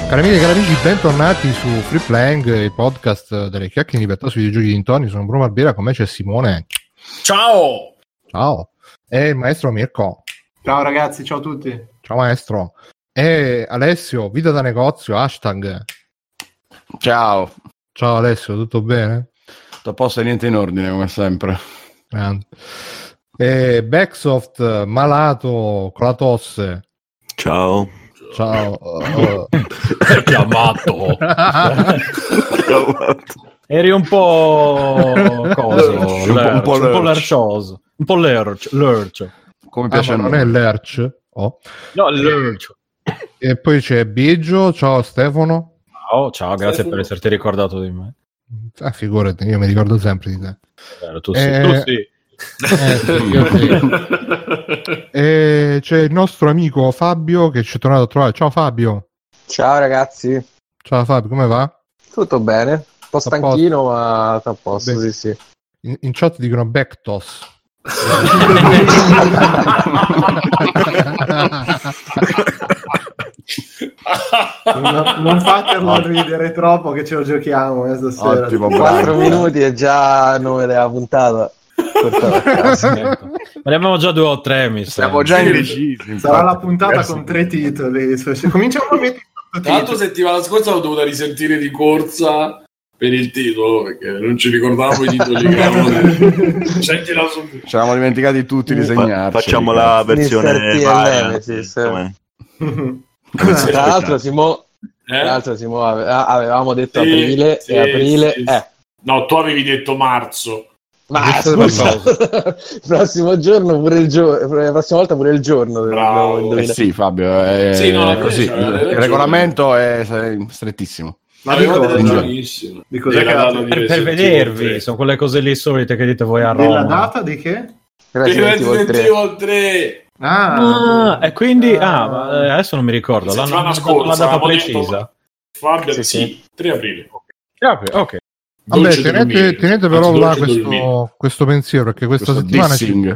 Cari amiche e cari amici, bentornati su Free Playing, il podcast delle chiacchiere di libertà sui videogiochi di dintorni. Sono Bruno Barbera, con me c'è Simone. Ciao! Ciao! E il maestro Mirko. Ciao ragazzi, ciao a tutti. Ciao maestro. E Alessio, vita da negozio, hashtag. Ciao. Ciao Alessio, tutto bene? Tutto a posto e niente in ordine, come sempre. E Backsoft, malato, con la tosse. Ciao. Ciao. Chiamato. Eri un po' coso, un po' lercioso, un po' lercio. Come piace a non noi. è l'Erch. Oh. No, lercio. E poi c'è Biggio, ciao Stefano. Ciao, grazie per esserti ricordato di me. Figurati, io mi ricordo sempre di te. Tu sì. Io sì. E c'è il nostro amico Fabio che ci è tornato a trovare. Ciao Fabio. Ciao ragazzi. Ciao Fabio, come va? Tutto bene? Un po' stanchino, ma sta a posto, Beh, sì. In chat dicono Backtoss. Non fatelo ridere troppo che ce lo giochiamo stasera. Ottimo, 4 minuti e già nome della puntata. Ma ne abbiamo già 2 o 3, mi sa. Siamo già indecisi. Sarà la puntata con 3 titoli. Cominciamo a mettere tra l'altro settimana scorsa l'ho dovuta risentire di corsa per il titolo perché non ci ricordavo i titoli che avevamo. Sentila su. Ci eravamo dimenticati tutti di segnarci. Facciamo la versione Tra l'altro Simo avevamo detto aprile sì, e aprile sì. No, tu avevi detto marzo. Ma il prossimo giorno pure la prossima volta pure il giorno. Bravo. Sì, Fabio, è Sì, no, così. Il regolamento è strettissimo. Ma di cos'è che per vedervi, sono quelle cose lì solite che dite voi a Roma. della data di che? Resident Evil 3. E quindi adesso non mi ricordo la scorsa, la data precisa. Fabio, sì, 3 aprile. Ok. Vabbè, tenete però là questo pensiero, perché questa settimana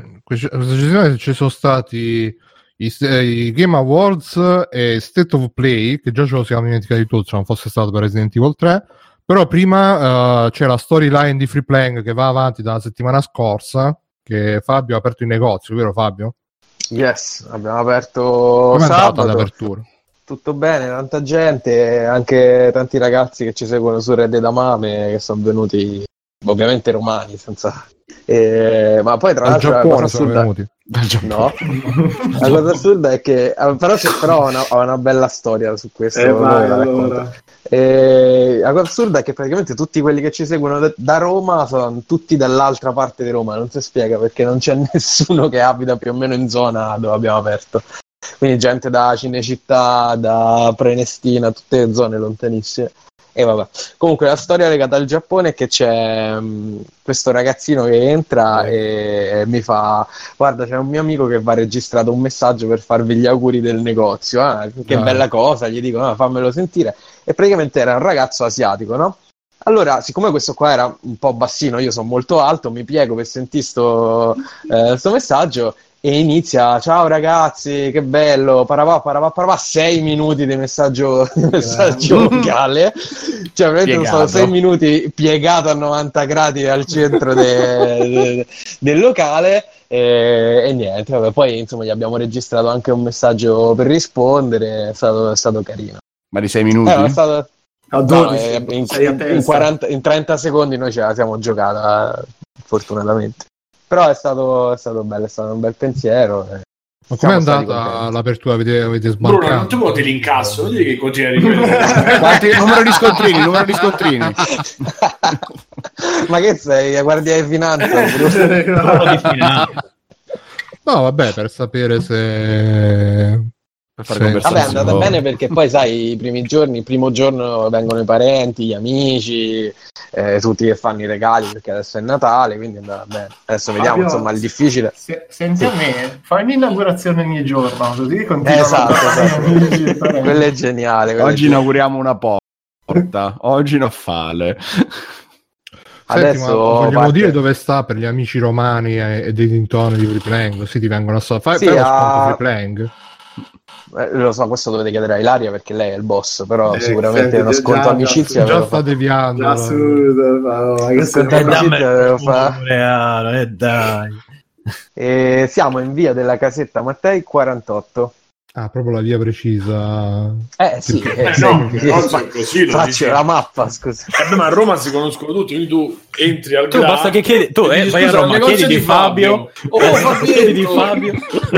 ci sono stati i Game Awards e State of Play, che già ce lo siamo dimenticati tutti, se non fosse stato per Resident Evil 3. Però prima c'è la storyline di Free Playing che va avanti dalla settimana scorsa, che Fabio ha aperto il negozio, vero Fabio? Yes, abbiamo aperto Come è andata sabato. l'apertura? Tutto bene, tanta gente, anche tanti ragazzi che ci seguono su Red Dead Amame, che sono venuti, ovviamente romani, senza... ma poi tra l'altro Giappone sono venuti. No, la cosa assurda è che però ho una bella storia su questo. Allora. La cosa assurda è che praticamente tutti quelli che ci seguono da Roma sono tutti dall'altra parte di Roma, non si spiega perché non c'è nessuno che abita più o meno in zona dove abbiamo aperto. Quindi gente da Cinecittà, da Prenestina, tutte le zone lontanissime. E vabbè. Comunque la storia legata al Giappone è che c'è questo ragazzino che entra e mi fa: guarda, c'è un mio amico che va registrato un messaggio per farvi gli auguri del negozio. Che bella cosa, gli dico, fammelo sentire. E praticamente era un ragazzo asiatico, no? Allora, siccome questo qua era un po' bassino, io sono molto alto, mi piego per sentire sto messaggio. E inizia: ciao ragazzi, che bello, parava 6 minuti di messaggio vocale, cioè veramente sono 6 minuti piegato a 90 gradi al centro del locale e niente, vabbè, poi insomma gli abbiamo registrato anche un messaggio per rispondere, è stato carino. Ma di 6 minuti? È stato... A 12, in 30 secondi noi ce la siamo giocata, fortunatamente. Però è stato bello, è stato un bel pensiero. Ma com'è andata l'apertura? Avete smarcato? Bruno, non ti voti l'incasso, non dire che continui a ripetere. Quanti numero di scontrini? Ma che sei? Guardia di finanza? No, vabbè, per sapere se... Vabbè, è andata bene perché poi sai, i primi giorni, il primo giorno vengono i parenti, gli amici, tutti che fanno i regali perché adesso è Natale, quindi è andata bene. Adesso vediamo, insomma, il difficile. Senti a me, fai l'inaugurazione ogni giorno, così continua. Esatto. Quello è geniale. Oggi inauguriamo una porta, oggi non fale. Senti, vogliamo dire dove sta per gli amici romani e dei dintorni di Free Playing, così ti vengono a fare lo sconto Free Playing? lo so, questo dovete chiedere a Ilaria perché lei è il boss, però sicuramente uno sconto amicizia già sta deviando. Sconto amicizia avevo fare. Dai. E siamo in via della Casetta Mattei 48. Ah, proprio la via precisa. Sì, così faccio la mappa, scusa. Ma a Roma si conoscono tutti, quindi tu entri al tu basta che chiedi, tu vai a Roma, chiedi di Fabio. Chiedi di Fabio.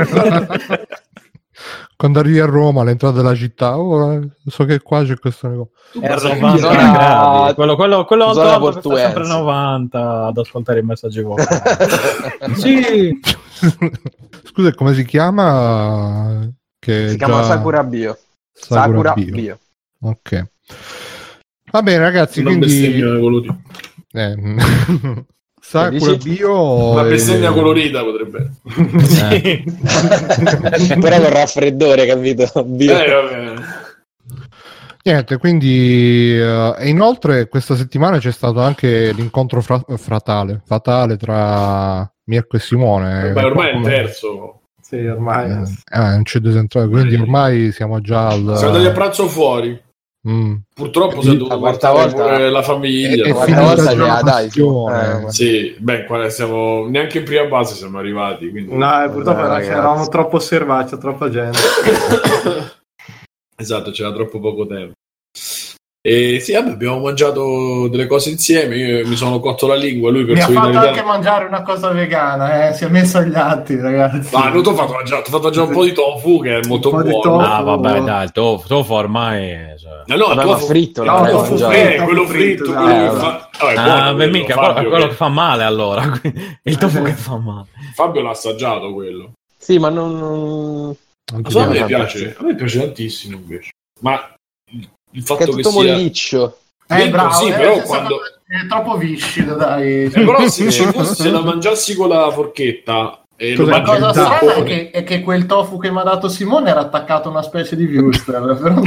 Quando arrivi a Roma all'entrata della città, so che qua c'è questo negozio. È a 90 gradi. Quello alto sta sempre 90 ad ascoltare i messaggi vocali. Sì. Scusa, come si chiama? Si chiama Sakura Bio. Sakura Bio. Ok. Va bene, ragazzi, non quindi Sakura Bio, una bestemmia colorita potrebbe. Sì. Però con raffreddore, capito? Bio. Vabbè. Niente, quindi e inoltre questa settimana c'è stato anche l'incontro fatale tra Mirko e Simone. Beh, ormai è il terzo. Sì, ormai non c'è desentrato, quindi ormai siamo già siamo andati a pranzo fuori. Purtroppo si è dovuto portare pure la famiglia. Sì, beh, qua siamo neanche in prima base siamo arrivati. Quindi... No, purtroppo eravamo troppo osservati, c'è troppa gente. Esatto, c'era troppo poco tempo. E sì, abbiamo mangiato delle cose insieme. Io mi sono cotto la lingua. Lui per mi ha fatto anche mangiare una cosa vegana, si è messo agli atti, ragazzi. Ma non ti ho fatto mangiare un po' di tofu, che è molto buono. Ah, vabbè, dai, il tofu ormai. No, il tofu fritto, quello fritto. Quello che fa male, allora. Il tofu che fa male. Fabio l'ha assaggiato quello. Sì, ma non a me piace tantissimo invece. Ma il fatto che è tutto molliccio. Bravo, sì, però quando è troppo viscido, dai. Però se ci fosse la mangiassi con la forchetta la cosa strana è che quel tofu che mi ha dato Simone era attaccato a una specie di wuster, però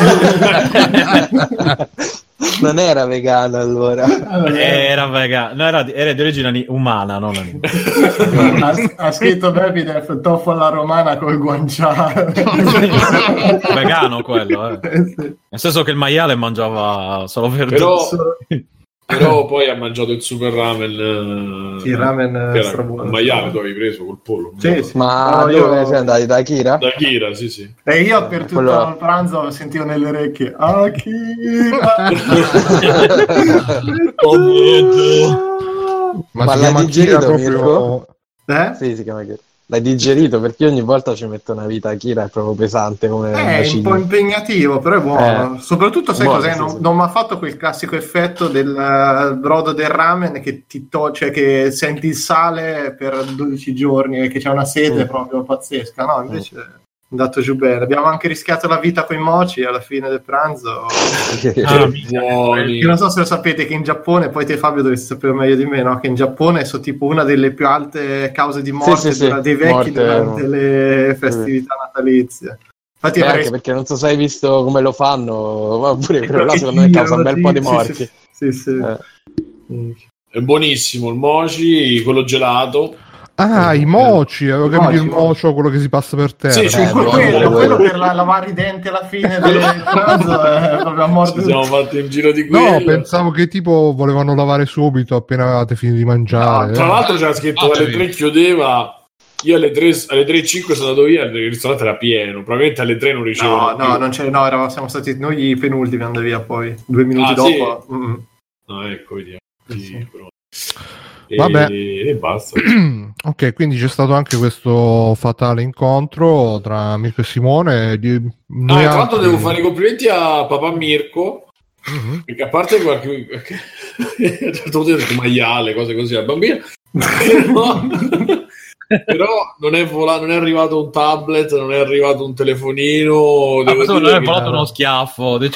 non era vegano, allora. Era vegano, no, era di origine umana, non animale. Ha scritto Baby tofu alla romana col guanciale. Vegano quello, Nel senso che il maiale mangiava solo verdure. Però poi ha mangiato il super ramen. Il ramen il maiale tu avevi preso col pollo. Sì. Ma dove sei andati? Da Akira? Da Akira, sì. E io per tutto il pranzo sentivo nelle orecchie Akira. Ma l'hai digerito proprio? Sì, si chiama Akira. L'hai digerito? Perché ogni volta ci metto una vita Akira, è proprio pesante come è un po' impegnativo, però è buono. Soprattutto sai cos'è? Non mi ha fatto quel classico effetto del brodo del ramen che ti toglie, che senti il sale per 12 giorni e che c'è una sete proprio pazzesca. No, invece è andato giù bene. Abbiamo anche rischiato la vita con i mochi alla fine del pranzo. Non so se lo sapete che in Giappone, poi te Fabio dovresti sapere meglio di me, no? Che in Giappone sono tipo una delle più alte cause di morte dei vecchi durante le festività natalizie. Infatti anche perché non so se hai visto come lo fanno, ma pure quello là secondo me causa un bel po' di morti. Sì. È buonissimo il mochi, quello gelato. Ah, i mochi, avevo capito il mocio, quello che si passa per terra. Sì, quello per lavare i denti alla fine del pranzo è proprio a morte. Ci siamo fatti un giro di quello. No, pensavo che tipo volevano lavare subito appena avevate finito di mangiare. No, tra l'altro c'era scritto alle 3 chiudeva. Io alle 3:05 sono andato via, il ristorante era pieno. Probabilmente alle 3 non ricevo. Siamo stati noi i penultimi andare via poi 2 minuti dopo. Sì? No, ecco, vediamo. Sì. Vabbè. E basta. Ok, quindi c'è stato anche questo fatale incontro tra Mirko e Simone. Tra l'altro devo fare i complimenti a papà Mirko, perché a parte qualche a un certo punto ho detto maiale, cose così al bambino, però non è arrivato un tablet, non è arrivato un telefonino. Non è volato uno schiaffo. Il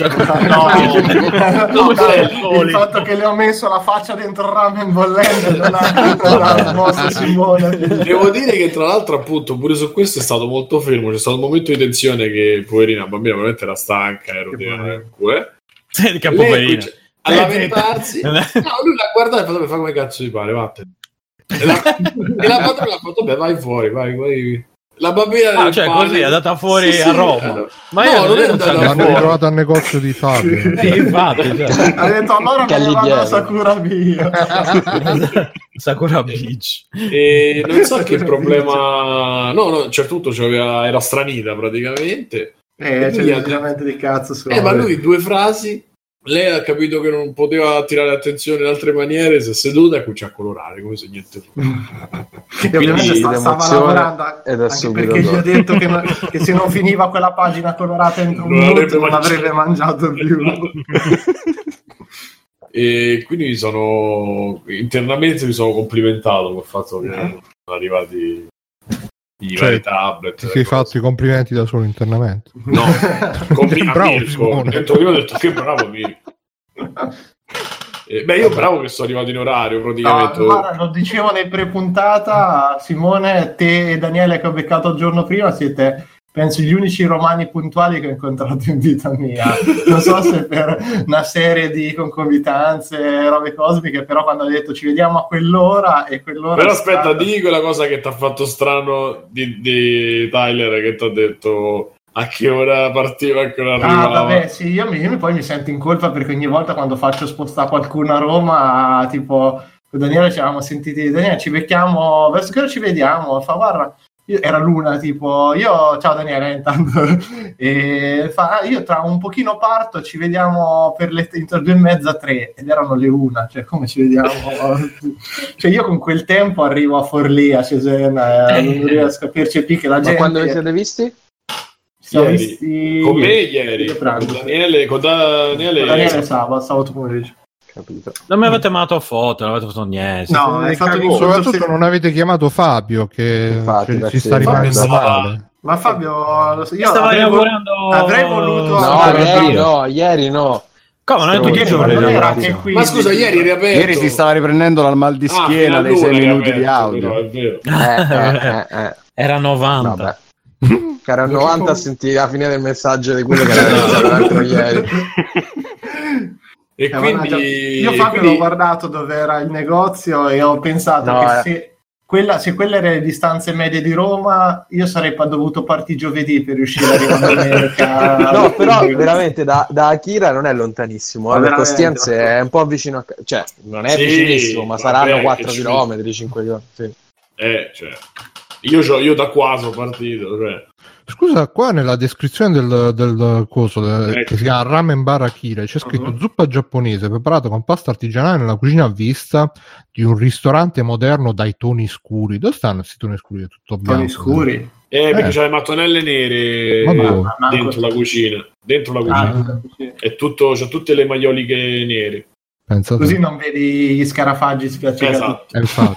fatto che le ho messo la faccia dentro il ramen bollente non ha mosso Simone. Devo dire che tra l'altro appunto pure su questo è stato molto fermo. C'è stato un momento di tensione che poverina la bambina veramente era stanca, che poverina a lamentarsi. No, lui l'ha guardata e fa come cazzo ti pare, vattene. E la padrona ha fatto vai fuori, vai La bambina cioè così è andata fuori a Roma. Ma io non è andata l'hanno ritrovata al negozio di Fabio. Infatti, cioè. Ha detto allora me ne vado a Sakura Via. Sakura Beach. E non so che problema. No, c'è tutto, era stranita praticamente. C'è veramente di cazzo. Ma lui 2 frasi. Lei ha capito che non poteva attirare attenzione in altre maniere, si è seduta e comincia a colorare come se niente fosse. Ovviamente stava lavorando anche perché gli ho detto che se non finiva quella pagina colorata entro un minuto non avrebbe mangiato più. E quindi internamente mi sono complimentato con il fatto che sono arrivati i vari tablet. Ti sei fatto i complimenti da solo internamente? No, bravo Mirko. Dentro io ho detto che bravo Mirko. Io bravo che sono arrivato in orario praticamente. No, guarda, lo dicevo nel pre-puntata, Simone, te e Daniele che ho beccato il giorno prima siete penso gli unici romani puntuali che ho incontrato in vita mia. Non so se per una serie di concomitanze, robe cosmiche, però quando ho detto ci vediamo a quell'ora e quell'ora. Però aspetta, di quella cosa che ti ha fatto strano di Tyler, che ti ha detto a che ora partiva, a che ora arrivava. Vabbè, sì, io poi mi sento in colpa perché ogni volta quando faccio spostare qualcuno a Roma, tipo con Daniele ci avevamo sentiti, Daniele ci becchiamo, verso che ora ci vediamo? Fa guarda, era l'una, tipo, ciao Daniele intanto, e fa, io tra un pochino parto, ci vediamo per entro 2:30, 3, ed erano le 1, cioè come ci vediamo? Cioè io con quel tempo arrivo a Forlì, a Cesena, non riesco a percepire che la gente... Ma quando vi siete visti? Siamo visti con me ieri, con Daniele sabato pomeriggio. Capito. Non mi avete chiamato foto, non avete fatto niente. No, è fatto soprattutto non avete chiamato Fabio che ci sta rimanendo male. Ma Fabio, io avrei voluto ieri no. Come non è tutti i giorni? Ma scusa, ieri eri aperto. Ieri si stava riprendendo dal mal di schiena dei 6 minuti di audio. Però, è vero. Era 90. Vabbè. Che era 90 a sentire la fine del messaggio di quello che era iniziato l'altro ieri. E quindi io Fabio l'ho guardato dove era il negozio e ho pensato che se quelle erano le distanze medie di Roma, io sarei dovuto partire giovedì per riuscire a arrivare in America. No, però veramente da Akira non è lontanissimo, le Costienze è un po' vicino a cioè non è vicinissimo, ma saranno 4 km, 5 km. Sì. Cioè, io da qua sono partito, cioè. Scusa, qua nella descrizione del coso che si chiama Ramen Bar Akira c'è scritto zuppa giapponese preparata con pasta artigianale nella cucina a vista di un ristorante moderno dai toni scuri. Dove stanno questi toni scuri? È tutto bianco. Toni scuri? Perché c'è le mattonelle nere dentro la cucina. È tutto, c'è tutte le maioliche nere. Pensate. Così non vedi gli scarafaggi spiaccicati. Esatto.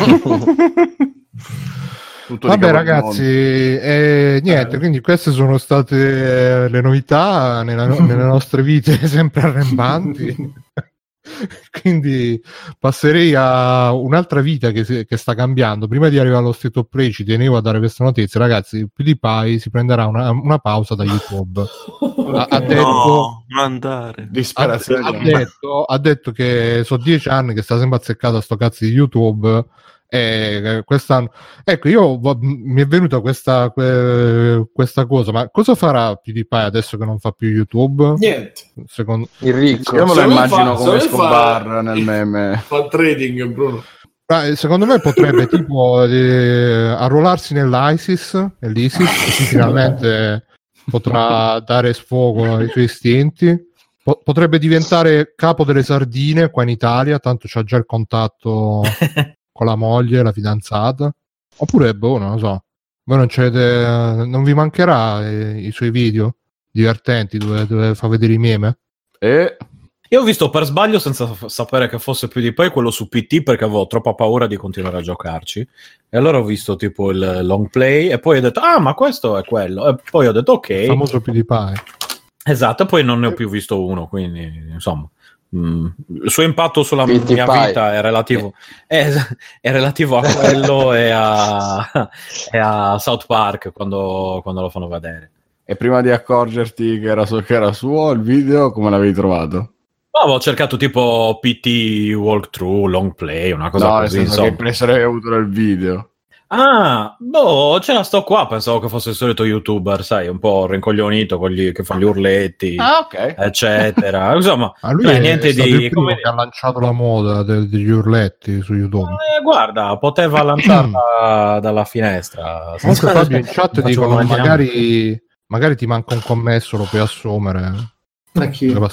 Vabbè ragazzi, niente, quindi queste sono state le novità nelle nostre vite sempre arrembanti. Quindi passerei a un'altra vita che sta cambiando. Prima di arrivare allo State of Play ci tenevo a dare questa notizia, ragazzi. PewDiePie si prenderà una pausa da YouTube. Ha detto, non andare. Ha detto che sono 10 anni che sta sempre azzeccato a sto cazzo di YouTube. Quest'anno, ecco, mi è venuta questa cosa, ma cosa farà PewDiePie adesso che non fa più YouTube? Niente. Il ricco. Io me lo immagino come Escobar nel meme. Fa trading, Bruno. Secondo me potrebbe tipo arruolarsi nell'ISIS, così finalmente potrà dare sfogo ai suoi istinti. Potrebbe diventare capo delle sardine qua in Italia, tanto c'ha già il contatto con la moglie, la fidanzata. Oppure non lo so, voi non vi mancherà i suoi video divertenti dove fa vedere i meme? Io ho visto per sbaglio, senza sapere che fosse PewDiePie, quello su PT, perché avevo troppa paura di continuare a giocarci, e allora ho visto tipo il long play e poi ho detto ma questo è quello, e poi ho detto ok, il famoso PewDiePie. Esatto, e poi non ne ho più visto uno, quindi insomma il suo impatto sulla mia vita è relativo a quello e a South Park quando lo fanno vedere. E prima di accorgerti che era suo il video, come l'avevi trovato? Avevo cercato tipo PT walkthrough, long play, una cosa così, insomma. Che impressione avevi avuto nel video? Ce la sto qua. Pensavo che fosse il solito youtuber, sai, un po' rincoglionito che fa gli urletti, eccetera. Insomma, lui è niente stato di il primo che ha lanciato la moda degli urletti su YouTube. Guarda, poteva lanciarla dalla finestra. Comunque Fabio in chat dicono magari ti manca un commesso, lo puoi assumere. Ma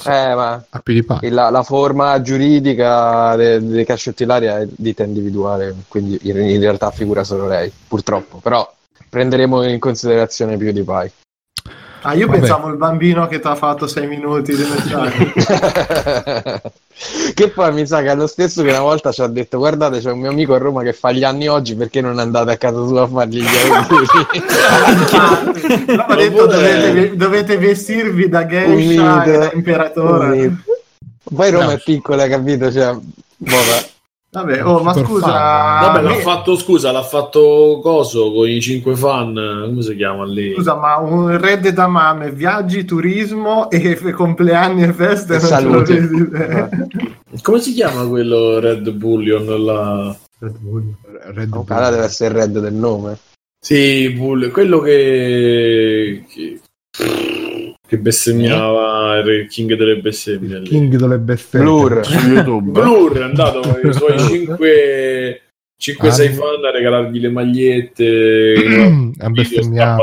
la forma giuridica dei Caciotti Ilaria è ditta individuale, quindi in realtà figura solo lei, purtroppo, però prenderemo in considerazione PewDiePie. Io pensavo il bambino che ti ha fatto 6 minuti di messaggio. Che poi mi sa che è lo stesso che una volta ci ha detto: guardate, c'è un mio amico a Roma che fa gli anni oggi, perché non andate a casa sua a fargli gli auguri? Ha detto dovete vestirvi da geisha e da imperatore. Poi Roma è piccola, capito? Cioè, vabbè, ma scusa, l'ha fatto coso con i 5 fan, come si chiama lì? Scusa, ma un Red da Mame, viaggi, turismo e compleanni e feste e saluti. Come si chiama quello Red Bullion? Red Bullion. Deve essere il Red del nome. Sì, quello che bestemmiava, il King delle bestemmie. King delle bestemmie. Blur su YouTube. Blur è andato con i suoi 5-6 fan a regalargli le magliette. È bestemmiato.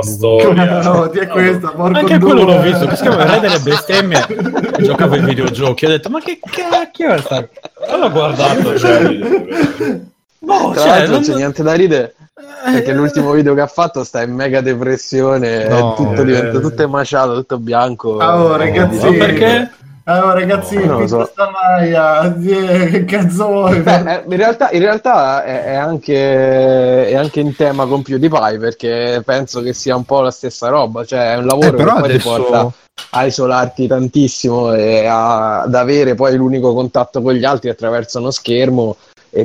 Anche quello l'ho visto, che si chiama Re delle bestemmie. Giocava ai videogiochi. Ho detto, ma che cacchio è stato? L'ho guardato. Tra l'altro non c'è niente da ridere, perché l'ultimo video che ha fatto sta in mega depressione, tutto diventa tutto emaciato, tutto bianco. Ragazzi, ma perché? Ragazzi, questa Maia, che cazzo. In realtà è anche in tema con PewDiePie, perché penso che sia un po' la stessa roba, cioè è un lavoro che poi ti porta a isolarti tantissimo e ad avere poi l'unico contatto con gli altri attraverso uno schermo, e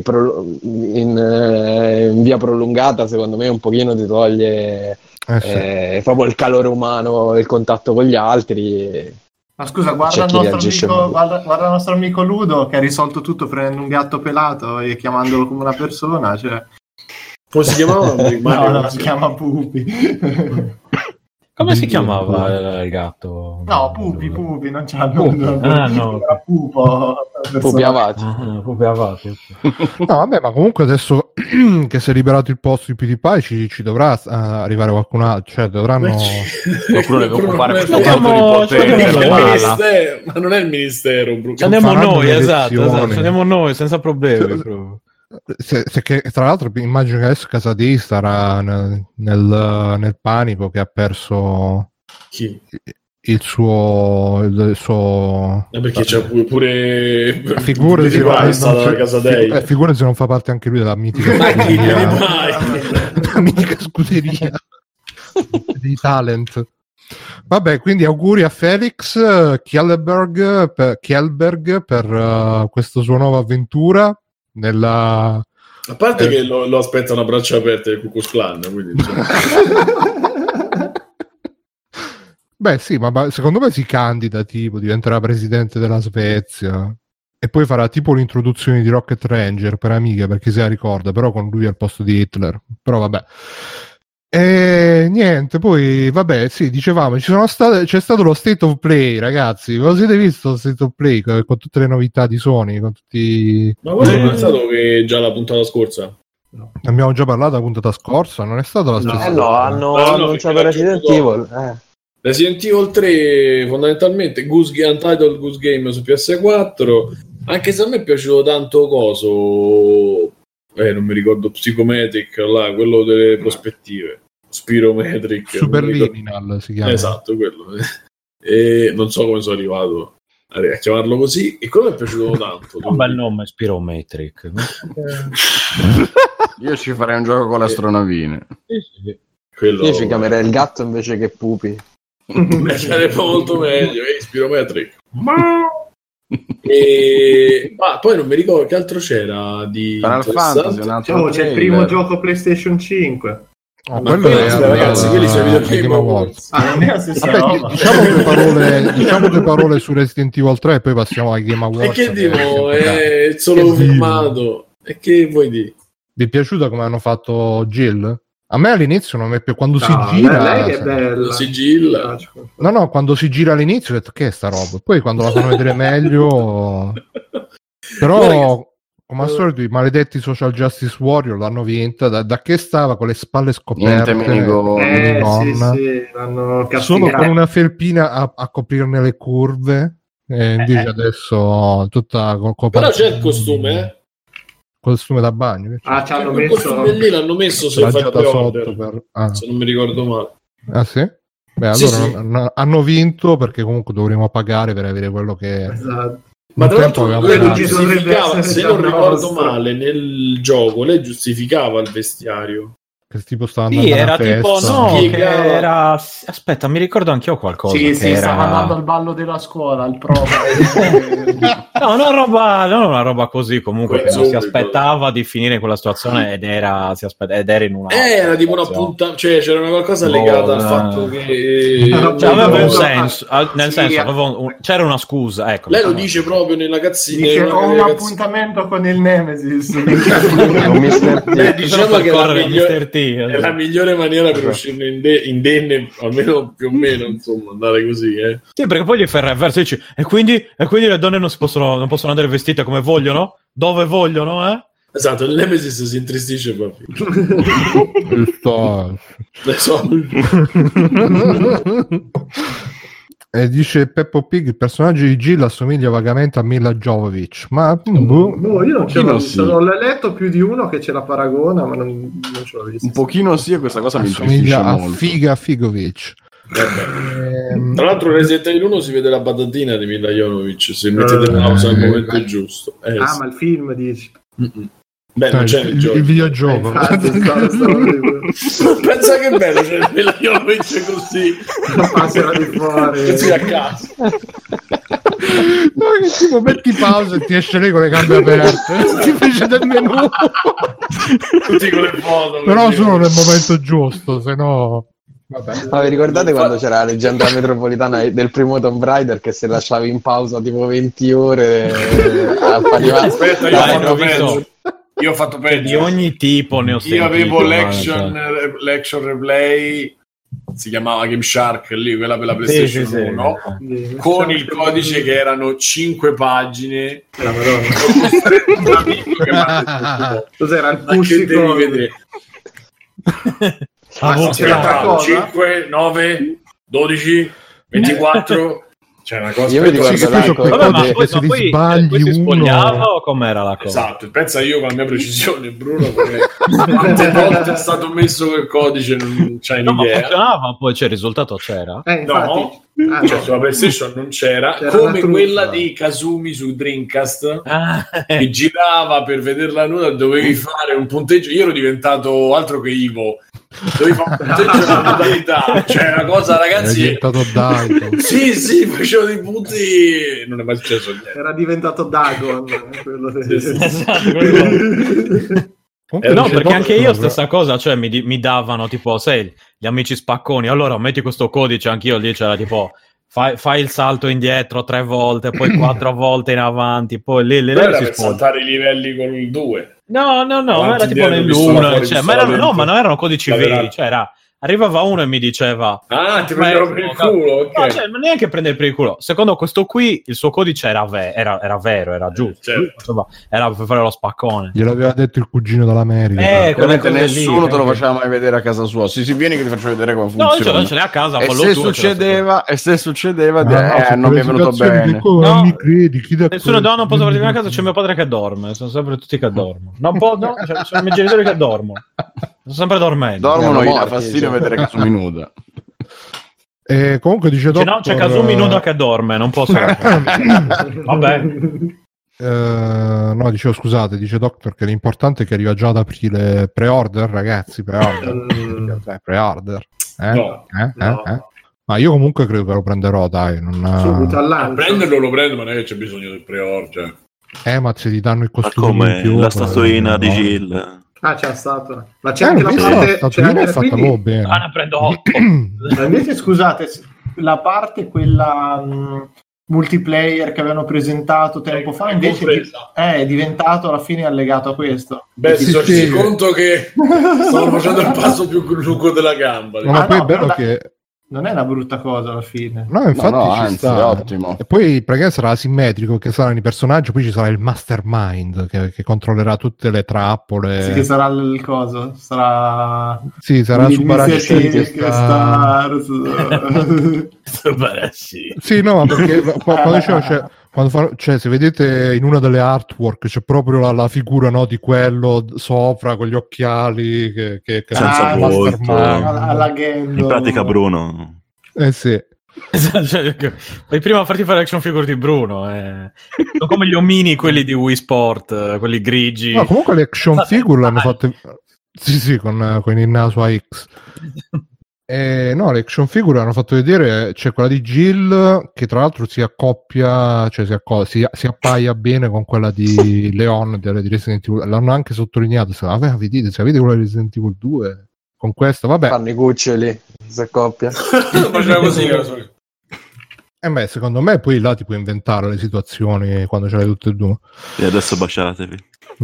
in via prolungata secondo me un pochino ti toglie proprio il calore umano, il contatto con gli altri. Ma scusa, guarda il nostro amico Ludo che ha risolto tutto prendendo un gatto pelato e chiamandolo come una persona, cioè. Come si chiamava? No, si chiama Pupi. Come si chiamava il gatto? No, Pupi, non c'ha no. Pupi Avati. No, vabbè, ma comunque adesso che si è liberato il posto di PewDiePie ci dovrà arrivare qualcun altro, cioè dovranno qualcuno deve occupare questo posto di potere. Ma non è il ministero, andiamo noi, esatto, andiamo noi senza problemi. Che, tra l'altro immagino che adesso Casati sarà nel panico, che ha perso il suo perché c'è pure figurati se non fa parte anche lui della mitica scuderia di talent. Vabbè, quindi auguri a Felix Kjellberg per questa sua nuova avventura. A parte che lo aspettano a braccia aperte del Ku Klux Klan, quindi beh sì, ma secondo me si candida, tipo diventerà presidente della Svezia e poi farà tipo l'introduzione di Rocket Ranger per Amiga, perché se la ricorda, però con lui al posto di Hitler. Però vabbè, e niente, poi vabbè, sì, dicevamo, c'è stato lo State of Play, ragazzi. Lo siete visto lo State of Play con tutte le novità di Sony, con tutti... Ma voi avete pensato che già la puntata scorsa? No. Abbiamo già parlato la puntata scorsa, non è stata la stessa. Hanno annunciato Resident Evil. Resident Evil 3 fondamentalmente Untitled Goose Game su PS4, anche se a me è piaciuto tanto coso, non mi ricordo, Psychometric, là, quello delle prospettive, Spirometric, Superliminal si chiama. Esatto, quello. E non so come sono arrivato a chiamarlo così, e quello mi è piaciuto tanto. Un bel nome, Spirometric. Io ci farei un gioco con le astronavine. Sì. Quello... Io ci chiamerei il gatto invece che Pupi. Sarebbe molto meglio, Spirometric. Ma poi non mi ricordo che altro c'era di Final Fantasy, c'è il primo gioco PlayStation 5. Quello è ragazzi, quelli sono i Game Awards. Non è la stessa roba. Diciamo due parole su Resident Evil 3 e poi passiamo ai Game Awards. E che dico, è solo firmato. E che vuoi dire? Vi è piaciuta come hanno fatto Jill? A me all'inizio non mi è più quando si gira. Lei è bella. Sigilla. No, quando si gira all'inizio ho detto che è sta roba. Poi quando la fanno vedere meglio. Però come al solito i maledetti social justice warrior l'hanno vinta da che stava con le spalle scoperte solo con una felpina a coprirne le curve invece adesso tutta però c'è il costume da bagno ci hanno messo il costume lì, l'hanno messo se non mi ricordo male. Sì? Beh, allora hanno vinto perché comunque dovremo pagare per avere quello che esatto. Ma tra l'altro lei lo giustificava, se non ricordo male, nel gioco lei giustificava il vestiario. Che tipo stava andando era tipo era aspetta, mi ricordo anch'io qualcosa. Sì, stava andando al ballo della scuola, al prova. non una roba così comunque che non si aspettava di finire in quella situazione ed era in una era tipo una punta, cioè c'era una qualcosa legata al fatto che aveva un senso, nel senso c'era una scusa, ecco. Lei lo dice proprio nella cazzina. Dice ho un appuntamento con il Nemesis. Diciamo che è la migliore maniera per uscirne indenne, almeno più o meno, insomma, andare così, Sì, perché poi gli fai il reverso e dici, e quindi le donne non possono andare vestite come vogliono? Dove vogliono, Esatto, il Nemesis si intristisce proprio. E dice Peppo Pig, il personaggio di Jill assomiglia vagamente a Mila Jovovich, ma io non ce l'ho visto, ho letto più di uno che ce la paragona, ma non ce l'ho visto. Un pochino sì, e questa cosa mi assomiglia a molto. Figovic. Tra l'altro Resident Evil 1 si vede la batatina di Mila Jovovich, se mettete pausa al momento giusto. Ma il film dici? Beh, non c'è il videogioco. Pensa che bello, c'è Mila Jovovich così passera di fuori così a caso. No, che tipo metti pausa e ti esce lei con le gambe aperte ti fece del menù tutti con le foto però solo nel momento giusto, se no vabbè. Ma vi ricordate quando c'era la leggenda metropolitana del primo Tomb Raider che se lasciavi in pausa tipo 20 ore aspetta, io ho fatto peggio di ogni tipo ne ho sentito. Io avevo l'action replay, si chiamava Game Shark lì, quella per la PlayStation 1 con il codice che erano 5 pagine. Cos'era il push devi vedere? 5, 9, 12, 24. C'è una cosa. Io mi ricordo ma poi si spogliava o com'era la cosa? Esatto, pensa io con la mia precisione, Bruno, perché quante volte è stato messo quel codice non c'hai idea. Ma funzionava, poi il risultato c'era? No, sulla PlayStation non c'era come quella dei Kazumi su Dreamcast che girava per vederla nuda, dovevi fare un punteggio. Io ero diventato altro che Ivo. Dovevi fare un punteggio della modalità, cioè una cosa, ragazzi. Sì, facevo dei punti, non è mai successo niente. Era diventato Dagon. No, perché anche io stessa cosa, cioè mi davano tipo, sai, gli amici spacconi, allora metti questo codice, anch'io lì c'era tipo fai il salto indietro 3 volte, poi 4 volte in avanti, poi lì per saltare i livelli con il 2. No, era tipo nell'1, cioè, ma non erano codici veri, cioè arrivava uno e mi diceva ti prendevo per il culo, ok. No, cioè, non neanche prendere per il culo, secondo questo qui il suo codice era vero, era giusto, certo. Insomma, era per fare lo spaccone, gliel'aveva detto il cugino dall'America, nessuno te lo faceva mai vedere a casa sua. Si viene che ti faccio vedere come funziona. No, non ce l'hai a casa, e se succedeva non mi è venuto bene, non mi credi, nessuno non posso partire a casa, c'è mio padre che dorme, sono sempre tutti che dormono, sono i miei genitori che dormono, sono sempre dormono, gli dà fastidio vedere Kazumi nuda. Comunque dice Doctor, no, c'è Kazumi nuda che dorme, non posso vabbè. No, dicevo scusate, dice Doctor che l'importante è che arriva già ad aprile pre-order, ragazzi, pre-order. No. Ma io comunque credo che lo prenderò, dai, prenderlo lo prendo, ma non è che c'è bisogno del pre-order. Ma se ti danno il costume come in più, la statuina di Jill. C'è stato, ma c'è anche la parte è fatta bene. Ne prendo 8. Invece scusate, la parte quella multiplayer che avevano presentato tempo fa, invece è diventato alla fine allegato a questo. Beh, si sono resi conto che stanno facendo il passo più lungo della gamba. Ma poi è bello che non è una brutta cosa alla fine. No, infatti anzi, sta. è ottimo. E poi praticamente sarà asimmetrico, che saranno i personaggi, poi ci sarà il mastermind che controllerà tutte le trappole. Sì, che sarà il coso, sarà su Barassi Sì, no, perché quando diciamo, se vedete in una delle artwork c'è proprio la figura, no, di quello sopra con gli occhiali che senza volto, alla Gendo. in pratica Bruno. Sì. Vai prima a farti fare action figure di Bruno, sono come gli omini, quelli di Wii Sport, quelli grigi. No, comunque le action figure l'hanno fatte con il naso a X. No, le action figure hanno fatto vedere, c'è quella di Jill che tra l'altro si accoppia, cioè si appaia bene con quella di Leon di Resident Evil. L'hanno anche sottolineato, se avete quella di Resident Evil 2 con questa, vabbè. Fanno i cuccioli, si accoppia. Faceva così. Beh, secondo me poi là ti puoi inventare le situazioni quando ce l'hai tutte e due. E adesso baciatevi.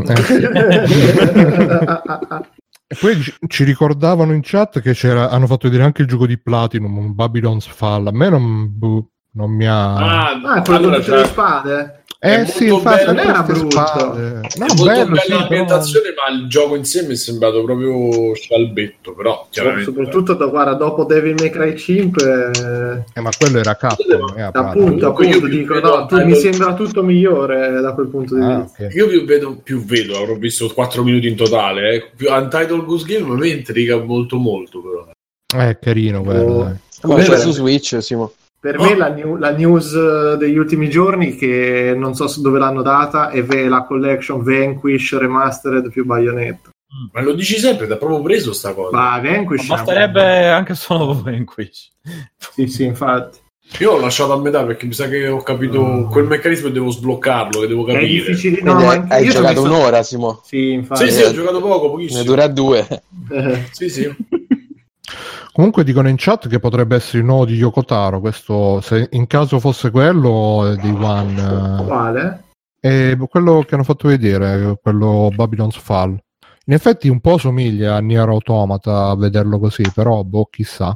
E poi ci ricordavano in chat che hanno fatto vedere anche il gioco di Platinum, Babylon's Fall. A me non mi ha... quello di le spade. Sì, infatti non era brutto. No, è molto bello, bella sì, l'ambientazione, ma il gioco insieme mi è sembrato proprio scialbetto, però soprattutto dopo Devil May Cry 5 ma quello era Capcom, appunto dico, mi sembra tutto migliore da quel punto di vista. Okay. Io vedo, avrò visto 4 minuti in totale, più Untitled Goose Game mi intriga molto però. È carino quello. C'è su Switch, Simo. Per me la news degli ultimi giorni, che non so dove l'hanno data, è la collection Vanquish Remastered più Bayonetta. Ma lo dici sempre, ti ha proprio preso sta cosa. Ma Vanquish basterebbe anche solo Vanquish. Sì, infatti. Io l'ho lasciato a metà perché mi sa che ho capito quel meccanismo e devo sbloccarlo, che devo capire. È difficile. Hai giocato un'ora, Simo? Sì, infatti. Sì, ho giocato pochissimo. Ne dura 2. Sì. Comunque dicono in chat che potrebbe essere il nuovo di Yoko, questo, se in caso fosse quello di One. Quale? Quello che hanno fatto vedere, quello Babylon's Fall. In effetti un po' somiglia a Nier Automata a vederlo così, però chissà.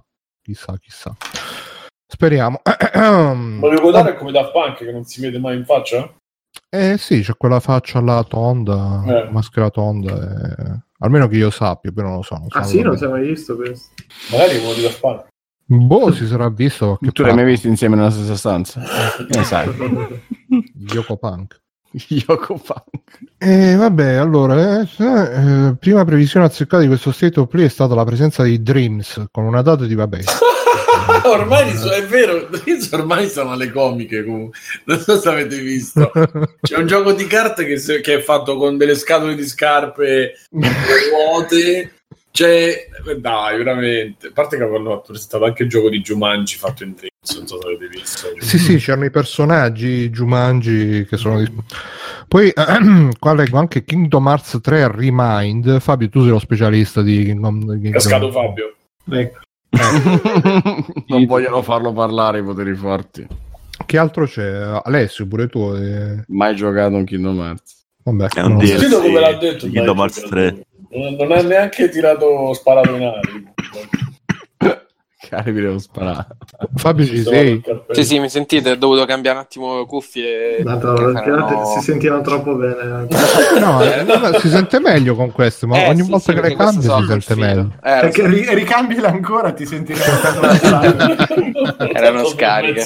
Speriamo. Ma Yoko è come Daft Punk, che non si vede mai in faccia? Sì, c'è quella faccia là tonda, maschera tonda. Almeno che io sappia, però non lo so. Non si è mai visto questo. Magari uno di Daft Punk. Si sarà visto. Tu l'hai mai visto insieme nella stessa stanza? Sai. Yoko Punk. Vabbè, allora, prima previsione azzeccata di questo State of Play è stata la presenza di Dreams con una data di ormai è vero, ormai sono alle comiche comunque. Non so se avete visto, c'è un gioco di carte che è fatto con delle scatole di scarpe vuote, dai, veramente, a parte che hanno presentato anche il gioco di Jumanji fatto in Dreams, non so se avete visto. Sì, c'erano i personaggi Jumanji che sono poi qua leggo anche Kingdom Hearts 3 Remind. Fabio, tu sei lo specialista di Kingdom. Cascato Fabio, ecco. Non vogliono farlo parlare i poteri forti. Che altro c'è? Alessio, pure tu mai giocato un Kingdom Hearts? Vabbè, è un DLC, come l'ha detto Kingdom Hearts 3 non ha neanche sparato in aria. Cari, devo sparare. Fabio, ci sei? Sì, mi sentite? Ho dovuto cambiare un attimo cuffie. Si sentivano troppo bene. No, si sente meglio con questo, ma ogni volta che le cambi si sente meglio. Perché ricambiale ancora, ti sentirei. Erano scariche.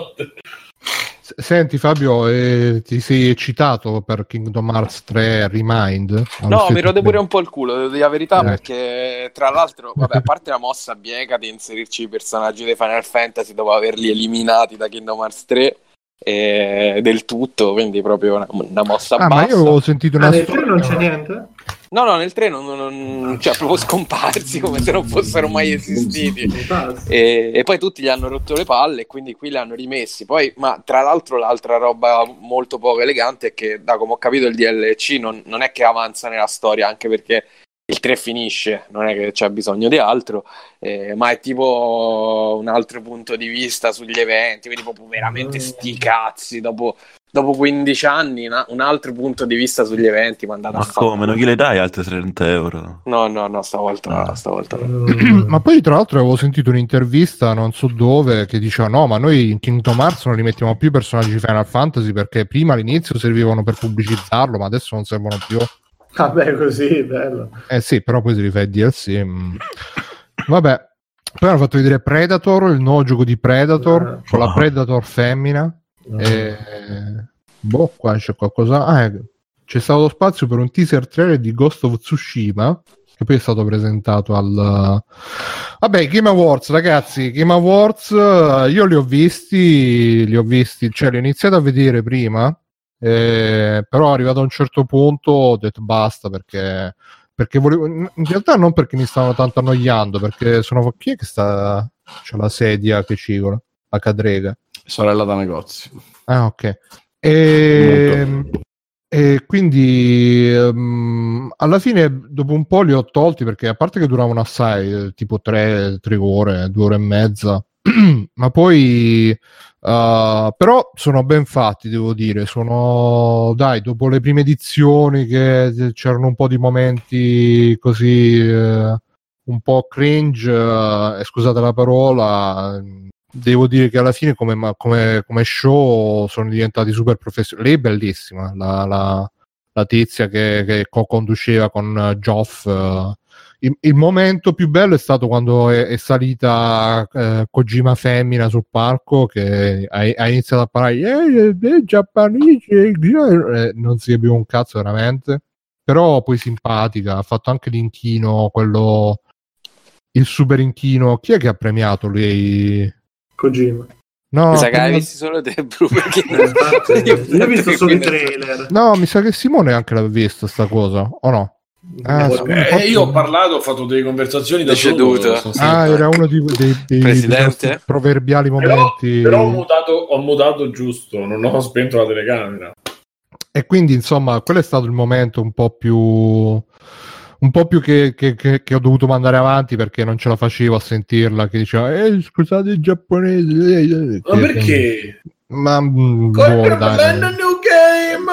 Senti Fabio, ti sei eccitato per Kingdom Hearts 3 Remind? No, mi rode pure un po' il culo, devo dire la verità, perché tra l'altro, a parte la mossa bieca di inserirci i personaggi dei Final Fantasy dopo averli eliminati da Kingdom Hearts 3 del tutto, quindi proprio una mossa bassa. Ma io avevo sentito una nel 3 non c'è niente? No, nel 3 non cioè proprio scomparsi come se non fossero mai esistiti. E poi tutti gli hanno rotto le palle e quindi qui li hanno rimessi. Poi, ma tra l'altro l'altra roba molto poco elegante è che, da come ho capito, il DLC non è che avanza nella storia, anche perché il 3 finisce, non è che c'è bisogno di altro, ma è tipo un altro punto di vista sugli eventi, quindi proprio veramente sti cazzi, dopo 15 anni un altro punto di vista sugli eventi mandato ma come? Non gliele dai altre 30 euro? No, stavolta Ma poi tra l'altro avevo sentito un'intervista non so dove che diceva no, ma noi in Kingdom Hearts non li mettiamo più i personaggi di Final Fantasy perché prima all'inizio servivano per pubblicizzarlo, ma adesso non servono più. Vabbè, così, bello. Sì, però poi si rifà il DLC. Vabbè, poi hanno fatto vedere Predator, il nuovo gioco di Predator, con la Predator femmina. Qua c'è qualcosa. C'è stato lo spazio per un teaser trailer di Ghost of Tsushima, che poi è stato presentato al Game Awards, ragazzi. Game Awards, io li ho visti, cioè li ho iniziato a vedere prima. Però arrivato a un certo punto ho detto basta perché volevo, in realtà non perché mi stavano tanto annoiando, perché chi è che c'è la sedia che cigola, la cadrega, sorella da negozi. Ok. E quindi alla fine dopo un po' li ho tolti perché a parte che duravano assai, tipo 3 ore, 2 ore e mezza, ma poi però sono ben fatti, devo dire. Dopo le prime edizioni che c'erano un po' di momenti così un po' cringe, scusate la parola, devo dire che alla fine come show sono diventati super professionali. Lei è bellissima, la tizia che co-conduceva con Geoff. Il momento più bello è stato quando è salita Kojima femmina sul palco, che ha iniziato a parlare giapponese, non si capiva un cazzo veramente, però poi simpatica. Ha fatto anche l'inchino, il super inchino. Chi è che ha premiato lei? Kojima. No, mi sa che hai visto solo te, Bru, perché io ho visto solo i trailer. No, mi sa che Simone anche l'ha visto sta cosa, o no? Io ho parlato, ho fatto delle conversazioni da ceduto. Era uno dei proverbiali momenti. Però ho mutato giusto, non ho spento la telecamera. E quindi insomma quello è stato il momento un po' più che ho dovuto mandare avanti perché non ce la facevo a sentirla che diceva scusate il giapponese. Ma perché? Ma new game,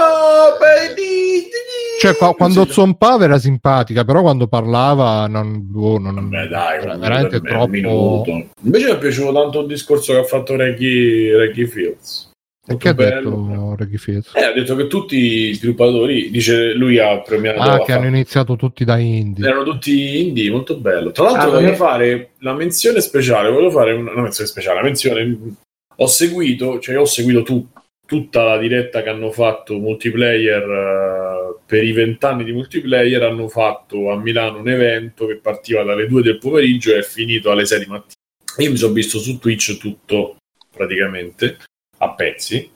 cioè quando zompava era simpatica, però quando parlava vabbè, dai, veramente troppo. Invece mi è piaciuto tanto il discorso che ha fatto Reggie Fields. E che ha detto Reggie Fields? Ha detto che tutti gli sviluppatori, dice lui, ha premiato che hanno iniziato tutti da indie. Erano tutti indie, molto bello. Tra l'altro voglio fare la menzione speciale, ho seguito tutta la diretta che hanno fatto multiplayer per i 20 anni di multiplayer. Hanno fatto a Milano un evento che partiva dalle 2 del pomeriggio e è finito alle 6 di mattina. Io mi sono visto su Twitch tutto praticamente a pezzi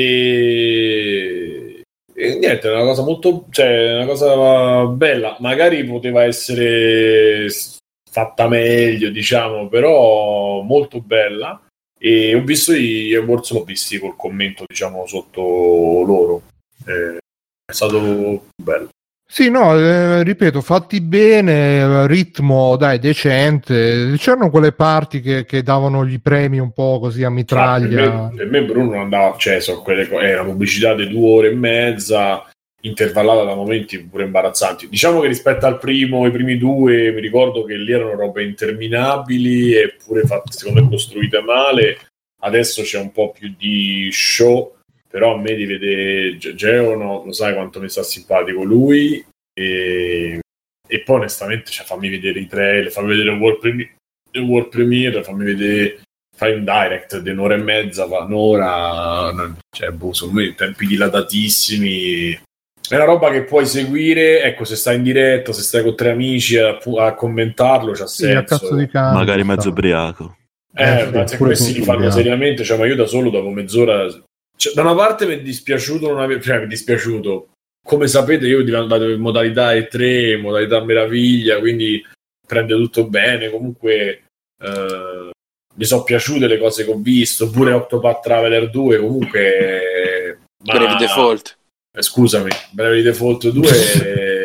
e niente, è una cosa una cosa bella. Magari poteva essere fatta meglio, diciamo, però molto bella. E ho visto gli awards, l'ho visti col commento, diciamo, sotto loro. È stato bello. Sì, no, ripeto, fatti bene, ritmo, dai, decente. C'erano quelle parti che davano gli premi un po' così a mitraglia. Per me Bruno andava, era pubblicità di 2 ore e mezza, intervallata da momenti pure imbarazzanti. Diciamo che rispetto al i primi 2, mi ricordo che lì erano robe interminabili e pure fatte, secondo me, costruite male. Adesso c'è un po' più di show, però a me di vedere Geo, lo sai quanto mi sta simpatico lui, e poi onestamente fammi vedere i trailer, fammi vedere il World Premiere, fammi vedere, fai un direct di 1 ora e mezza, fa un'ora, secondo me tempi dilatatissimi. È una roba che puoi seguire, ecco, se stai in diretta, se stai con 3 amici a commentarlo, c'ha senso. Magari mezzo ubriaco. Se questi li fanno seriamente, ma io da solo dopo mezz'ora, da una parte mi è dispiaciuto mi è dispiaciuto, come sapete io sono andato in modalità E3, modalità meraviglia, quindi prende tutto bene. Comunque mi sono piaciute le cose che ho visto, pure Octopath Traveler 2 comunque Brave Default. Scusami, Bravely Default 2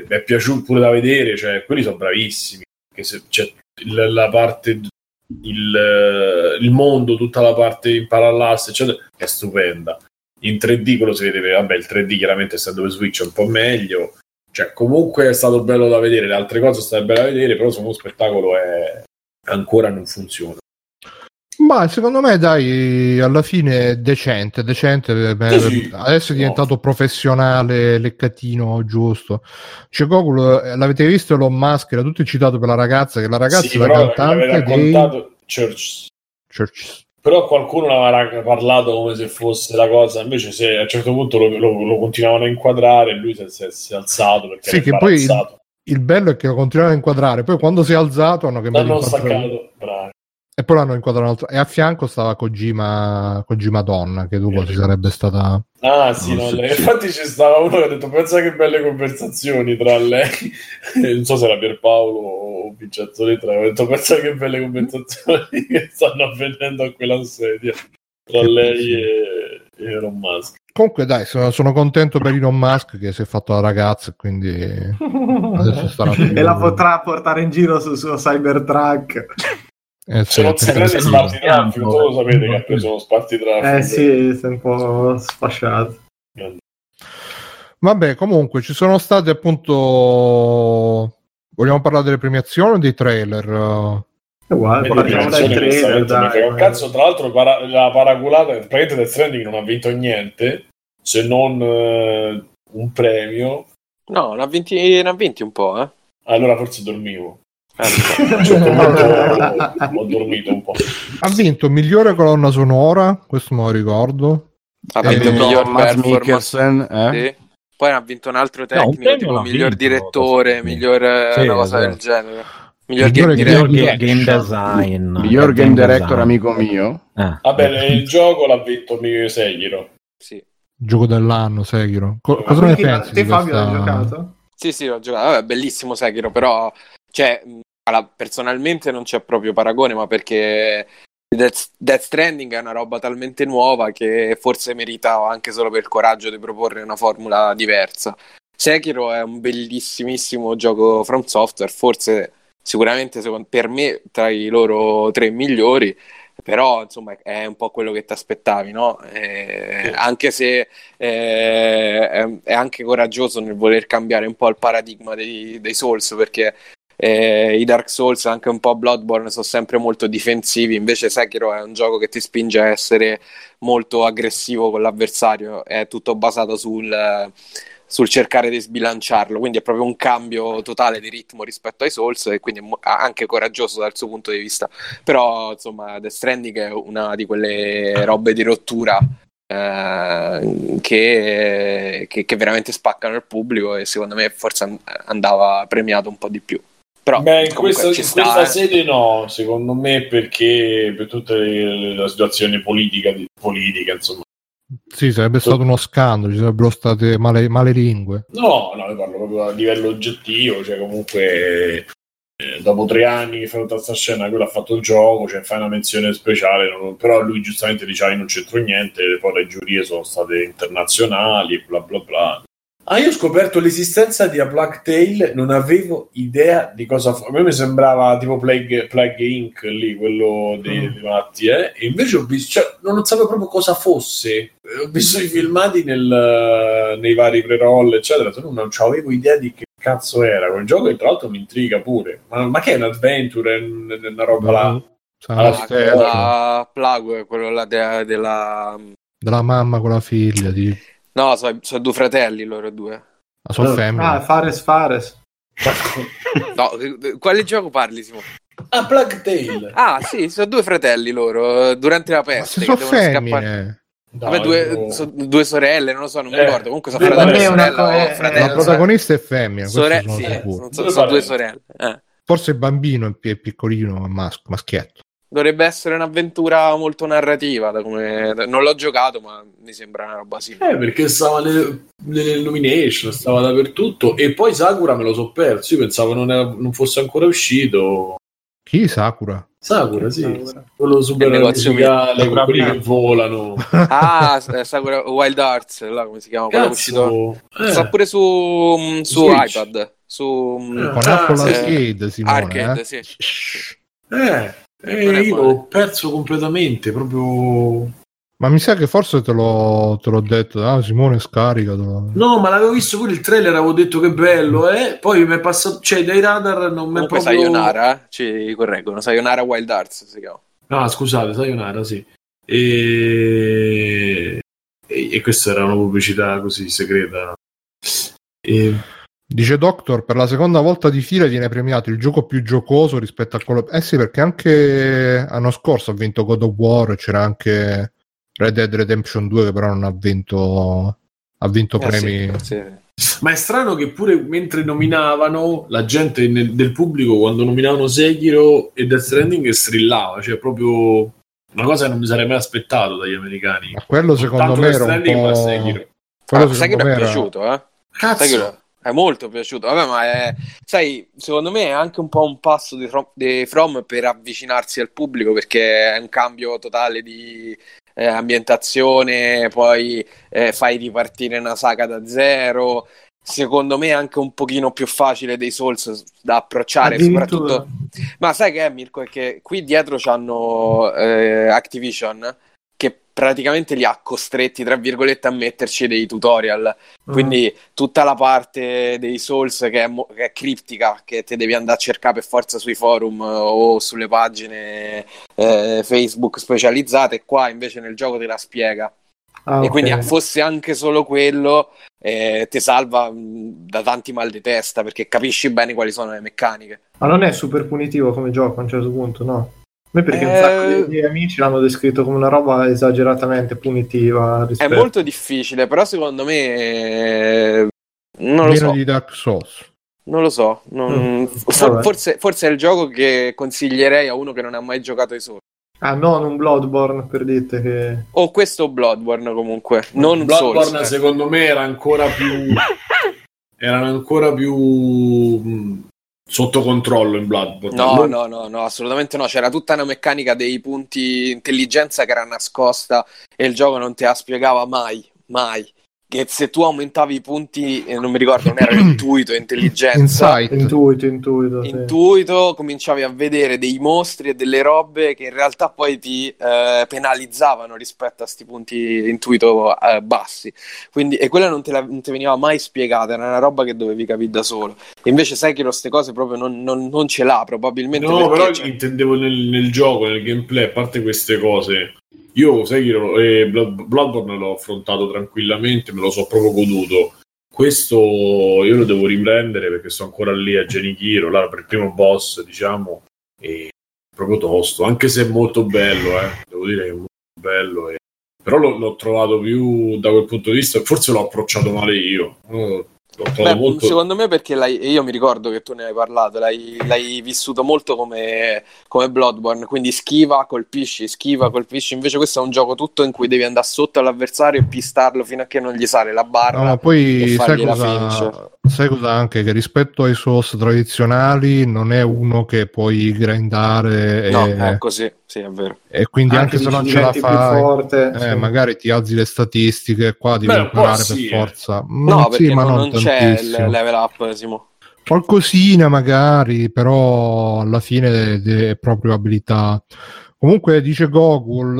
è piaciuto pure da vedere, cioè quelli sono bravissimi, che se c'è la parte il mondo, tutta la parte in parallasse eccetera, è stupenda. In 3D quello si vede, vabbè, il 3D chiaramente essendo per Switch è un po' meglio, cioè comunque è stato bello da vedere, le altre cose sono state belle da vedere, però uno spettacolo ancora non funziona. Ma secondo me dai, alla fine è decente sì. Adesso è diventato professionale, leccatino giusto. Cioè, Goku, l'avete visto Elon Musk, era tutto citato per la ragazza, che la ragazza sì, è la cantante dei Church. Però qualcuno l'aveva parlato come se fosse la cosa, invece se a un certo punto lo continuavano a inquadrare, lui si è alzato perché sì, che poi il bello è che lo continuavano a inquadrare, poi quando si è alzato l'hanno staccato, bravo. E poi l'hanno inquadrato e a fianco stava Kojima Donna, che dopo ci sarebbe stata... Infatti ci stava uno che ha detto pensa che belle conversazioni tra lei non so se era Pierpaolo o Vincenzo Letra, ha detto pensa che belle conversazioni che stanno avvenendo a quella sedia tra lei e Elon Musk. Comunque dai, sono contento per Elon Musk che si è fatto la ragazza, quindi adesso starà e la potrà portare in giro sul suo Cybertruck. Se non si prende spartitraffico, tu lo sapete che ha preso lo spartitraffico. Sì, sei un po' sfasciato. Vabbè, comunque ci sono state appunto... Vogliamo parlare delle premiazioni o dei trailer? Uguale, parliamo dai trailer, dai. Cazzo, tra l'altro la paraculata, praticamente Death Stranding non ha vinto niente, se non un premio. No, ne ha vinti un po', Allora forse dormivo. Ho dormito un po'. Ha vinto migliore colonna sonora, questo me lo ricordo. Ha vinto miglior performance, sì. Poi ha vinto un altro tecnico, tipo miglior direttore, miglior una cosa del genere. Miglior game design, miglior game director, amico mio. Vabbè, il gioco l'ha vinto Sekiro. Sì. Gioco dell'anno Sekiro. Cosa ne pensi? Te Fabio l'hai giocato? Sì, l'ho giocato. Vabbè, bellissimo Sekiro, però cioè personalmente non c'è proprio paragone, ma perché Death Stranding è una roba talmente nuova che forse meritava anche solo per il coraggio di proporre una formula diversa. Sekiro è un bellissimissimo gioco From Software, forse sicuramente per me tra i loro 3 migliori, però insomma è un po' quello che ti aspettavi, no? Anche se è anche coraggioso nel voler cambiare un po' il paradigma dei Souls, perché i Dark Souls, anche un po' Bloodborne, sono sempre molto difensivi, invece Sekiro è un gioco che ti spinge a essere molto aggressivo con l'avversario, è tutto basato sul cercare di sbilanciarlo, quindi è proprio un cambio totale di ritmo rispetto ai Souls e quindi anche coraggioso dal suo punto di vista, però insomma Death Stranding è una di quelle robe di rottura che veramente spaccano il pubblico e secondo me forse andava premiato un po' di più. Però, in questa sede no, secondo me, perché per tutte la situazione politica insomma. Sì, sarebbe stato uno scandalo, ci sarebbero state male lingue. No, io parlo proprio a livello oggettivo, cioè comunque dopo 3 anni che fa tutta questa scena, quello ha fatto il gioco, cioè fa una menzione speciale, però lui giustamente diceva non c'entro niente, poi le giurie sono state internazionali e bla bla bla. Io ho scoperto l'esistenza di A Plague Tale, non avevo idea di cosa a me mi sembrava tipo Plague Inc. lì, quello dei malattie, e invece ho visto, cioè, non sapevo proprio cosa fosse. Ho visto i filmati nei vari pre-roll eccetera, non avevo idea di che cazzo era quel gioco, e tra l'altro mi intriga pure. Ma che è un adventure, è una roba là? Plague, quello là della mamma con la figlia di... No, sono 2 fratelli loro 2. Sono femmine. Fares. No, quale gioco parli, Simone? Plague Tale. Sì, sono 2 fratelli loro durante la peste. Sono femmine. Vabbè, sono 2 sorelle, non lo so, non mi ricordo. Comunque sono fratelli e sorella. La protagonista è femmina. Sono 2 sorelle. Forse il bambino è piccolino, maschietto. Dovrebbe essere un'avventura molto narrativa, non l'ho giocato, ma mi sembra una roba simile. Perché stava nelle nomination, stava dappertutto, e poi Sakura me lo so perso, io pensavo non fosse ancora uscito. Chi Sakura? Sakura, sì. Quello super musicale, quelli che volano. Sakura Wild Arts, là come si chiama? Quello uscito. Sta pure su iPad. con Apple Arcade, Simone. Arcade, sì. Io l'ho perso completamente, proprio. Ma mi sa che forse te l'ho detto, Simone, scaricatelo. No, ma l'avevo visto pure il trailer, avevo detto che bello, poi mi è passato, cioè dai radar non mi è proprio. Sayonara, ci correggono, Sayonara Wild Arts si chiama. Ah, scusate, Sayonara, sì. E questa era una pubblicità così segreta. Dice Doctor, per la seconda volta di fila viene premiato il gioco più giocoso rispetto a quello. Sì, perché anche l'anno scorso ha vinto God of War, c'era anche Red Dead Redemption 2 che però non ha vinto premi. Sì. Ma è strano che pure mentre nominavano la gente del pubblico, quando nominavano Sekiro e Death Stranding, strillava, cioè proprio una cosa che non mi sarei mai aspettato dagli americani. Ma quello secondo me era un po'. Sekiro è piaciuto, Cazzo. Sekiro è molto piaciuto. Vabbè, ma sai, secondo me è anche un po' un passo di From per avvicinarsi al pubblico, perché è un cambio totale di ambientazione, poi fai ripartire una saga da zero. Secondo me è anche un pochino più facile dei Souls da approcciare, soprattutto. Ma sai che è, Mirko? È che qui dietro c'hanno Activision, che praticamente li ha costretti, tra virgolette, a metterci dei tutorial. Quindi tutta la parte dei Souls che è criptica, che te devi andare a cercare per forza sui forum o sulle pagine Facebook specializzate, qua invece nel gioco te la spiega. E quindi fosse anche solo quello, ti salva da tanti mal di testa, perché capisci bene quali sono le meccaniche. Ma non è super punitivo come gioco a un certo punto, no? A me perché un sacco di amici l'hanno descritto come una roba esageratamente punitiva. È molto difficile, però secondo me non lo so. Di Dark Souls. Non lo so. Forse è il gioco che consiglierei a uno che non ha mai giocato ai Souls. Ah, non un Bloodborne, per dite che. O questo Bloodborne, comunque. Non Bloodborne, Souls, secondo me era ancora più sotto controllo in Bloodborne. No, assolutamente no. C'era tutta una meccanica dei punti intelligenza che era nascosta e il gioco non te la spiegava mai. Che se tu aumentavi i punti, non mi ricordo, non era intuito, intelligenza, intuito, cominciavi a vedere dei mostri e delle robe che in realtà poi ti penalizzavano rispetto a sti punti intuito bassi. Quindi, e quella non te veniva mai spiegata, era una roba che dovevi capire da solo. E invece sai che queste cose proprio non ce l'ha, probabilmente. No, però intendevo nel gioco, nel gameplay, a parte queste cose. Io Sekiro e Bloodborne l'ho affrontato tranquillamente, me lo so proprio goduto. Questo io lo devo riprendere perché sto ancora lì a Genichiro, là per il primo boss, diciamo, e proprio tosto, anche se è molto bello, devo dire che è molto bello, però l'ho trovato più da quel punto di vista, forse l'ho approcciato male io. Molto... Secondo me perché io mi ricordo che tu ne hai parlato, l'hai vissuto molto come Bloodborne, quindi schiva, colpisci, invece questo è un gioco tutto in cui devi andare sotto all'avversario e pistarlo fino a che non gli sale la barra. No, poi sai cosa anche, che rispetto ai Souls tradizionali non è uno che puoi grindare è così, sì, è vero. E quindi anche se non ce la fai forte, sì. Magari ti alzi le statistiche, qua devi imparare per forza. No, perché non c'è il level up, Simo. Qualcosina magari, però alla fine è proprio abilità. Comunque dice Gogol,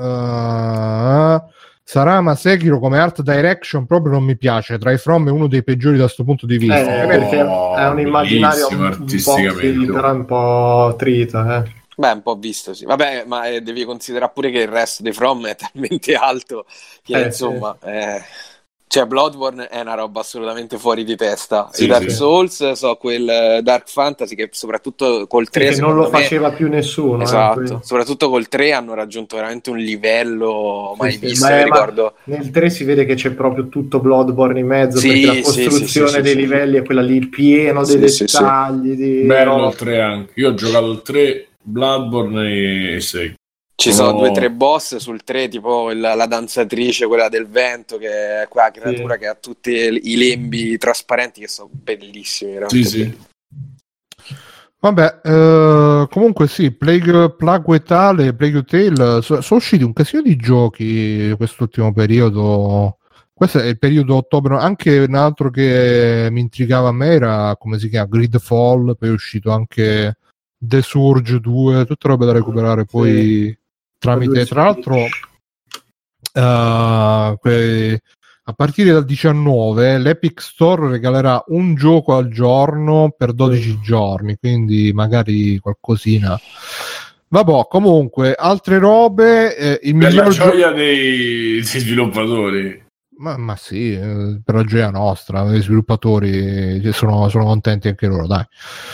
Sarama Sekiro come art direction proprio non mi piace, tra i From è uno dei peggiori da questo punto di vista. Perché è un immaginario un po' però un po' trita, Beh, un po' visto, sì. Vabbè, ma devi considerare pure che il resto dei From è talmente alto che insomma... Cioè, Bloodborne è una roba assolutamente fuori di testa. I Dark Souls quel Dark Fantasy che soprattutto col 3 che non lo faceva più nessuno. Esatto, soprattutto col 3 hanno raggiunto veramente un livello mai visto. Ricordo. Nel 3 si vede che c'è proprio tutto Bloodborne in mezzo, perché la costruzione dei livelli è quella lì, pieno dei dettagli. Bello il 3 anche. Io ho giocato il 3, Bloodborne e 6. Ci sono 2 o 3 boss sul 3, tipo la danzatrice, quella del vento, che è quella creatura che ha tutti i lembi trasparenti che sono bellissimi. Sì. Vabbè, comunque sì, Plague Tale, Plague Tale, sono usciti un casino di giochi quest'ultimo periodo questo è il periodo ottobre. Anche un altro che mi intrigava a me era, come si chiama, Gridfall, poi è uscito anche The Surge 2, tutte robe da recuperare poi tramite, tra l'altro a partire dal 19 l'Epic Store regalerà un gioco al giorno per 12 giorni, quindi magari qualcosina. Vabbè, comunque altre robe, il per miglior la gioia dei sviluppatori. Ma sì, per la gioia nostra, gli sviluppatori sono contenti anche loro, dai.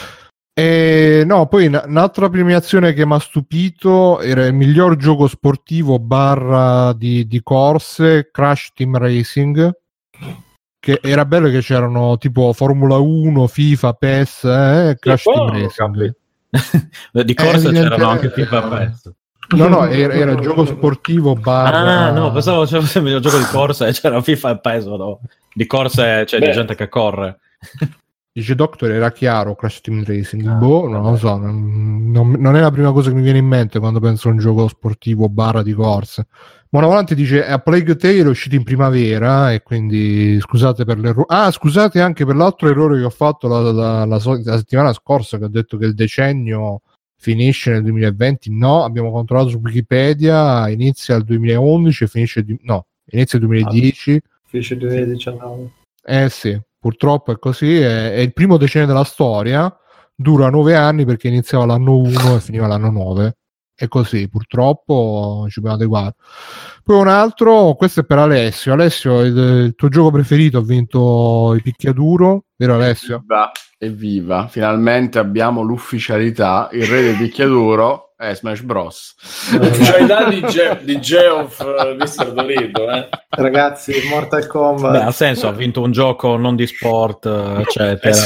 E no, poi un'altra premiazione che mi ha stupito era il miglior gioco sportivo / di corse, Crash Team Racing, che era bello che c'erano tipo Formula 1, FIFA, PES, Crash Team Racing. Di corsa c'erano anche FIFA e PES. No, era gioco sportivo / no, pensavo fosse il miglior gioco di corsa e c'era FIFA e PES, no? Di corse c'è di gente che corre. Dice Doctor, era chiaro Crash Team Racing. Non lo so, non è la prima cosa che mi viene in mente quando penso a un gioco sportivo / di corse. Monovolante dice A Plague Tale è uscito in primavera e quindi scusate per l'errore. Scusate anche per l'altro errore che ho fatto la settimana scorsa, che ho detto che il decennio finisce nel 2020. No, abbiamo controllato su Wikipedia, inizia il 2011 e inizia il 2010. Finisce il 2019. Sì, purtroppo è così, è il primo decennio della storia, dura 9 anni perché iniziava l'anno 1 e finiva l'anno 9. È così, purtroppo ci dobbiamo adeguare. Poi un altro, questo è per Alessio. Alessio, il tuo gioco preferito ha vinto il picchiaduro, vero Alessio? Evviva, finalmente abbiamo l'ufficialità, il re del picchiaduro è Smash Bros. L'ufficialità di Geoff Mr. Dorito, Ragazzi, Mortal Kombat. Beh, ha senso, ha vinto un gioco non di sport, eccetera.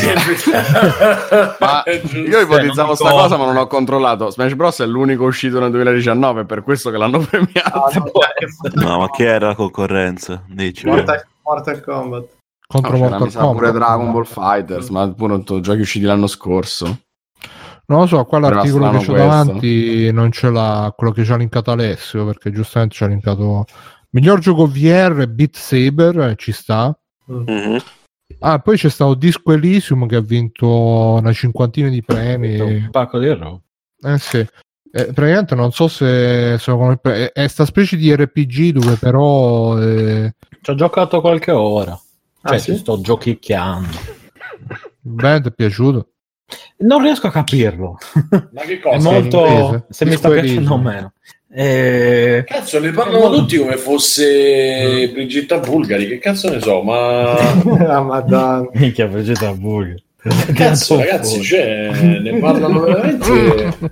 Ma io ipotizzavo sta cosa, ma non ho controllato. Smash Bros è l'unico uscito nel 2019, per questo che l'hanno premiato. No, ma chi era la concorrenza? Mortal Kombat. Contro Mortal Kombat pure Dragon Ball Fighters, ma appunto giochi usciti l'anno scorso. Non lo so, qua l'articolo che c'ho davanti non ce l'ha quello che ci ha linkato Alessio, perché giustamente ci ha linkato miglior gioco VR Beat Saber, ci sta. Mm-hmm. Poi c'è stato Disco Elysium che ha vinto una cinquantina di premi, un pacco di roba. Sì. Praticamente non so se è sta specie di RPG dove però ci ho giocato qualche ora. Sì? Sto giochicchiando. Beh, ti è piaciuto? Non riesco a capirlo. Ma che cosa? È molto... Se mi sta piacendo o meno. Cazzo, ne parlano tutti come fosse Brigitta Bulgari. Che cazzo ne so, ma... Madonna. Minchia, Brigitta Bulgari. Cazzo, ragazzi, ne parlano veramente...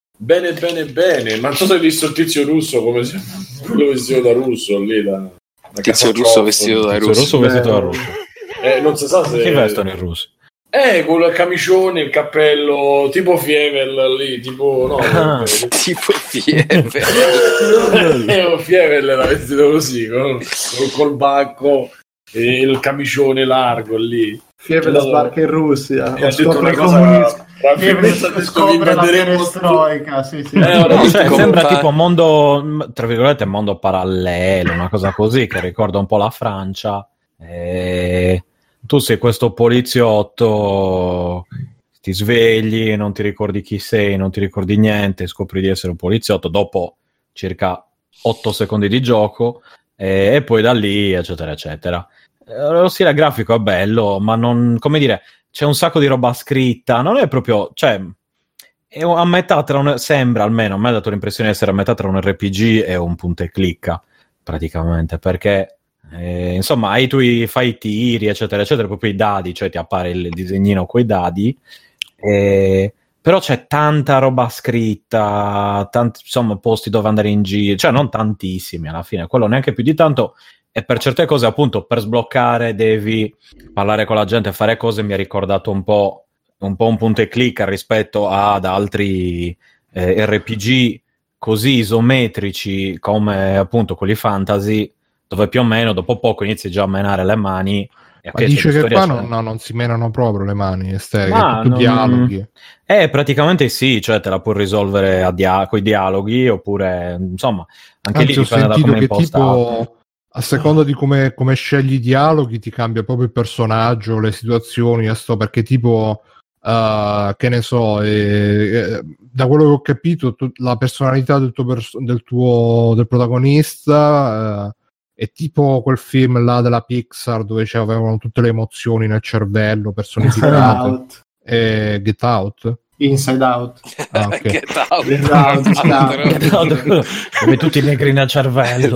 Bene. Ma non so se hai visto il tizio russo, come se... quello vestito da russo lì, tizio russo vestito da russo. Non si sa se... Che vestono i russi? Con il camicione, il cappello, tipo Fievel lì, tipo... No, tipo Fievel. Fievel era vestito così, col bacco e il camicione largo lì. Fievel sbarca in Russia. Ha detto una cosa... Scopre la perestroica, sì. Sembra tipo mondo, tra virgolette, mondo parallelo, una cosa così che ricorda un po' la Francia. Tu sei questo poliziotto, ti svegli, non ti ricordi chi sei, non ti ricordi niente, scopri di essere un poliziotto dopo circa 8 secondi di gioco e poi da lì eccetera eccetera. Lo stile grafico è bello, ma non, come dire, c'è un sacco di roba scritta, non è proprio, cioè è a metà tra sembra, almeno a me ha dato l'impressione di essere a metà tra un RPG e un punta e clicca praticamente, perché insomma fai i tiri eccetera eccetera, proprio i dadi, cioè ti appare il disegnino coi dadi, però c'è tanta roba scritta, tanti insomma posti dove andare in giro, cioè non tantissimi alla fine, quello neanche più di tanto. E per certe cose, appunto, per sbloccare devi parlare con la gente e fare cose. Mi ha ricordato un po' un punta e clicca rispetto ad altri RPG così isometrici come appunto quelli fantasy, dove più o meno dopo poco inizi già a menare le mani. Ma dice che qua non si menano proprio le mani, dialoghi. Praticamente sì, cioè te la puoi risolvere coi dialoghi, oppure insomma anche lì dipende da come è impostato. a seconda di come scegli i dialoghi ti cambia proprio il personaggio, le situazioni, perché tipo che ne so, da quello che ho capito la personalità del protagonista è tipo quel film là della Pixar dove avevano tutte le emozioni nel cervello personificate. Get Out? Inside Out. Okay. Get Out. Get Out. Come tutti i negri nel cervello.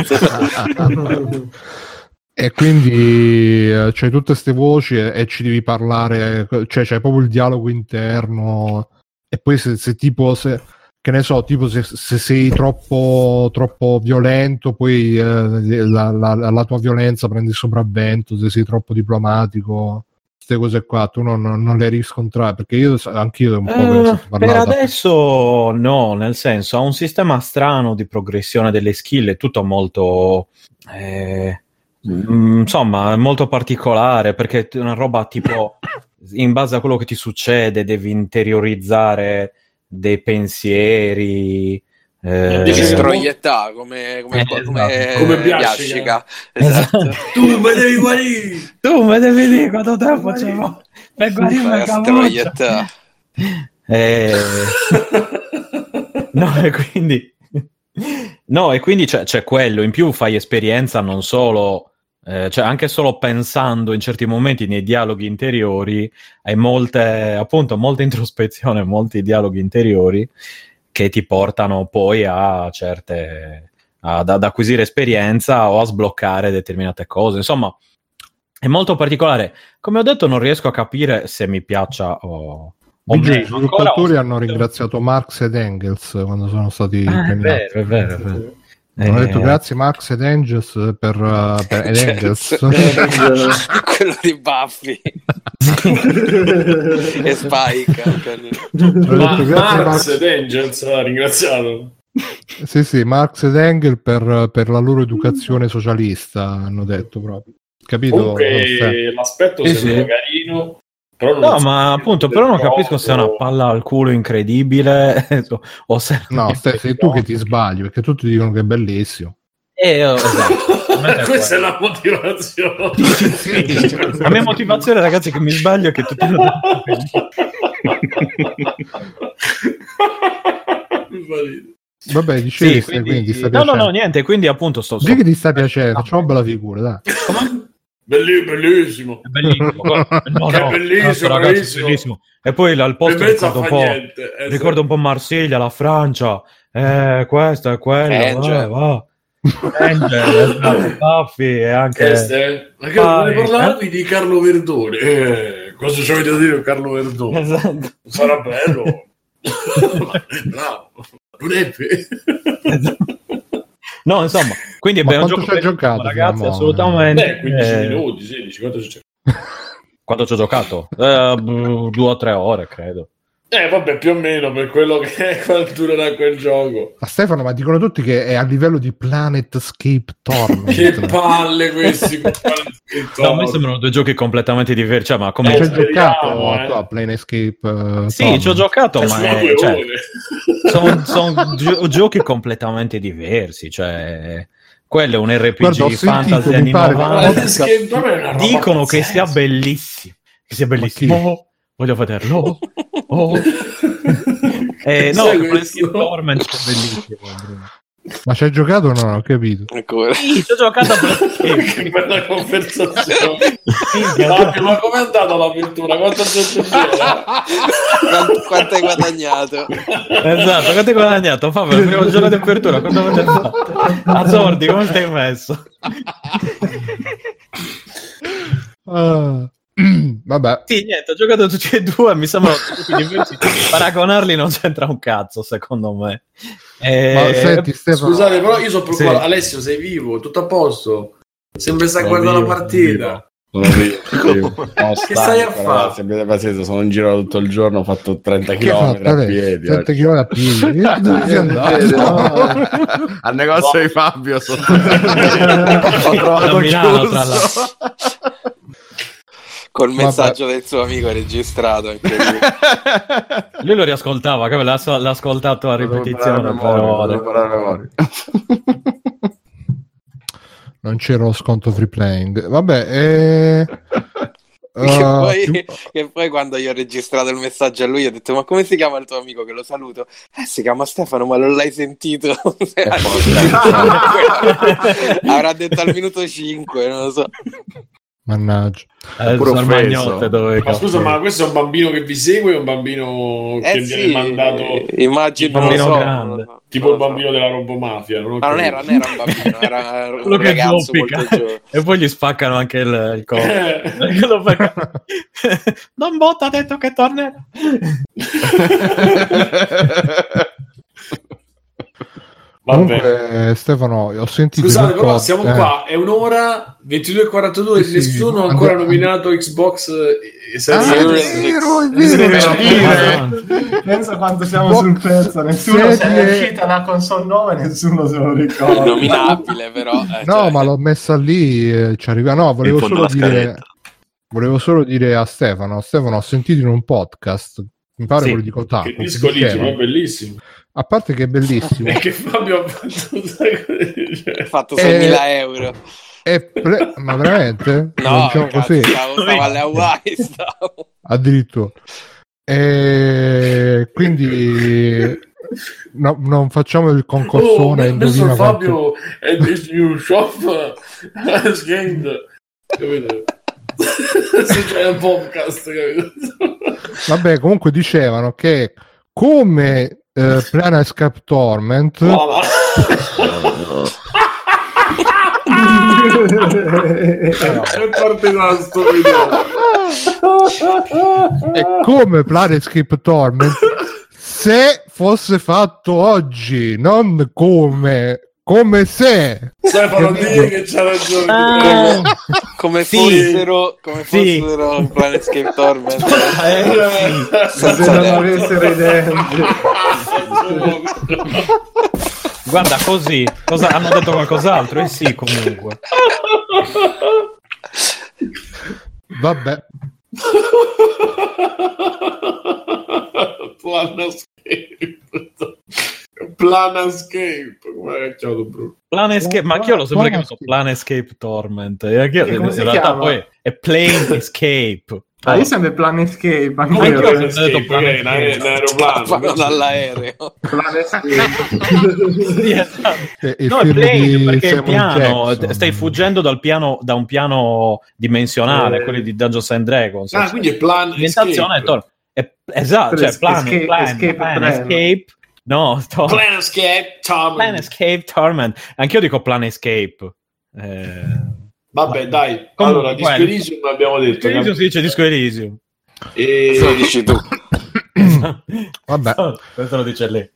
E quindi c'hai tutte queste voci e ci devi parlare, cioè c'hai proprio il dialogo interno. E poi se che ne so, tipo se sei troppo violento, poi la tua violenza prende il sopravvento. Se sei troppo diplomatico, queste cose qua tu non le riscontrai, perché anch'io un po' per adesso no, nel senso ha un sistema strano di progressione delle skill, è tutto molto insomma molto particolare, perché è una roba tipo in base a quello che ti succede devi interiorizzare dei pensieri, devi sproiettare come Biascica. Esatto. Tu mi devi guarire, tu mi devi dire quanto tempo c'è per guarirmi il sproiettare. E quindi c'è quello in più, fai esperienza non solo cioè anche solo pensando in certi momenti nei dialoghi interiori, hai molta introspezione, molti dialoghi interiori che ti portano poi a ad acquisire esperienza o a sbloccare determinate cose. Insomma, è molto particolare. Come ho detto, non riesco a capire se mi piaccia o meno. I sviluppatori hanno ringraziato Marx ed Engels quando sono stati premiati. È vero. Hanno detto grazie Marx ed Engels per Engels. Quello di Buffy e Spike. Marx ed Engels ha ringraziato. Sì, Marx ed Engels per la loro educazione socialista, hanno detto proprio. Capito? Comunque, l'aspetto sembra carino. Però non capisco se è una palla al culo incredibile o se sei tu che ti sbagli, perché tutti dicono che è bellissimo. Esatto. Questa è la motivazione. La mia motivazione, ragazzi, è che mi sbaglio e che tutti lo dicono. Vabbè, dicevi quindi sta piacendo. No, niente, quindi appunto Dì che ti sta piacendo, facciamo una bella figura, dai. Bellissimo. Bellissimo. E poi al posto ricordo un po' Marsiglia, la Francia, questo e quello, va. Buffy e anche parlavi di Carlo Verdone. Cosa ci avete da dire Carlo Verdone? Esatto. Sarà bello. Bravo. Non è vero. No, insomma, quindi abbiamo giocato, ragazzi, assolutamente. 15 minuti, 16, quanto c'è? Quando ci ho giocato? 2 o 3 ore, credo. Vabbè, più o meno per quello che è quanto durerà quel gioco. Ma Stefano, ma dicono tutti che è a livello di Planetscape Torment. Che palle questi! No, a me sembrano 2 giochi completamente diversi. Cioè, ma come ci hai giocato a Planescape? Sì, ci ho giocato, ma sono giochi completamente diversi. Cioè, quello è un RPG fantasy anni 90. Dicono che sia bellissimo. Voglio vederlo. No, Planescape Torment è bellissimo. Ma ci hai giocato o no? Non ho capito. Sì, ci ho giocato a Planescape. Che bella conversazione. Ma com'è andata l'avventura? Quanto hai guadagnato? Esatto, quanto hai guadagnato? Fabio, il primo giorno di apertura, quanto avete fatto? Azzordi, come stai messo? Vabbè. Sì, niente, ho giocato tutti e due, mi sembrano tutti diversi. Paragonarli non c'entra un cazzo, secondo me. Ma senti, Stefano... Scusate, però io sono preoccupato. Sì. Alessio, sei vivo? Tutto a posto? Sempre stai guardando la partita. Sono vivo. Che stai a fare? Abbiate pazienza, sono in giro tutto il giorno, ho fatto 30 km a piedi. 30 km a piedi? Al negozio di Fabio ho trovato chiuso. Col messaggio del suo amico registrato anche lui lo riascoltava, l'ha ascoltato a ripetizione. Non c'era lo sconto free playing. Vabbè, che poi quando io ho registrato il messaggio a lui ho detto: ma come si chiama il tuo amico, che lo saluto? Si chiama Stefano, ma non l'hai sentito? Avrà detto al minuto 5, non lo so. Mannaggia. Ma scusa, ma questo è un bambino che vi segue o un bambino che viene mandato? Immagino grande. Tipo il bambino della Robomafia. Ma non era un bambino, era un ragazzo molto giovane. E poi gli spaccano anche il collo. Don Botta ha detto che tornerà. Comunque, Stefano, ho sentito. Scusate, però siamo qua, è un'ora 22:42. Nessuno ha ancora nominato Xbox Pensa quanto siamo sul pezzo. Nessuno se è uscita una console nuova e nessuno se lo ricorda. È nominabile, però. No, ma l'ho messa lì. Ci arriva. No, volevo solo dire a Stefano, ho sentito in un podcast, mi pare quello di Kotaku. Che disco lì, è bellissimo. A parte che è bellissimo. È che Fabio ha fatto 6.000 euro. Ma veramente? No, diciamo così. Stavo alle Hawaii. Addirittura. Quindi non facciamo il concorsone. Adesso Fabio è this new shop has gained. Se c'è un podcast, capito? Vabbè, comunque dicevano che come Planescape Torment è partito sto video. E come Planescape Torment se fosse fatto oggi, non come se Stefano, dire che c'ha ragione. Come fossero un Planescape Torment se non avessero i denti. Guarda, così cosa hanno detto qualcos'altro? Sì, comunque. Vabbè. Planescape, ma anch'io l'ho sempre chiamato Planescape Torment. In realtà poi è Plane Escape. Io sempre Planescape, anch'io ho detto Planescape dall'aereo. No, è Plane perché il piano, stai fuggendo da un piano dimensionale, quelli di Dungeons and Dragons. Quindi è Planescape. Esatto, cioè Planescape. No, Planescape Torment. Anch'io dico Planescape. Vabbè, dai. Allora, Disco Elysium abbiamo detto. Disco Elysium si dice Disco Elysium. E lo dici tu. Vabbè. Questo lo dice lei.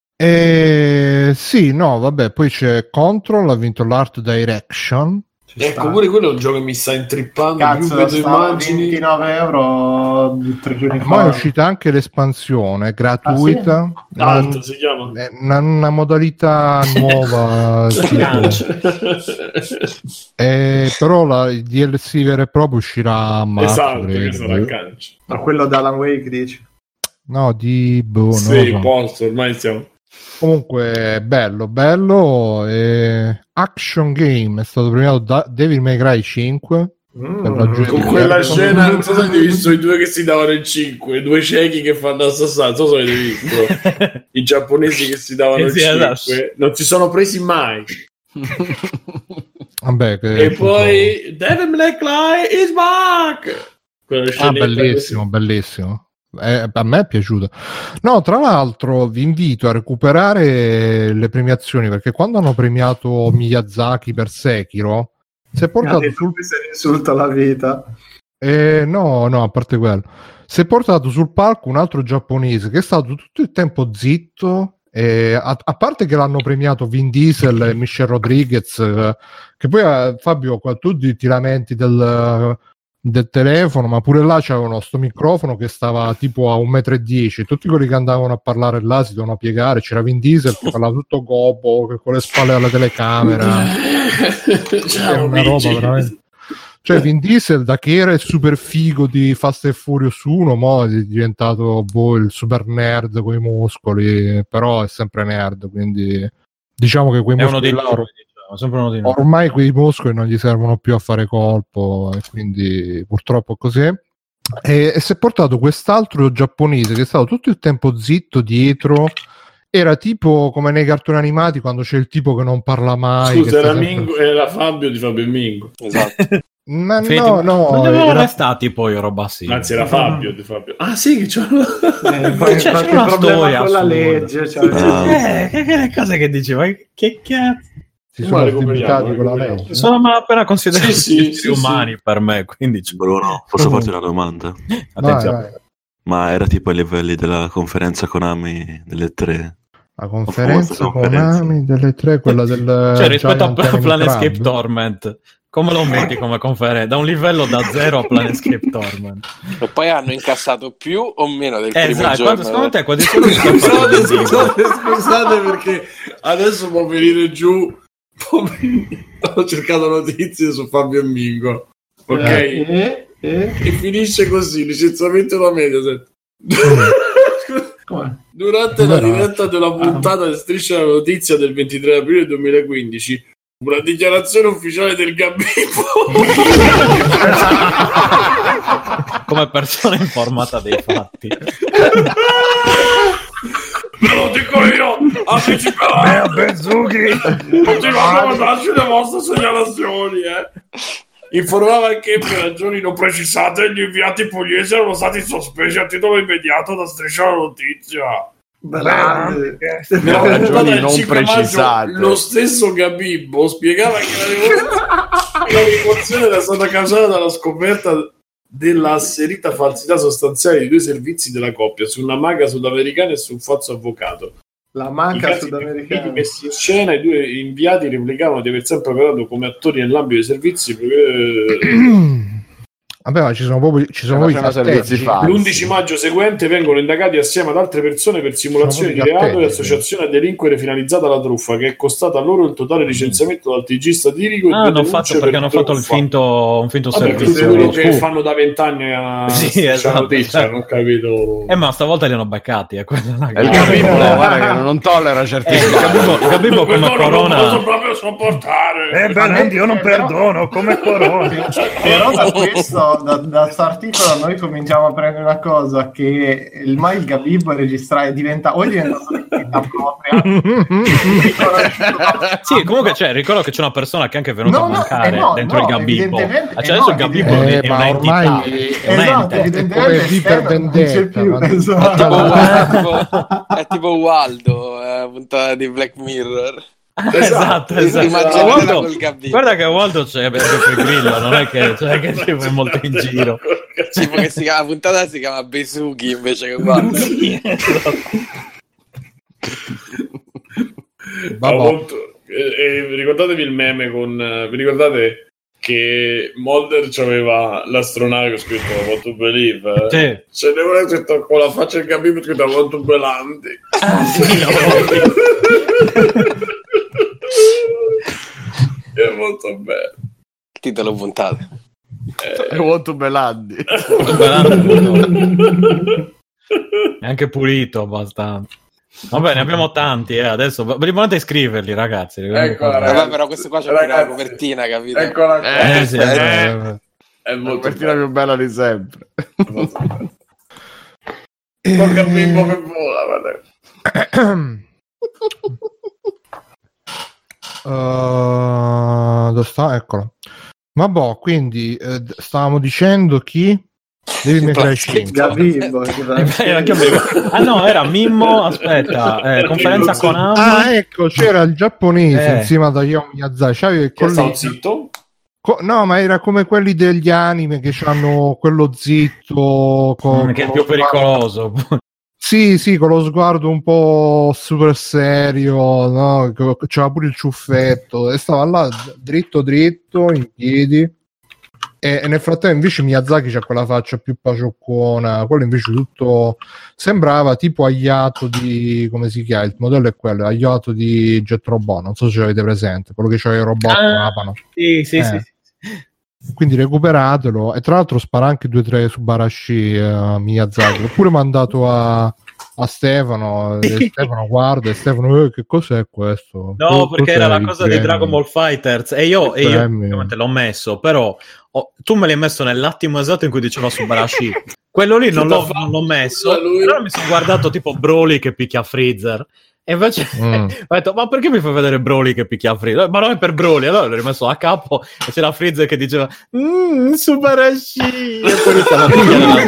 Sì, no, vabbè. Poi c'è Control, ha vinto l'Art Direction. Ecco, pure quello è un gioco che mi sta intrippando. Cazzo, sta 29 euro 3 giorni fa. Ma è uscita anche l'espansione gratuita. Alto si chiama. Una modalità nuova. Però il DLC vero e proprio uscirà a marzo. Esatto, che sarà cancio. Ma quello da Alan Wake dici? No, di sì, posto, ormai siamo. Comunque bello Action Game è stato premiato da Devil May Cry 5 con quella scena, non so se avete visto i due che si davano il 5, i due ciechi che fanno assassino, non so se avete visto i giapponesi che si davano il 5, non si sono presi mai. Vabbè, e poi Devil May Cry is back. Bellissimo. A me è piaciuto. No, tra l'altro vi invito a recuperare le premiazioni, perché quando hanno premiato Miyazaki per Sekiro si è portato insulta la vita. No, a parte quello, si è portato sul palco un altro giapponese che è stato tutto il tempo zitto. A parte che l'hanno premiato Vin Diesel e Michelle Rodriguez, che poi Fabio, tu ti lamenti del telefono, ma pure là c'avevano sto microfono che stava tipo a 1,10 m, tutti quelli che andavano a parlare là si dovevano piegare. C'era Vin Diesel che parlava tutto gobo con le spalle alla telecamera. È una roba veramente, cioè Vin Diesel da che era il super figo di Fast and Furious 1 mo è diventato il super nerd con i muscoli, però è sempre nerd, quindi diciamo che quei muscoli là ormai quei muscoli non gli servono più a fare colpo, e quindi purtroppo così è. E si è portato quest'altro giapponese che è stato tutto il tempo zitto dietro. Era tipo come nei cartoni animati quando c'è il tipo che non parla mai. Scusa, era Mingo, era Fabio di Fabio e Mingo. Esatto. Ma no, non li avevo arrestati poi roba sì. Anzi, era Fabio di Fabio. Ah sì, che c'è una storia con la legge. Che cose che diceva? Che cazzo? Si sono recuperiati con la legge. Sono appena considerati umani per me, quindi Bruno, posso farti una domanda? Attenzione. Vai. Ma era tipo ai livelli della conferenza Konami delle 3? La conferenza Konami delle 3, quella del cioè rispetto a Giant Planescape Crab. Torment, come lo metti come conferenza? Da un livello da 0 a Planescape Torment. E poi hanno incassato più o meno del primo esatto, giorno. Secondo te quando scusate perché adesso può venire giù. Ho cercato notizie su Fabio e Mingo, ok? E finisce così: licenziamento da Mediaset. Durante la diretta della puntata di Striscia la Notizia del 23 aprile 2015, una dichiarazione ufficiale del Gabibbo come persona informata dei fatti. Ve lo dico io, amici Benzuki, continuate a darci le vostre segnalazioni, Informava che per ragioni non precisate gli inviati pugliesi erano stati sospesi a titolo immediato da Striscia la Notizia. Per ragioni non precisate. Lo stesso Gabibbo spiegava che la rimozione era stata causata dalla scoperta della asserita falsità sostanziale di due servizi della coppia, su una maga sudamericana e su un falso avvocato. La maga sudamericana messi in scena, i due inviati replicavano di aver sempre operato come attori nell'ambito dei servizi. Vabbè, ma ci sono proprio servizi falsi. L'11 maggio seguente vengono indagati assieme ad altre persone per simulazioni di reato e associazione a delinquere finalizzata alla truffa, che è costata loro il totale licenziamento dal TG satirico. Hanno fatto perché hanno fatto un finto servizio. Quello che fanno da 20 anni a esatto. Non capito. Ma stavolta li hanno beccati. Il Gabibbo che non tollera certi Gabibbo come Corona. Non posso proprio sopportare. Io non perdono come Corona. Però da questo, da questo articolo noi cominciamo a prendere una cosa, che ormai il Gabibbo diventa la propria. Sì, comunque ricordo che c'è una persona che è anche venuta a mancare dentro il Gabibbo. Adesso il Gabibbo è una entità. Esatto, evidentemente è tipo Waldo, puntata di Black Mirror. Esatto. Guarda che a Waldo c'è il grillo, non è che è molto in giro. Tipo che la puntata si chiama Besuki invece che Waldo. Ricordatevi il meme vi ricordate che Mulder c'aveva l'astronave che scritto "Want to believe", sì. Se ne vuole scritto con la faccia del Gabibbo scritto "Want to belandi". È molto bello. Titolo puntata. È molto belandi. È anche pulito abbastanza. Va bene, abbiamo tanti, adesso vi rimanete a iscriverli, ragazzi. Vabbè, però questo qua c'è la copertina, capito? Eccola qua. È la copertina più bella di sempre. Un Gabibbo che vola, dove sta? Eccolo. Ma quindi stavamo dicendo chi? Devi mettere 5. Gabibbo. No, era Mimmo, aspetta, conferenza Konami. Ecco, c'era il giapponese insieme ad Hayao Miyazaki. Zitto? No, ma era come quelli degli anime che hanno quello zitto che è più pericoloso. Sì, con lo sguardo un po' super serio, no? C'era pure il ciuffetto e stava là dritto in piedi. E nel frattempo invece Miyazaki c'ha quella faccia più pacioccona, quello invece tutto sembrava tipo Hayato di, come si chiama, il modello è quello, Hayato di Jet Robot, non so se avete presente, quello che c'ha i robot rapano. Sì. Quindi recuperatelo, e tra l'altro spara anche 2 o 3 Subarashi Miyazaki, l'ho pure mandato a a Stefano, Stefano guarda e Stefano che cos'è questo? No, perché era la cosa di Dragon Ball Fighters e io ovviamente l'ho messo, però tu me l'hai messo nell'attimo esatto in cui diceva Subarashi. Quello lì non l'ho messo, però mi sono guardato tipo Broly che picchia Freezer. E invece ho detto, ma perché mi fai vedere Broly che picchia Freezer? Ma non è per Broly, allora l'ho rimesso a capo e c'era Freezer che diceva Subarashi e poi iniziava a picchiare la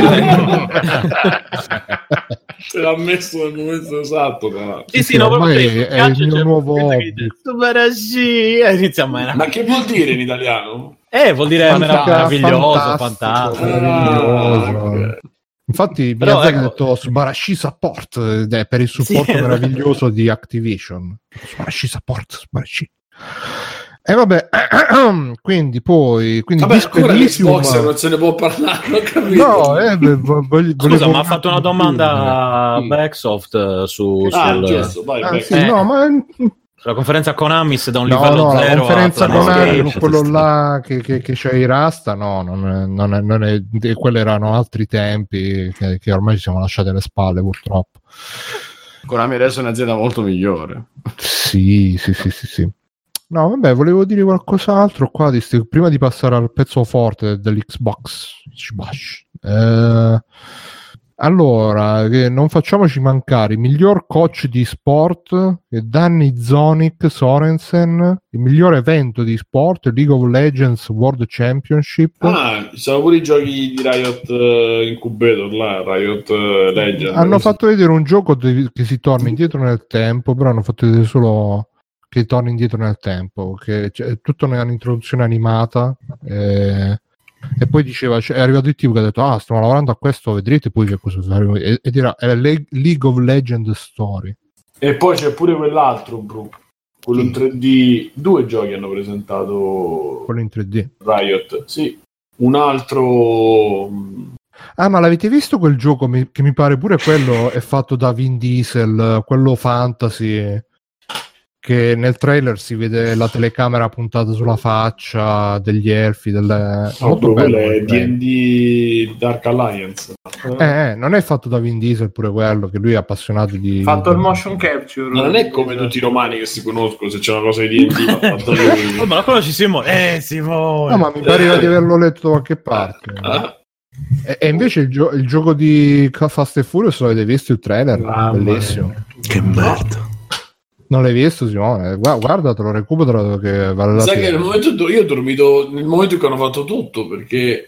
Se l'ha messo nel momento esatto, sì, no, ormai è il mio nuovo Subarashi e iniziamo a... Ma che vuol dire in italiano? Vuol dire meraviglioso, fantastico. Okay. Infatti Miyazaki ha detto Subarashi Support per il supporto meraviglioso di Activision. Subarashi Support, Subarashi. E vabbè, quindi ancora l'Xbox non se ne può parlare, non capito. No, scusa, ma ha fatto una domanda a Backsoft sul giusto, vai, sì, no, ma la conferenza Konami da un livello 0 la conferenza Konami, quello là che c'è i Rasta, no, non è, quelli erano altri tempi che ormai ci siamo lasciati alle spalle, purtroppo. Konami adesso è un'azienda molto migliore. Sì. No, vabbè, volevo dire qualcos'altro qua prima di passare al pezzo forte dell'Xbox. Allora, non facciamoci mancare il miglior coach di sport, Danny Zonic Sorensen, il miglior evento di sport, League of Legends World Championship. Ci sono pure i giochi di Riot Incubator, là, Riot Legends. Hanno fatto vedere un gioco che si torna indietro nel tempo, però hanno fatto vedere solo che torna indietro nel tempo, che è tutta un'introduzione animata. E poi diceva, è arrivato il tipo che ha detto stiamo lavorando a questo, vedrete poi che cosa sarà, ed era League of Legends Story. E poi c'è pure quell'altro, quello in 3D. 2 giochi hanno presentato, quello in 3D Riot, sì, un altro. Ma l'avete visto quel gioco che mi pare pure quello è fatto da Vin Diesel, quello fantasy, che nel trailer si vede la telecamera puntata sulla faccia degli elfi molto bello, è D&D Dark Alliance. Non è fatto da Vin Diesel pure quello, che lui è appassionato di fatto il motion capture, ma non è come tutti i romani che si conoscono, se c'è una cosa di D&D ma la conosci Simone? Simone, no, ma mi pareva di averlo letto da qualche parte. E invece il gioco di Fast and Furious, avete visto il trailer? Bellissimo, che merda. Non l'hai visto, Simone? Guardatelo, recupero, che vale la pena. Sai che nel momento io ho dormito nel momento in cui hanno fatto tutto, perché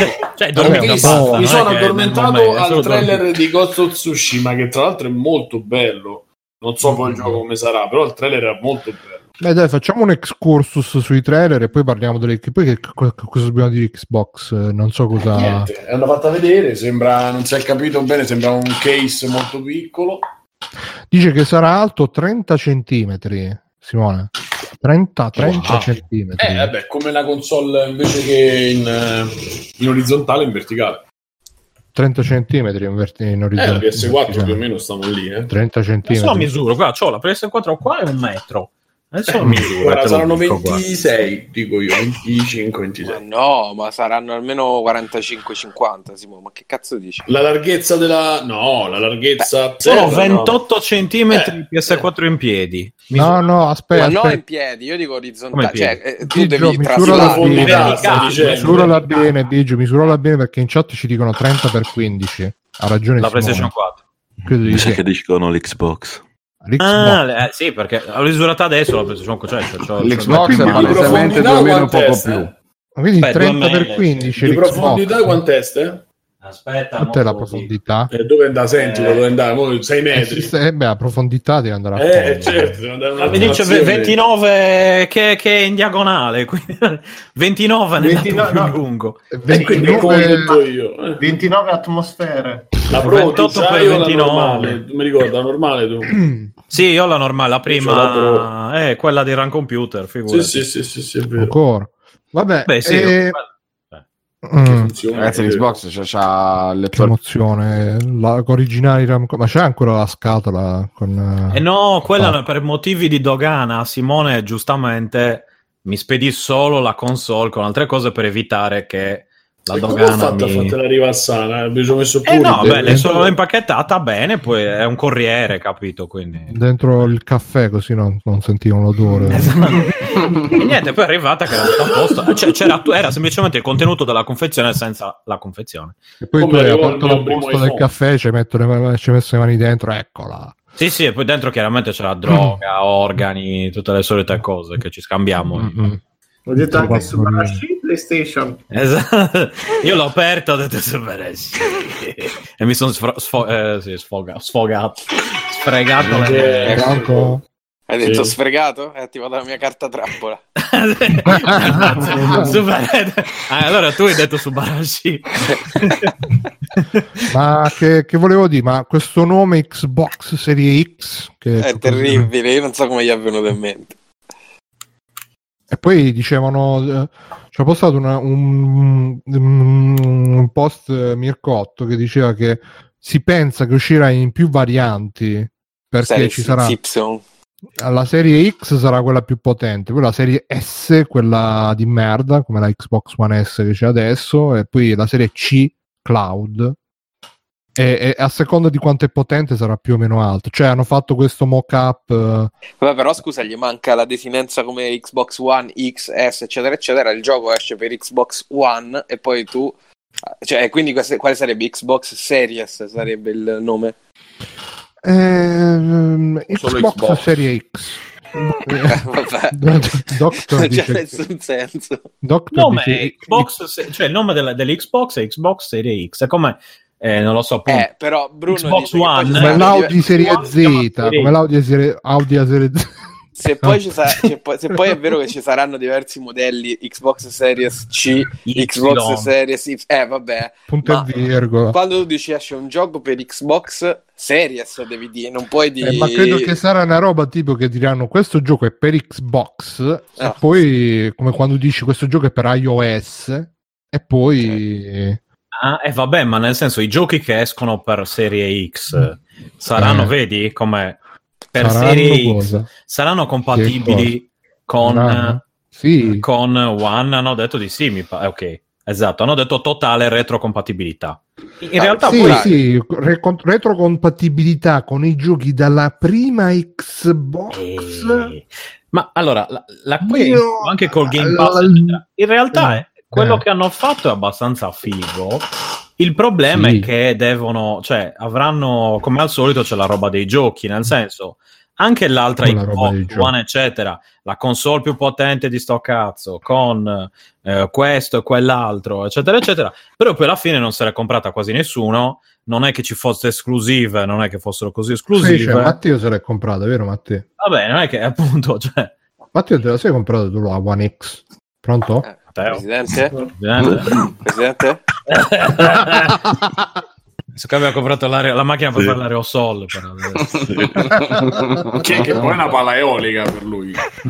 mi sono addormentato al trailer di Ghost of Tsushima, che tra l'altro è molto bello. Non so poi il gioco come sarà, però il trailer era molto bello. Beh, dai, facciamo un excursus sui trailer e poi parliamo delle. Poi cosa dobbiamo dire Xbox? Non so cosa. Niente, hanno fatto vedere, sembra, non si è capito bene, sembra un case molto piccolo. Dice che sarà alto 30 centimetri, Simone. 30 centimetri. Vabbè, come la console invece che in orizzontale, in verticale. 30 centimetri in orizzontale. La PS4 più o meno stiamo lì. 30 centimetri. Adesso misuro, qua c'ho la PS4 qua è 1 metro. Adesso guarda, saranno 26, dico io, 25, 26. Ma saranno almeno 45-50, Simone, ma che cazzo dici? La larghezza la larghezza sono 28 centimetri PS4 in piedi. No, aspetta. Ma no, in piedi, io dico orizzontale, cioè tu devi misurala bene, Biggio, misurala bene, perché in chat ci dicono 30x15. Ha ragione la Simone. PlayStation 4. Mi sa che dicono l'Xbox. Sì, perché l'ho misurata adesso la PlayStation 4, l'Xbox è palesemente 2 meno poco più. Quindi 30x15 di profondità quant'è? Aspetta, quant'è la profondità? Dove andare? Senti, dove andare? 6 metri. La profondità deve andare a certo, mi dice 29 che è in diagonale, 29 nel lato più lungo. 29 atmosfere. La Pro 28 per 29. Normale. Mi ricordo la normale tu. Sì, io ho la normale, la prima è quella di Run Computer, figurati. Sì, è vero. Ancora. Vabbè, ragazzi, l'Xbox c'ha le emozione, originali RAM, ma c'è ancora la scatola con no, quella per motivi di dogana. Simone giustamente mi spedì solo la console con altre cose per evitare che la dogana fatela rivassare, mi sono messo pure no, beh, l'è solo impacchettata bene, poi è un corriere, capito, quindi dentro il caffè, così non sentivano l'odore. E niente, poi è arrivata che era tutto a posto, era semplicemente il contenuto della confezione senza la confezione. E poi tu hai aperto la busta del caffè, ci hai messo le mani dentro, eccola. Sì, e poi dentro chiaramente c'era droga, organi, tutte le solite cose che ci scambiamo. Ho detto anche su PlayStation. Esatto. Io l'ho aperto, ho detto Subarashi e mi sono sfogato. Sfregato. Hai detto sfregato? È attivata la mia carta trappola. Allora tu hai detto Subarashi. Ma che volevo dire? Ma questo nome Xbox Serie X che è terribile, io non so come gli è venuto in mente. E poi dicevano, ci ha postato un post Mircotto che diceva che si pensa che uscirà in più varianti, perché ci sarà la serie X sarà quella più potente, poi la serie S quella di merda come la Xbox One S che c'è adesso, e poi la serie C Cloud, e a seconda di quanto è potente sarà più o meno alto. Cioè hanno fatto questo mock-up. Vabbè, però scusa, gli manca la desinenza come Xbox One, XS eccetera eccetera. Il gioco esce per Xbox One e poi tu, cioè, quindi quale sarebbe? Xbox Series sarebbe il nome? Xbox Serie X. Doctor non c'è nessun senso. Nome Xbox, cioè il nome dell'Xbox è Xbox Serie X, è come non lo so, però Bruno Xbox One, come l'Audi Serie Z, come l'Audi Serie Z. Se poi se poi è vero che ci saranno diversi modelli Xbox Series C, Xbox Series X, vabbè. Punto e virgola. Quando tu dici esce un gioco per Xbox Series, devi dire, non puoi dire. Ma credo che sarà una roba tipo che diranno questo gioco è per Xbox, e poi come quando dici questo gioco è per iOS, e poi. E vabbè, ma nel senso i giochi che escono per Serie X saranno, vedi come per Serie X saranno compatibili con One. Hanno detto di sì, ok, esatto, hanno detto totale retrocompatibilità. In realtà poi retrocompatibilità con i giochi dalla prima Xbox. Ma allora poi anche col Game Pass in realtà quello che hanno fatto è abbastanza figo. Il problema è che avranno, come al solito, c'è la roba dei giochi, nel senso, anche l'altra Xbox One, eccetera, la console più potente di sto cazzo, con questo e quell'altro, eccetera, eccetera, però poi alla fine non se l'è comprata quasi nessuno, non è che ci fosse esclusive, non è che fossero così esclusive. Sì, cioè, Matteo se l'è comprata, vero Matteo? Vabbè, non è che appunto, cioè... Matteo, te la sei comprata tu la One X? Pronto? Presidente? So che aveva comprato la macchina per fare l'aerosol che poi è una pala eolica per lui.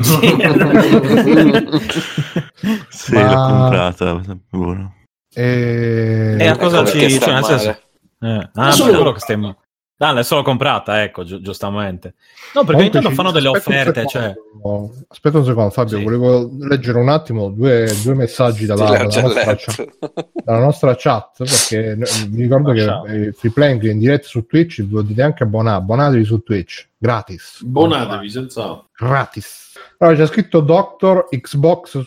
Sì, l'ho comprata. Buono. E a cosa ci sta nel senso? Solo che stiamo... l'è solo comprata, ecco, giustamente. No, perché ogni tanto fanno delle offerte, Aspetta un secondo, Fabio, volevo leggere un attimo due messaggi dalla nostra chat, perché mi ricordo che Free Playing in diretta su Twitch lo dite anche abbonatevi su Twitch, gratis. Abbonatevi, senza gratis. Allora c'è scritto Doctor Xbox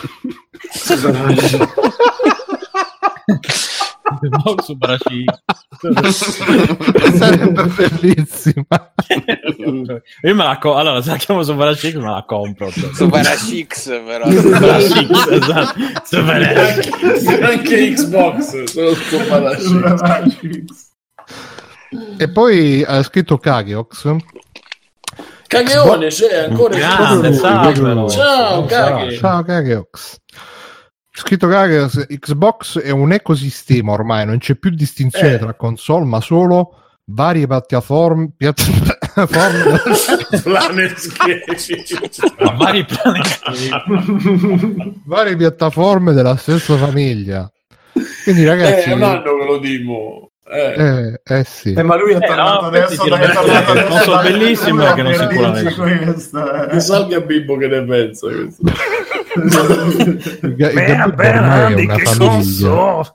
sarebbe bellissima. Io allora se la chiamo Subarashi me la compro. Subarashix però. Esatto. Anche Xbox sono Subarashix. E poi ha scritto Kageox. Cageone c'è ancora. Grande, ciao Kage. Ciao Kageox. Scritto che Xbox è un ecosistema ormai, non c'è più distinzione tra console, ma solo varie piattaforme varie piattaforme della stessa famiglia. Quindi ragazzi, è un anno che lo dimo. Sì. Ma lui è tornato adesso. Non so, bellissimo che non sicuramente questo. Salvi a Bibbo che ne pensa. Bene, Andy, che cosa?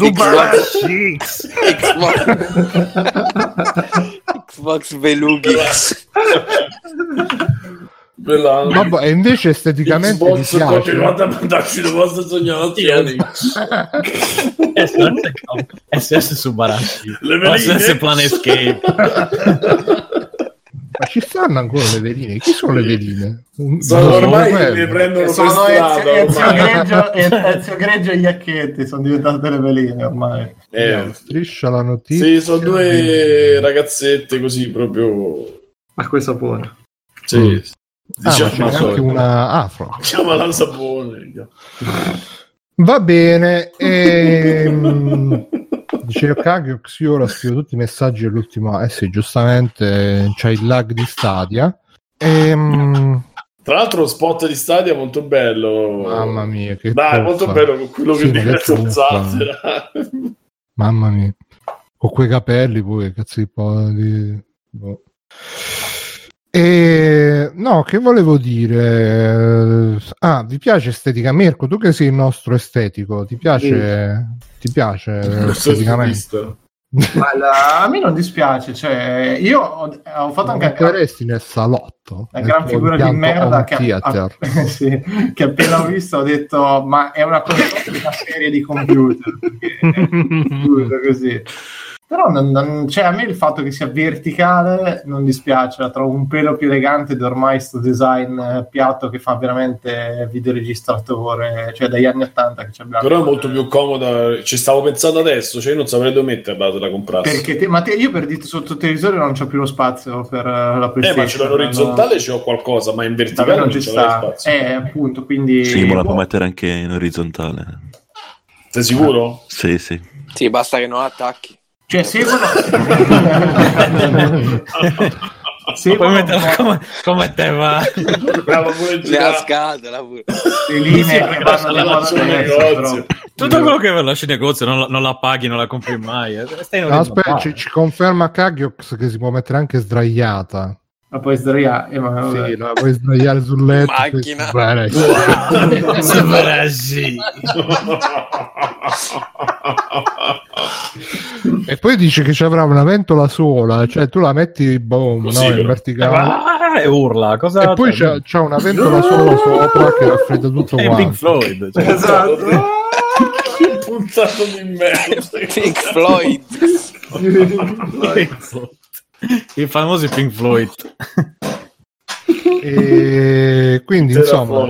Xbox Velugix. Vabbè, e invece esteticamente ti piace. Continuate a mandarci le vostre segnalazioni. SS su Barashi, SS Planescape. Ma ci stanno ancora le veline? Chi sono le veline? Sono ormai mi prendono sono Ezio Greggio e Iacchetti, sono diventate le veline ormai. Striscia la notizia. Sì, sono due ragazzette così proprio. Acqua e sapone. Sì. Diciamo ma c'è anche una afro. Chiamala al sapone. Va bene. Dice Kagiox, io ora scrivo tutti i messaggi dell'ultimo. Sì, giustamente c'è il lag di Stadia. Tra l'altro lo spot di Stadia è molto bello. Mamma mia, che dai, molto bello con quello che dice Zazzera. Mamma mia, con quei capelli poi, cazzo di boh. No, che volevo dire? Vi piace estetica? Mirko, tu che sei il nostro estetico, ti piace? Ti piace esteticamente? A me non dispiace, cioè io ho fatto anche resti nel salotto, la gran figura di merda che appena ho visto ho detto ma è una cosa di una serie di computer così. Però cioè, a me il fatto che sia verticale non dispiace, la trovo un pelo più elegante ed ormai sto design piatto che fa veramente videoregistratore, cioè dagli anni 80 che ci abbiamo. Però è molto più comoda, ci stavo pensando adesso, cioè io non saprei dove metterla se la comprassi. Perché io per dirti sotto il televisore non c'ho più lo spazio per la PlayStation. Ma ce l'ho in orizzontale, c'ho qualcosa, ma in verticale non ci sta spazio. Appunto, quindi... Sì, ma la può mettere anche in orizzontale. Sei sicuro? Sì. Sì, basta che non attacchi. Cioè seguono puoi metterla come te va la scatola pure. Le linee che vanno tutto quello che lasci in negozio non la paghi, non la compri mai. Aspetta, ci conferma Kagiox che si può mettere anche sdraiata. La puoi sdraiare, sì, la puoi sdraiare sul letto. Macchina. E poi dice che ci avrà una ventola sola, cioè tu la metti in verticale e urla. E poi c'è una ventola sola sopra che raffredda tutto quanto. Pink Floyd, cioè. Esatto. Che puntato di merda. Pink Floyd. I famosi Pink Floyd. E quindi insomma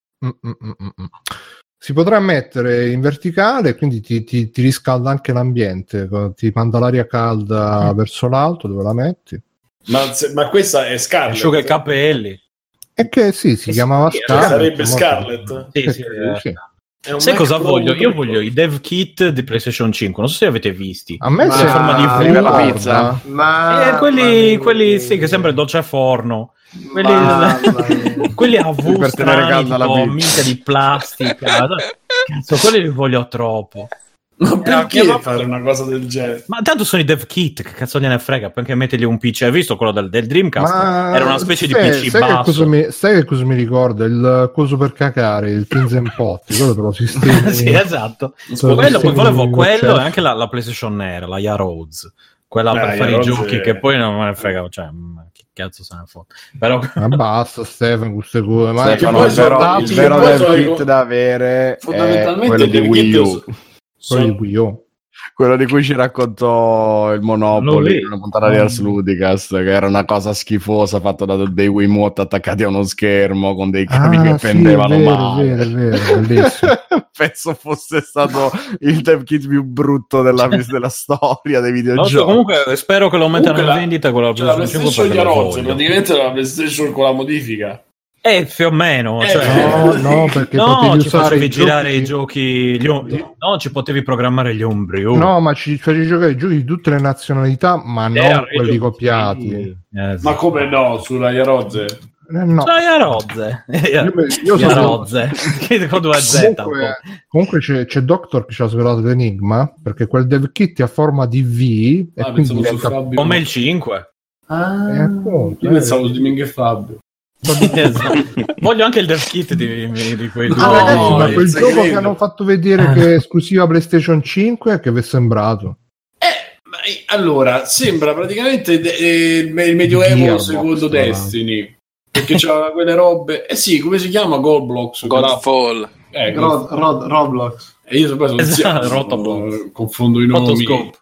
si potrà mettere in verticale, quindi ti riscalda anche l'ambiente, ti manda l'aria calda verso l'alto dove la metti. Ma questa è Scarlett? Asciuga i capelli. E che si chiamava Scarlett. Sarebbe Scarlett? Sì. Sai cosa voglio? Io voglio i dev kit di PlayStation 5. Non so se li avete visti. A me sembra forma di la pizza. Quelli sì, che sembra dolce forno. Quelli a V strani, tipo minchia di plastica. Cazzo, quelli li voglio troppo. Ma perché fare una cosa del genere? Ma tanto sono i dev kit, che cazzo gliene frega, puoi anche mettergli un PC. Hai visto quello del Dreamcast? Era una specie di PC basso. Sai che cosa mi ricorda? Il coso per cacare, il pins and pot, quello per lo sistema. Sì, esatto. Volevo quello e anche la PlayStation Nera, la Yaroze. Quella per fare i giochi che poi non me ne frega, cioè che cazzo se ne fotte. Però ma basta Stefano, queste cose. Ma il vero dev kit da avere è quello di Wii U. Quello di cui ci raccontò il Monopoly, una puntata di Ars Ludicast, che era una cosa schifosa fatta da dei Wiimote attaccati a uno schermo con dei cavi che pendevano male. Vero, bellissimo. Penso fosse stato il dev kit più brutto della storia dei videogiochi. No, comunque spero che lo mettano in vendita con la PlayStation 5, praticamente la PlayStation con la modifica. Più o meno, cioè... no, perché ci potevi girare i giochi, no, ci potevi programmare gli ombri. No, ma ci facevi giocare i giochi di tutte le nazionalità, ma non quelli copiati. Ma come no, sulla Yaroze? No. Sulla Yaroze. Io Yaroze. Comunque c'è Doctor che ci ha svelato l'enigma, perché quel dev kit è a forma di V e quindi come il 5. Io pensavo di Ming e Fabio. Esatto. Voglio anche il dev kit di quei due. Ragazzi, ma quel gioco che hanno fatto vedere che è esclusiva PlayStation 5, che vi è sembrato? Allora, sembra praticamente il Medioevo Gearbox, secondo Destiny, perché c'ha quelle robe. Sì, come si chiama? Godblocks. Godfall. Roblox. E io poi sono Esatto, confondo i nomi.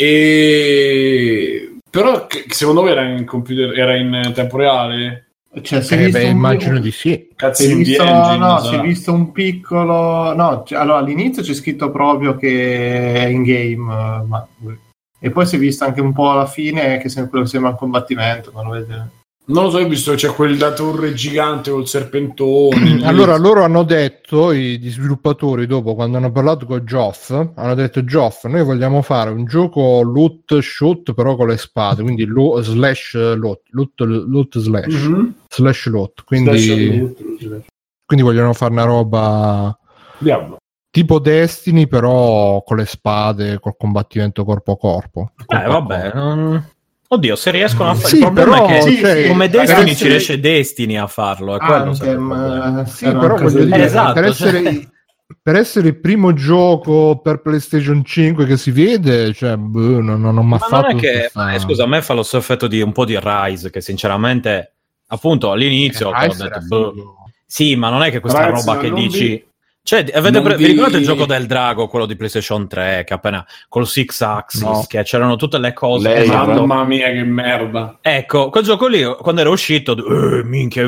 Però secondo me era in computer, era in tempo reale? Cioè, immagino di sì. Si è visto un piccolo. No, allora all'inizio c'è scritto proprio che è in game, e poi si è visto anche un po' alla fine che sembra un combattimento. Ma lo vedete? Non lo so, ho visto che c'è quel da torre gigante col serpentone. Allora loro hanno detto, gli sviluppatori, dopo, quando hanno parlato con Geoff, hanno detto: Geoff, noi vogliamo fare un gioco loot shoot però con le spade, quindi slash loot slash loot, quindi vogliono fare una roba Diablo. tipo Destiny però con le spade, col combattimento corpo a corpo. Vabbè, oddio, se riescono a fare, sì, il problema però, è che come Destiny ci essere... riesce Destiny a farlo, è quello sì, però voglio dire, esatto, per essere il primo gioco per PlayStation 5 che si vede, cioè, non mi ha fatto. Non è che, scusa, a me fa lo stesso effetto di un po' di Rise, che sinceramente, appunto, all'inizio ho detto, sì, ma non è che questa roba che dici. Cioè, vi ricordate il gioco del drago, quello di PlayStation 3, che appena col Six Axis, che c'erano tutte le cose. Mamma mia, che merda! Ecco, quel gioco lì, quando era uscito, minchia,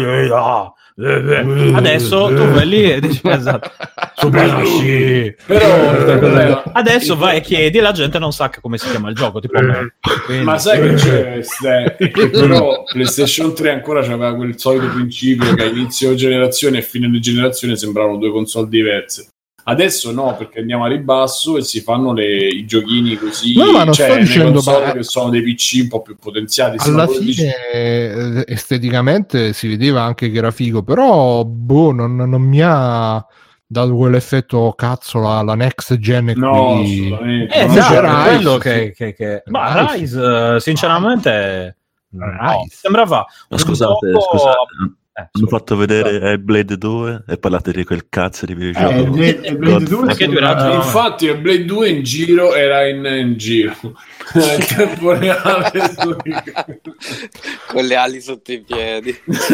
adesso tu vai lì e dici, esatto, però adesso vai e chiedi e la gente non sa come si chiama il gioco, tipo quindi... Ma sai che c'è? Però PlayStation 3 ancora c'aveva quel solito principio che a inizio generazione e fine di generazione sembravano due console diverse. Adesso no, perché andiamo a ribasso e si fanno i giochini così. No, ma non sto dicendo che sono dei PC un po' più potenziati. Alla fine esteticamente si vedeva anche che era figo, però non mi ha dato quell'effetto cazzo la next gen. No, assolutamente. Quello che... Ma Rise, sinceramente, sembrava. Ma scusate. Hanno fatto vedere Blade 2 e parlate di quel cazzo di videogioco. Blade 2 infatti il Blade 2 in giro era in giro in tempo reale con le ali sotto i piedi.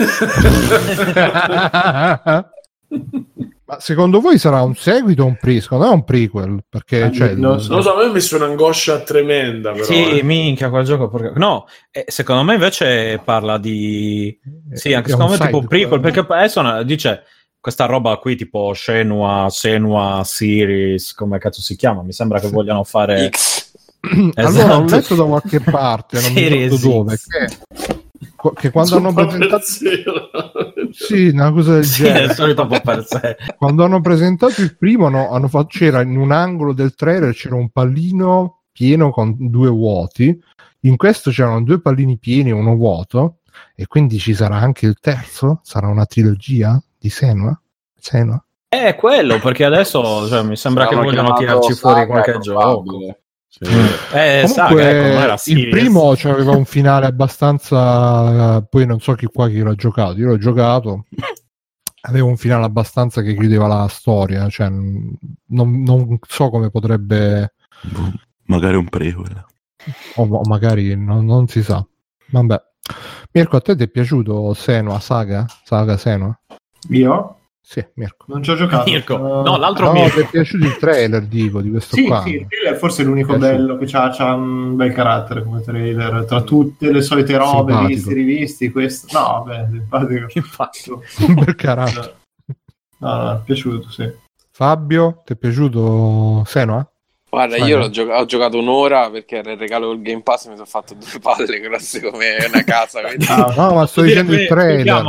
Ma secondo voi sarà un seguito o un prequel? Secondo me è un prequel, perché non so, a me mi messo un'angoscia tremenda, però, sì, minchia, quel gioco no, secondo me invece parla di anche secondo me tipo un prequel, perché adesso dice questa roba qui tipo Senua Series, come cazzo si chiama, mi sembra che vogliano fare X. Allora ho letto da qualche parte, non mi ricordo dove, che quando hanno presentato una cosa del genere, quando hanno presentato il primo c'era in un angolo del trailer c'era un pallino pieno con due vuoti, in questo c'erano due pallini pieni e uno vuoto, e quindi ci sarà anche il terzo, sarà una trilogia di Senua? È quello, perché adesso mi sembra che vogliono tirarci fuori qualche gioco. Sì. Comunque, il primo aveva un finale abbastanza, poi non so chi l'ha giocato, io l'ho giocato, aveva un finale abbastanza che chiudeva la storia, cioè non so come potrebbe, magari un prequel o magari non si sa. Vabbè, Mirko, a te ti è piaciuto Saga Senua? Io? Sì, Mirko. Non ci ho giocato. Mirko. No, l'altro Mirko. Ti è piaciuto il trailer, dico, di questo qua? Sì, il trailer forse è l'unico bello che c'ha un bel carattere come trailer. Tra tutte le solite robe rivisti, questo... No, vabbè, simpatico. Un bel carattere. No, è piaciuto, sì. Fabio, ti è piaciuto Senua? Guarda, io ho giocato un'ora perché era il regalo del Game Pass, mi sono fatto due palle grosse come una casa. No, ma sto dicendo il trailer.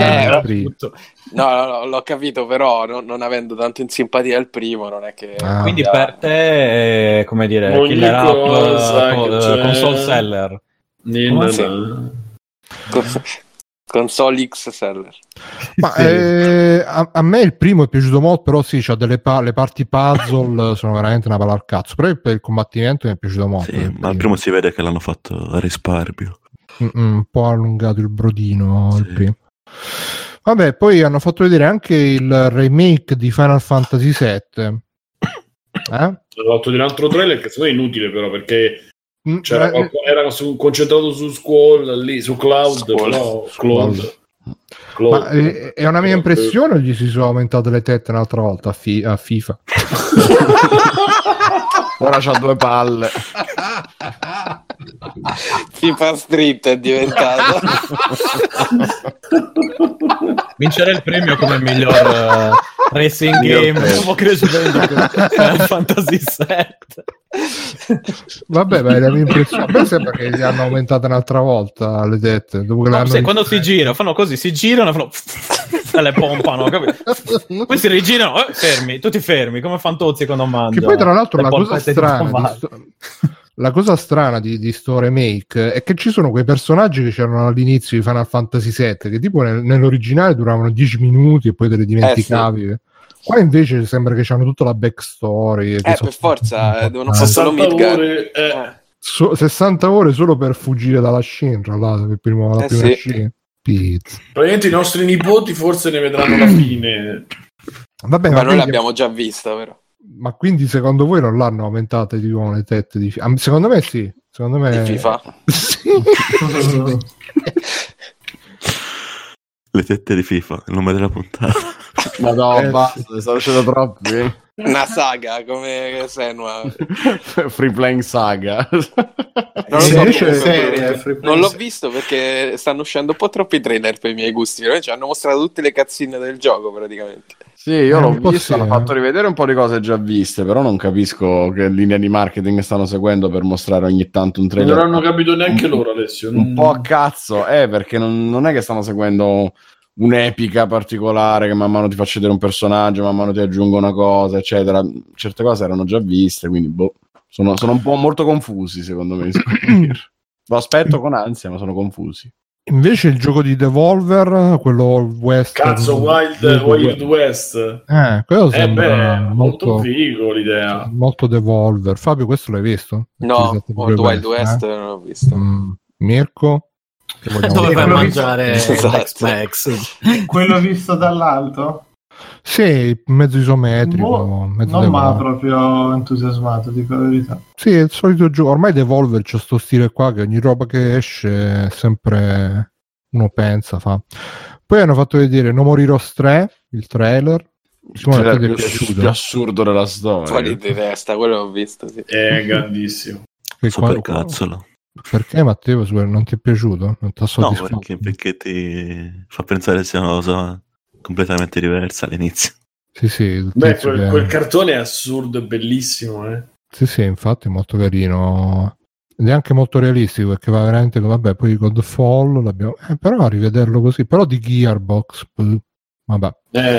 No, l'ho capito, però non avendo tanto in simpatia il primo, non è che... Quindi per te, come dire, killer app, console seller. Console X seller. Ma a me il primo è piaciuto molto, però sì, c'ha le parti puzzle sono veramente una palla al cazzo, però per il combattimento mi è piaciuto molto. Sì, ma al primo si vede che l'hanno fatto a risparmio. Un po' allungato il brodino il primo. Vabbè, poi hanno fatto vedere anche il remake di Final Fantasy VII. Hanno fatto vedere un altro trailer che secondo me è inutile, però, perché era concentrato su Squall, lì, su Cloud. Però Cloud. Ma è una mia impressione o gli si sono aumentate le tette un'altra volta a FIFA? Ora c'ha 2 palle. FIFA Street è diventato. Vincere il premio come miglior racing game dopo crescere Final Fantasy VII. Vabbè, ma è la mia impressione. A me sembra che gli hanno aumentate un'altra volta le tette dopo che quando si gira fanno così, si girano, fanno e le pompano, capito? Poi si rigirano, fermi, tutti fermi come Fantozzi quando mangia. Che poi tra l'altro la cosa strana di sto remake è che ci sono quei personaggi che c'erano all'inizio di Final Fantasy VII che tipo nell'originale duravano 10 minuti e poi te le dimenticavi. Sì. Qua invece sembra che c'hanno tutta la backstory. Per forza, devono fare solo Midgar. 60 ore solo per fuggire dalla Shinra, la prima scena. Probabilmente i nostri nipoti forse ne vedranno la fine. Vabbè, ma noi l'abbiamo già vista, vero? Ma quindi secondo voi non l'hanno aumentate di le tette di FIFA? Secondo me sì. Secondo me di FIFA. Sì. Le tette di FIFA, il nome della puntata. Ma no, basta, sono uscito troppi. Una saga come Senua. Free Playing Saga. Non l'ho visto perché stanno uscendo un po' troppi trailer per i miei gusti. Ci hanno mostrato tutte le cutscene del gioco praticamente. Sì, io l'ho visto, hanno fatto rivedere un po' di cose già viste, però non capisco che linea di marketing stanno seguendo per mostrare ogni tanto un trailer. Non hanno capito neanche loro, Alessio. Un po' a cazzo, perché non è che stanno seguendo un'epica particolare che man mano ti faccia vedere un personaggio, man mano ti aggiungo una cosa, eccetera. Certe cose erano già viste, quindi sono un po' molto confusi, secondo me. Lo aspetto con ansia, ma sono confusi. Invece il gioco di Devolver, quello western, cazzo, Wild West, quello sembra molto figo l'idea, molto Devolver. Fabio, questo l'hai visto? No, Wild West non l'ho visto. Mirko? Dove vai a mangiare Max? Quello visto dall'alto? Sì, mezzo isometrico, mezzo non mi ha proprio entusiasmato, dico la verità. Sì, è il solito gioco. Ormai Devolver c'è sto stile qua che ogni roba che esce sempre uno pensa, fa. Poi hanno fatto vedere No More Heroes 3, il trailer. Il più assurdo della storia. Fuori di testa, quello l'ho visto, sì. È grandissimo. Super cazzolo. Perché Matteo non ti è piaciuto? Non ti ha soddisfatto? No, perché ti fa pensare sia una cosa completamente diversa all'inizio. Sì. Quel cartone è assurdo e bellissimo, Sì, infatti è molto carino ed è anche molto realistico perché va veramente, vabbè, poi Godfall l'abbiamo, però a rivederlo così, però di Gearbox, vabbè.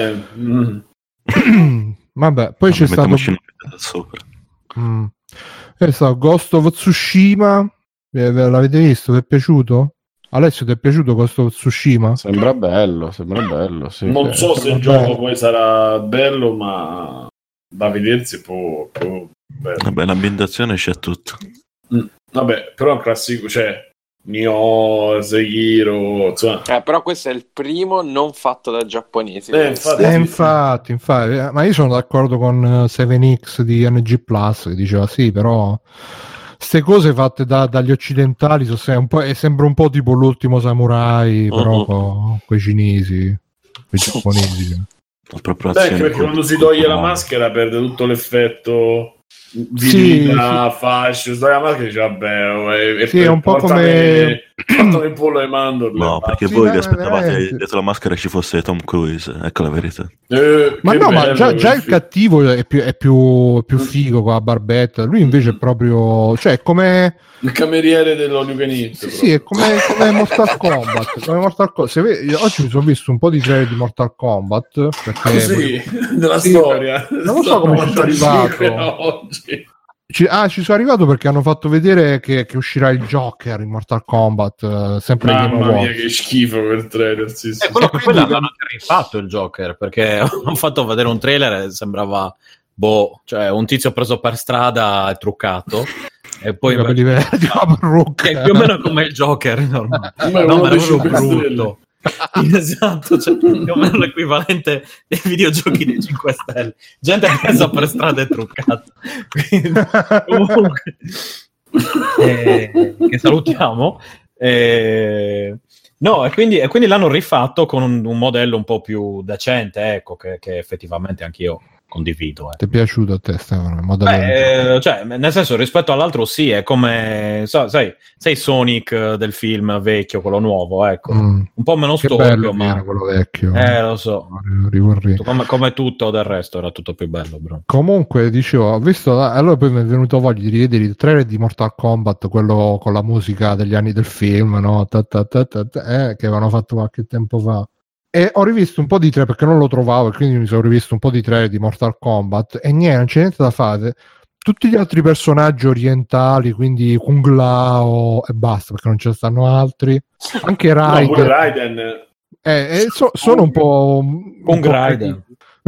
Vabbè, poi c'è stato sopra. È stato Ghost of Tsushima, l'avete visto? Vi è piaciuto? Alessio, ti è piaciuto Ghost of Tsushima? Sembra bello, sì. Non so se il gioco poi sarà bello, ma da vedersi può vabbè, l'ambientazione c'è tutto. Vabbè, però è un classico, cioè Nioh, Sekiro, insomma. Però questo è il primo non fatto da giapponesi. Infatti, ma io sono d'accordo con 7X di NG Plus che diceva sì, però ste cose fatte dagli occidentali sembra un po' tipo l'ultimo samurai, però con i cinesi, con i giapponesi. Perché quando si toglie la maschera perde tutto l'effetto virilità, fascio, si toglie la maschera e dice vabbè, è un po' come il pollo ai mandorle. No, perché voi vi aspettavate dietro la maschera ci fosse Tom Cruise, ecco la verità. Ma già il cattivo è più figo con la barbetta, lui invece è proprio, cioè è come il cameriere dell'All You Can Eat. Sì, è come Mortal Kombat. Oggi mi sono visto un po' di trailer di Mortal Kombat perché della storia. Non so come ci sono arrivato oggi. Ci sono arrivato perché hanno fatto vedere che uscirà il Joker in Mortal Kombat, sempre in Game Mamma mia, che schifo quel trailer. Sì. Quello che poi l'hanno anche rifatto il Joker, perché hanno fatto vedere un trailer e sembrava cioè un tizio preso per strada e truccato. E poi capelli verdi, la parrucca. È più o meno come il Joker normale. No, ma era proprio brutto. Esatto, cioè, più o meno l'equivalente dei videogiochi dei 5 Stelle. Gente presa per strade truccate. Quindi, comunque, che salutiamo. No, e quindi l'hanno rifatto con un modello un po' più decente, ecco, che effettivamente anch'io condivido. Ti è piaciuto a te, Stefano? Cioè, nel senso, rispetto all'altro sì, è come sai Sonic del film vecchio, quello nuovo, ecco, un po' meno storpio, ma quello vecchio. Lo so, come tutto del resto era tutto più bello, bro. Comunque, dicevo, ho visto, allora poi mi è venuto voglia di rivedere il trailer di Mortal Kombat, quello con la musica degli anni del film, no? Che avevano fatto qualche tempo fa. E ho rivisto un po' di trailer perché non lo trovavo, e quindi mi sono rivisto un po' di trailer di Mortal Kombat e niente, non c'è niente da fare. Tutti gli altri personaggi orientali, quindi Kung Lao e basta, perché non ce ne stanno altri. Anche Raiden. No, pure Raiden. Sono un po'... Kung Raiden.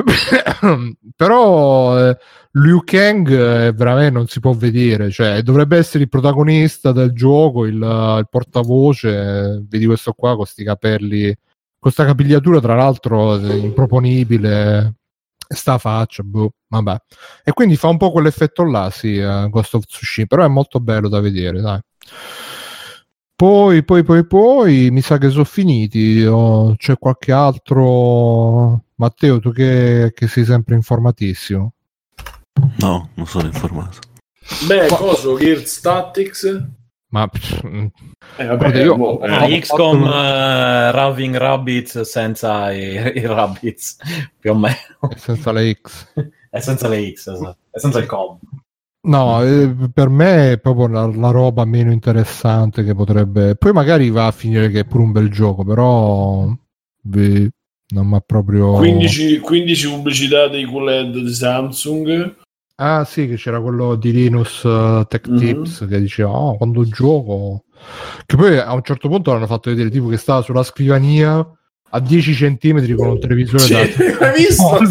Però Liu Kang veramente non si può vedere, cioè dovrebbe essere il protagonista del gioco, il portavoce. Vedi questo qua con sti capelli, questa capigliatura tra l'altro improponibile, sta faccia, vabbè. E quindi fa un po' quell'effetto là, sì, Ghost of Tsushima, però è molto bello da vedere, dai. Poi mi sa che sono finiti, c'è qualche altro. Matteo, tu che sei sempre informatissimo. No, non sono informato. Beh, cosa? Gears Tactics? Ma vabbè, XCOM Raving Rabbids senza i Rabbids, più o meno. Senza le X. È senza le X, esatto. È senza il com. No, per me è proprio la roba meno interessante che potrebbe... Poi magari va a finire che è pure un bel gioco, però non mi ha proprio... 15 pubblicità dei QLED di Samsung. Ah sì, che c'era quello di Linus Tech Tips che diceva quando gioco, che poi a un certo punto l'hanno fatto vedere tipo che stava sulla scrivania a 10 centimetri con un televisore hai visto?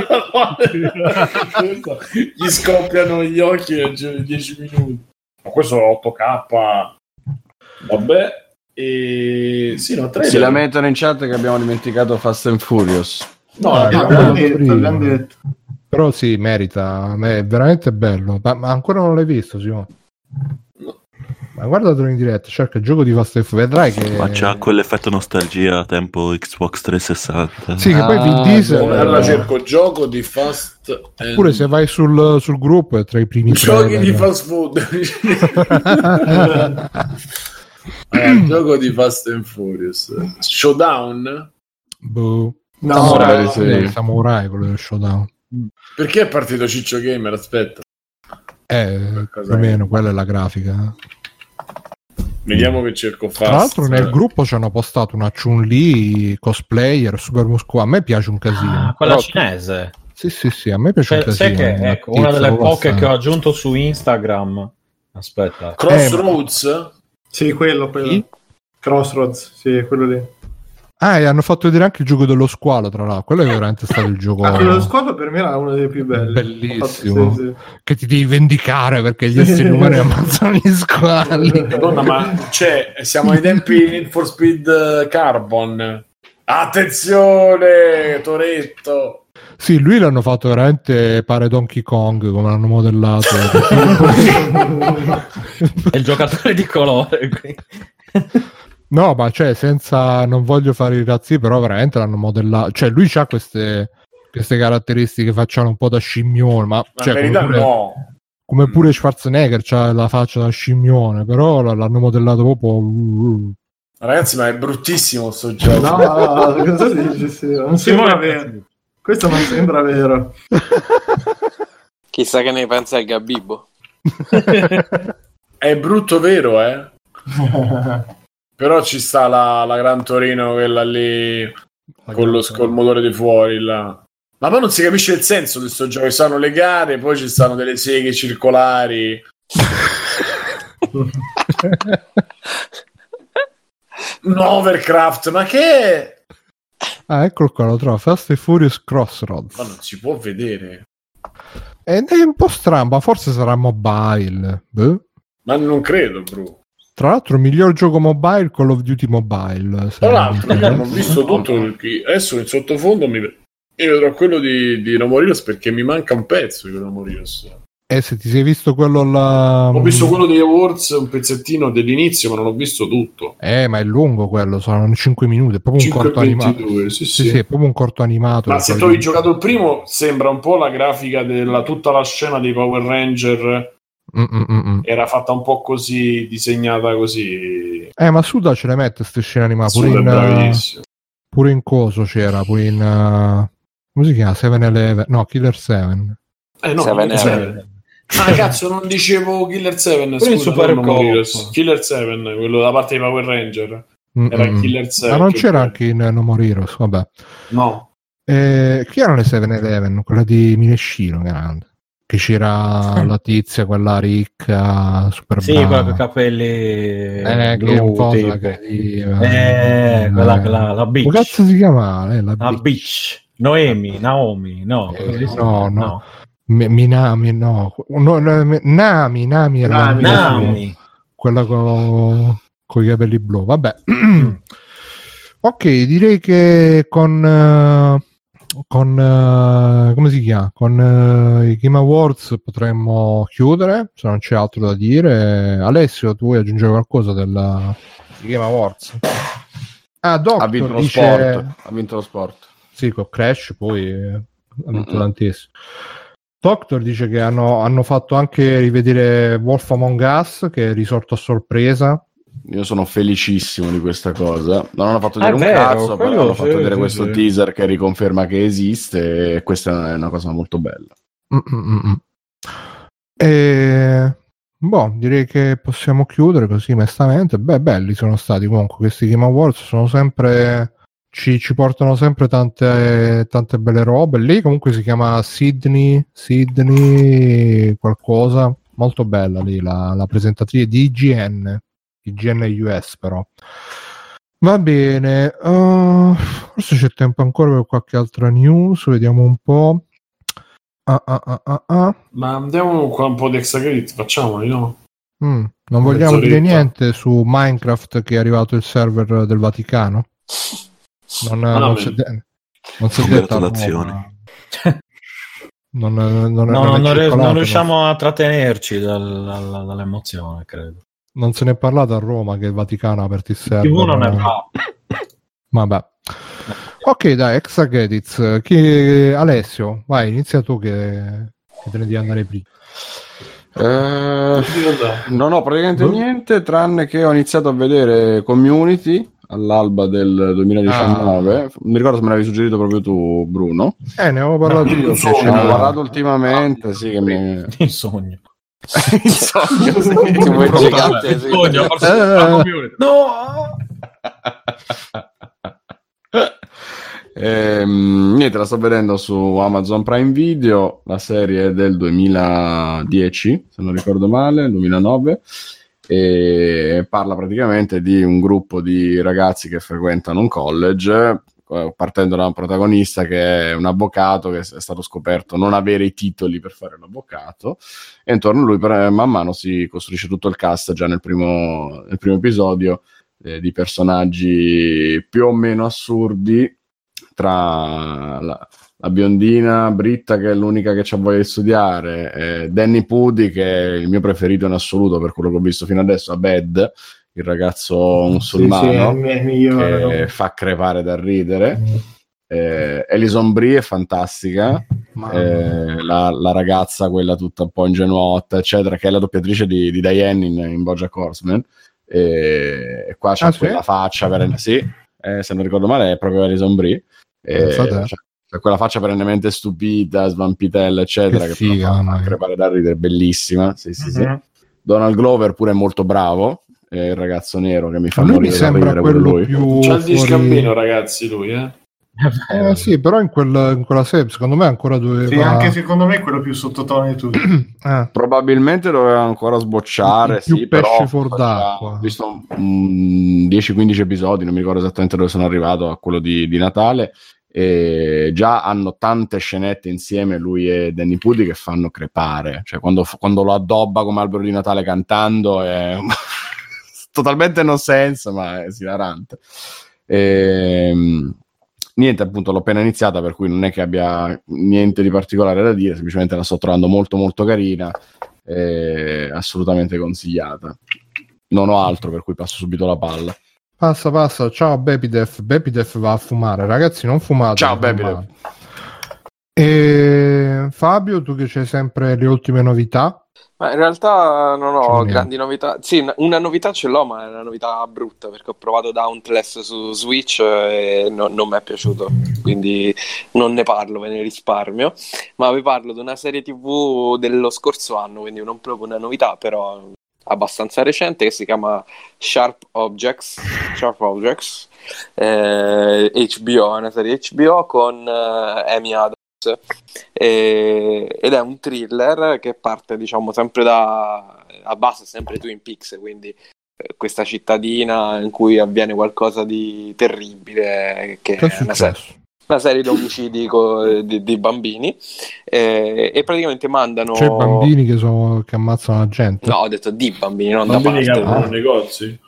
Gli scoppiano gli occhi nel giro di 10 minuti. Ma questo è 8K. Vabbè. E sì, no, si lamentano in chat che abbiamo dimenticato Fast and Furious. No, l'abbiamo detto. Però sì, merita, è veramente bello. Ma ancora non l'hai visto, Simone? No. Ma guardatelo in diretta, cerca il gioco di Fast and Furious, vedrai che... Ma c'ha quell'effetto nostalgia tempo Xbox 360. Sì, che poi Vin Diesel... Allora cerco gioco di Fast and... Pure se vai sul gruppo è tra i primi giochi di fast food. Gioco di Fast and Furious. Showdown? Boh. No, Samurai, quello del Showdown. Perché è partito Ciccio Gamer? Aspetta. Più o meno, quella è la grafica. Vediamo che cerco Fast. Tra l'altro nel gruppo ci hanno postato una Chun-Li cosplayer super muscolare. A me piace un casino. Quella però... cinese. Sì, a me piace un casino. Sai che ecco, una delle poche che ho aggiunto su Instagram. Aspetta. Crossroads? Sì, quello. Crossroads, sì, quello lì. E hanno fatto vedere anche il gioco dello squalo, tra l'altro. Quello è veramente stato il gioco. Quello dello squalo per me era uno dei più belli. Bellissimo. Sì. Che ti devi vendicare perché gli esseri umani ammazzano gli squali. Madonna, ma siamo ai tempi Need for Speed Carbon. Attenzione, Toretto. Sì, lui l'hanno fatto veramente pare Donkey Kong come l'hanno modellato. È il giocatore di colore. No, ma senza, non voglio fare i razzi, però veramente l'hanno modellato. Cioè, lui c'ha queste caratteristiche, facciano un po' da scimmione, ma come pure Schwarzenegger c'ha la faccia da scimmione, però l'hanno modellato proprio. Ragazzi, ma è bruttissimo sto gioco. No, cosa dici? Sì, non sembra vero. Questo non sembra vero. Chissà che ne pensa il Gabibbo. È brutto vero, Però ci sta la Gran Torino, quella lì col motore di fuori là. Ma poi non si capisce il senso di questo gioco. Ci stanno le gare, poi ci stanno delle seghe circolari. Un Overcraft, ma che è? Eccolo qua, lo trovo. Fast and Furious Crossroads. Ma non si può vedere. È un po' strano, ma forse sarà mobile. Ma non credo, bro. Tra l'altro il miglior gioco mobile, Call of Duty Mobile. Tra l'altro io non ho visto tutto, perché adesso in sottofondo mi vedrò quello di No More Heroes, perché mi manca un pezzo di No More Heroes. Se ti sei visto quello là... Ho visto quello degli Awards, un pezzettino dell'inizio, ma non ho visto tutto. Ma è lungo quello, sono 5 minuti, è proprio un corto 22, animato. sì, È proprio un corto animato. Ma se tu hai giocato il primo, sembra un po' la grafica della tutta la scena dei Power Ranger. Era fatta un po' così, disegnata così. Ma Suda ce le mette queste scene animate, pure in coso c'era, pure in come si chiama? 7-Eleven, no, Killer 7. No, 7-Eleven. Ah, cazzo, non dicevo Killer 7, scusa, Super Killer 7, quello da parte dei Power Ranger. Era Killer 7. Ma non c'era anche in No More Heroes, vabbè. No. Chi erano le 7-Eleven? Quella di Mineshiro, grande. Che c'era la tizia, quella ricca, super sì, quella con i capelli che un po' la la Beach. Come cazzo si chiama? La Beach. Naomi, no. No. Minami, no. Nami era Nami. Quella con i capelli blu. Vabbè. Ok, direi che con come si chiama? Con i Game Awards potremmo chiudere, se non c'è altro da dire. Alessio, tu vuoi aggiungere qualcosa dei Game Awards? Doctor ha vinto lo sport. Sì, con Crash poi ha vinto tantissimo. Doctor dice che hanno fatto anche rivedere Wolf Among Us, che è risorto a sorpresa. Io sono felicissimo di questa cosa. Non hanno fatto vedere un cazzo, però hanno fatto vedere questo teaser che riconferma che esiste, e questa è una cosa molto bella. Direi che possiamo chiudere così mestamente. Belli sono stati comunque questi Game Awards, sono sempre ci portano sempre tante belle robe. Lei comunque si chiama Sydney qualcosa, molto bella lì la presentatrice di IGN US, però va bene. Forse c'è tempo ancora per qualche altra news, vediamo un po'. Ma andiamo qua un po' di extra credit, facciamoli, no? Non vogliamo dire niente su Minecraft, che è arrivato il server del Vaticano? Non si è detto non riusciamo a trattenerci dall'emozione, credo. Non se ne è parlato a Roma che il Vaticano ha aperto il server. TV non è bravo. Vabbè. Ok, dai, extra credits. Alessio, vai, inizia tu che te ne devi andare prima. Non ho praticamente niente, tranne che ho iniziato a vedere Community all'alba del 2019. Mi ricordo se me l'avevi suggerito proprio tu, Bruno. Ne avevo parlato io. Ne ho parlato ultimamente, sì, che mi... In sogno. In sogno, sì. Gigante, sì. No! Niente, la sto vedendo su Amazon Prime Video. La serie è del 2010, se non ricordo male, 2009, e parla praticamente di un gruppo di ragazzi che frequentano un college, partendo da un protagonista che è un avvocato che è stato scoperto non avere i titoli per fare l'avvocato, e intorno a lui man mano si costruisce tutto il cast già nel primo episodio, di personaggi più o meno assurdi, tra la biondina Britta, che è l'unica che c'ha voglia di studiare, Danny Pudi, che è il mio preferito in assoluto per quello che ho visto fino adesso, Abed, il ragazzo musulmano, che fa crepare da ridere. Alison Brie è fantastica, la ragazza quella tutta un po' ingenuotta eccetera, che è la doppiatrice di Diane in BoJack Horseman, e qua c'ha quella faccia se non ricordo male è proprio Alison Brie, c'è quella faccia perennemente stupita, svampitella eccetera, che figa, fa crepare da ridere, bellissima. Sì. Donald Glover pure è molto bravo, il ragazzo nero che mi fa morire, mi sembra da ridere, quello più c'ha il discambino, ragazzi, lui sì, però in quella serie secondo me ancora doveva, sì, anche secondo me è quello più sottotono di tutti. Probabilmente doveva ancora sbocciare, più pesce fuor d'acqua. Ho visto 10-15 episodi, non mi ricordo esattamente dove sono arrivato, a quello di Natale, e già hanno tante scenette insieme lui e Danny Pudi che fanno crepare, cioè quando lo addobba come albero di Natale cantando è totalmente no sense, ma è esilarante. Niente, appunto, l'ho appena iniziata, per cui non è che abbia niente di particolare da dire, semplicemente la sto trovando molto molto carina, assolutamente consigliata. Non ho altro, per cui passo subito la palla. Passa. Ciao Bepidef. Bepidef va a fumare, ragazzi, non fumate. Ciao Bepidef. E Fabio, tu che c'hai sempre le ultime novità? Ma in realtà non ho grandi novità. Sì, una novità ce l'ho, ma è una novità brutta, perché ho provato Dauntless su Switch e non mi è piaciuto, quindi non ne parlo, ve ne risparmio. Ma vi parlo di una serie TV dello scorso anno, quindi non proprio una novità, però abbastanza recente, che si chiama Sharp Objects, HBO, è una serie HBO con Amy Adams. Ed è un thriller che parte, diciamo, sempre a base sempre Twin Peaks, quindi questa cittadina in cui avviene qualcosa di terribile, che è una serie di omicidi di bambini, e praticamente mandano... C'è bambini che ammazzano la gente? No, ho detto di bambini, non bambini da parte. Che aprono negozi.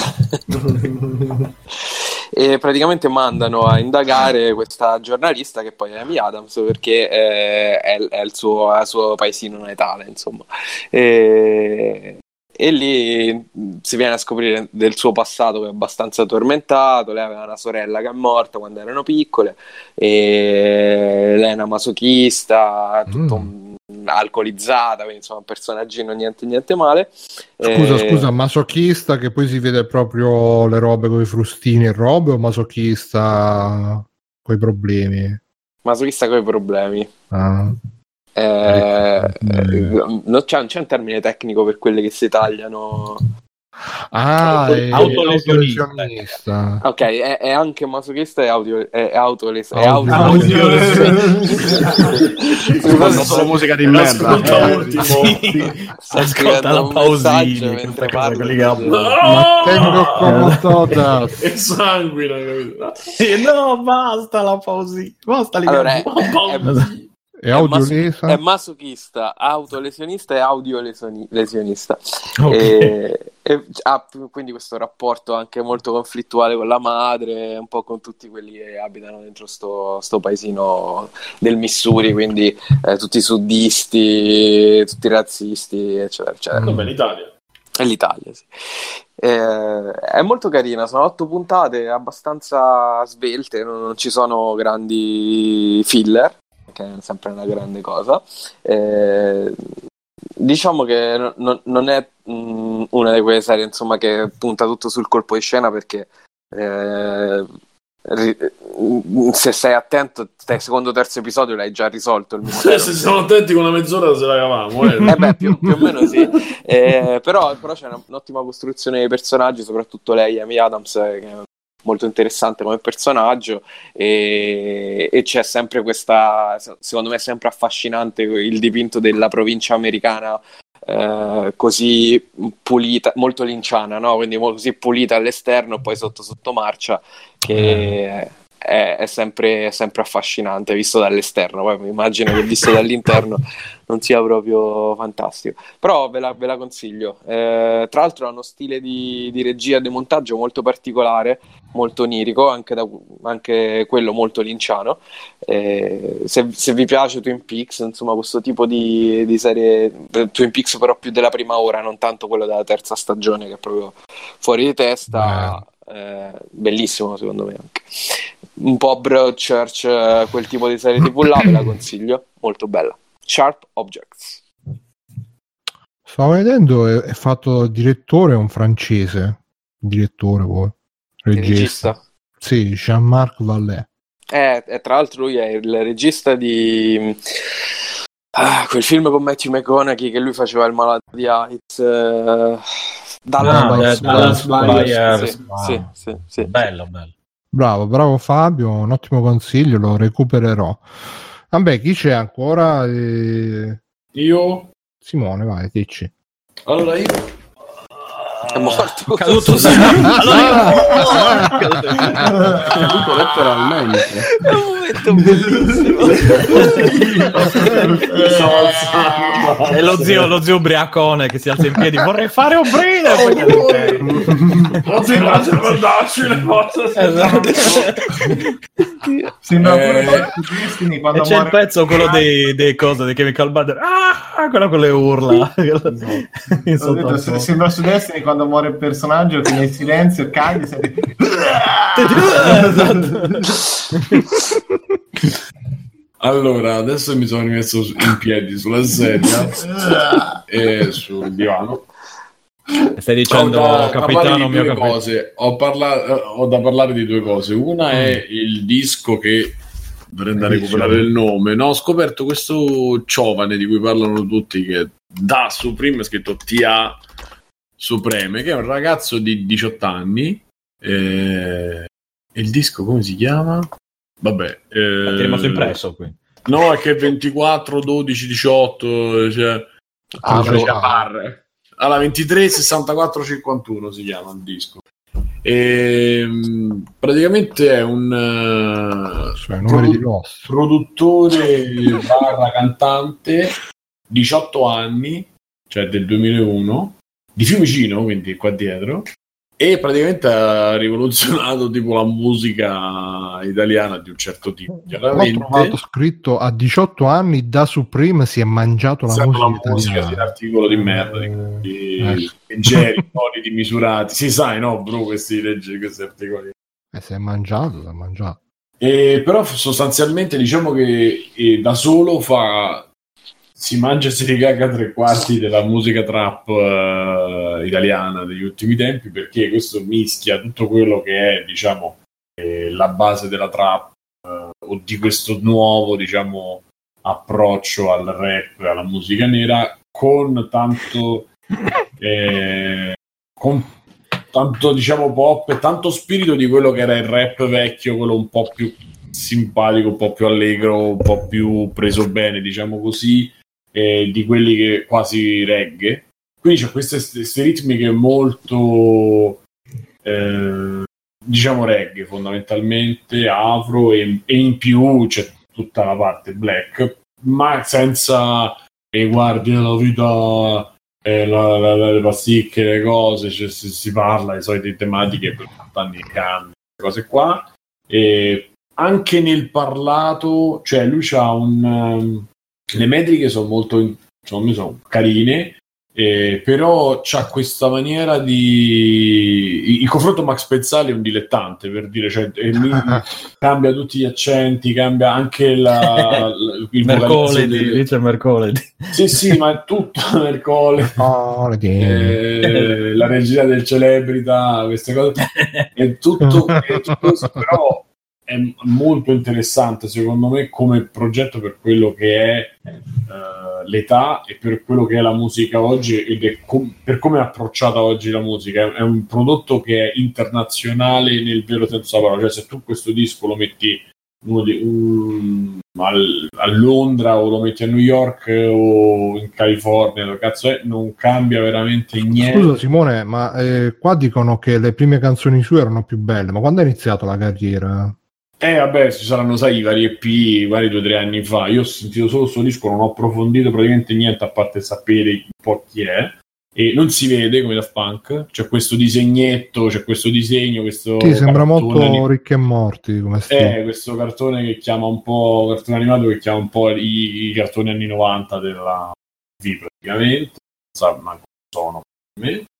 E praticamente mandano a indagare questa giornalista, che poi è Amy Adams, perché è il suo paesino natale, insomma, e lì si viene a scoprire del suo passato, che è abbastanza tormentato. Lei aveva una sorella che è morta quando erano piccole, e lei è una masochista, alcolizzata, quindi insomma un personaggino niente male. Scusa, masochista che poi si vede proprio le robe con i frustini e robe, o masochista coi problemi? Masochista coi problemi. Non c'è un termine tecnico per quelle che si tagliano. Autolesionista. Ok, è anche masochista e autolesionista. Fanno solo musica di merda. Ascolta la pausina mentre parlo. Ma tengo come todas. E sanguina. No, basta la pausina. Basta allora, è masochista, autolesionista e audiolesionista. Okay. E ha quindi questo rapporto anche molto conflittuale con la madre, un po' con tutti quelli che abitano dentro sto paesino del Missouri, quindi tutti suddisti, tutti razzisti, eccetera, eccetera. Dov'è l'Italia? È l'Italia, sì. È molto carina, sono 8 puntate abbastanza svelte, non ci sono grandi filler, che è sempre una grande cosa. Diciamo che non è una di quelle serie, insomma, che punta tutto sul colpo di scena, perché se sei attento, secondo o terzo episodio l'hai già risolto il mistero. Se siamo attenti, con una mezz'ora se la cavamo. Più o meno sì. Però c'è un'ottima costruzione dei personaggi, soprattutto lei, Amy Adams, che è molto interessante come personaggio, e c'è sempre questa, secondo me è sempre affascinante il dipinto della provincia americana, così pulita, molto linciana, no? Quindi così pulita all'esterno e poi sotto marcia, che è sempre affascinante visto dall'esterno. Poi mi immagino che visto dall'interno non sia proprio fantastico, però ve la consiglio. Tra l'altro ha uno stile di regia e di montaggio molto particolare, molto onirico, anche quello molto linciano. Se vi piace Twin Peaks, insomma, questo tipo di serie, Twin Peaks però più della prima ora, non tanto quello della terza stagione che è proprio fuori di testa, bellissimo secondo me anche. Un po' Broadchurch, quel tipo di serie TV là, ve la consiglio, molto bella. Sharp Objects. Stavo vedendo, è fatto direttore, è un francese, direttore poi, regista. Sì, Jean-Marc Vallée. Tra l'altro lui è il regista di quel film con Matthew McConaughey che lui faceva il malato di AIDS, Dallas Buyers. Sì. Bello. Bravo Fabio, un ottimo consiglio, lo recupererò. Vabbè, chi c'è ancora? Io? Simone, vai, dici. Allora io... È morto. Caduto letteralmente. momento bellissimo. E lo zio ubriacone che si alza in piedi, vorrei fare un brido. Sembra pure Destiny quando e c'è il pezzo quello dei cose dei Chemical Brothers, quello con le urla. Sembra su Destiny quando muore il personaggio che nel silenzio cade Allora, adesso mi sono rimesso in piedi sulla sedia e sul divano. Stai dicendo capitano mio capitano. Ho da parlare di due cose. Una è il disco che dovrei andare a recuperare il nome. No, ho scoperto questo giovane di cui parlano tutti, che da Supreme è scritto TA Supreme, che è un ragazzo di 18 anni. E il disco come si chiama? Vabbè, ti è rimasto impresso qui. No, è che 24, 12, 18, cioè alla 23, 64, 51 si chiama il disco. E praticamente è un produttore barra cantante, 18 anni, cioè del 2001, di Fiumicino, quindi qua dietro. E praticamente ha rivoluzionato tipo la musica italiana di un certo tipo. Ho trovato scritto a 18 anni da Supreme si è mangiato la musica di un articolo di merda di leggeri, di misurati. Si sai, no, bro, questi articoli. Si è mangiato. Però sostanzialmente diciamo che da solo si mangia e si ricaga 3/4 della musica trap italiana degli ultimi tempi, perché questo mischia tutto quello che è, diciamo, la base della trap o di questo nuovo, diciamo, approccio al rap, alla musica nera, con tanto diciamo pop e tanto spirito di quello che era il rap vecchio, quello un po' più simpatico, un po' più allegro, un po' più preso bene, diciamo così, di quelli che quasi reggae. Quindi c'è queste ritmiche molto diciamo reggae fondamentalmente, afro, e in più c'è tutta la parte black, ma senza guardi la vita, le pasticche, le cose, cioè, si parla di solite tematiche per anni e canne, cose qua. E anche nel parlato, cioè lui c'ha le metriche sono molto, sono carine, però c'ha questa maniera il confronto. Max Pezzali è un dilettante, per dire, cioè, lui cambia tutti gli accenti, cambia anche il mercoledì, dice mercoledì. Sì, ma è tutto mercoledì. La regia del Celebrita, queste cose, è tutto però è molto interessante secondo me come progetto, per quello che è l'età e per quello che è la musica oggi, ed per come è approcciata oggi la musica. È un prodotto che è internazionale nel vero senso della parola. Cioè, se tu questo disco lo metti a Londra o lo metti a New York o in California, dove cazzo è, non cambia veramente niente. Scusa Simone, ma qua dicono che le prime canzoni sue erano più belle, ma quando ha iniziato la carriera? Vabbè, ci saranno, sai, i vari EP, vari 2 o 3 anni fa. Io ho sentito solo questo disco, non ho approfondito praticamente niente, a parte sapere un po' chi è. E non si vede come Daft Punk, c'è questo disegnetto, c'è questo disegno, questo sembra molto Rick e Morty come stile. Questo cartone che chiama un po', cartone animato che chiama un po' i cartoni anni 90 della TV praticamente, non so, ma sono per me.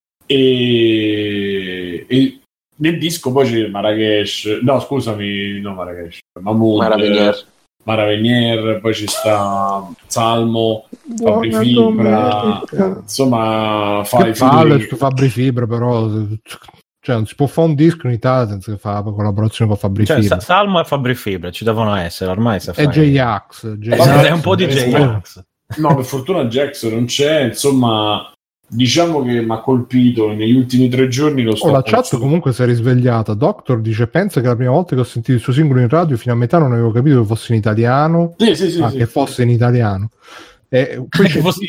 E nel disco poi c'è Marrakesh, no scusami, no Marrakesh, Mahmood, Maravenier, poi ci sta Salmo, Fabri Fibra, insomma Fabri Fibra, però cioè non si può fare un disco in Italia senza che fa collaborazione con Fabri Fibra. Salmo e Fabri Fibra ci devono essere, ormai è J-Ax, è un po' di J-Ax. No, per fortuna Jackson non c'è, insomma. Diciamo che mi ha colpito negli ultimi 3 giorni. La chat comunque si è risvegliata. Doctor dice: pensa che la prima volta che ho sentito il suo singolo in radio fino a metà non avevo capito che fosse in italiano, sì. che fosse in italiano. Poi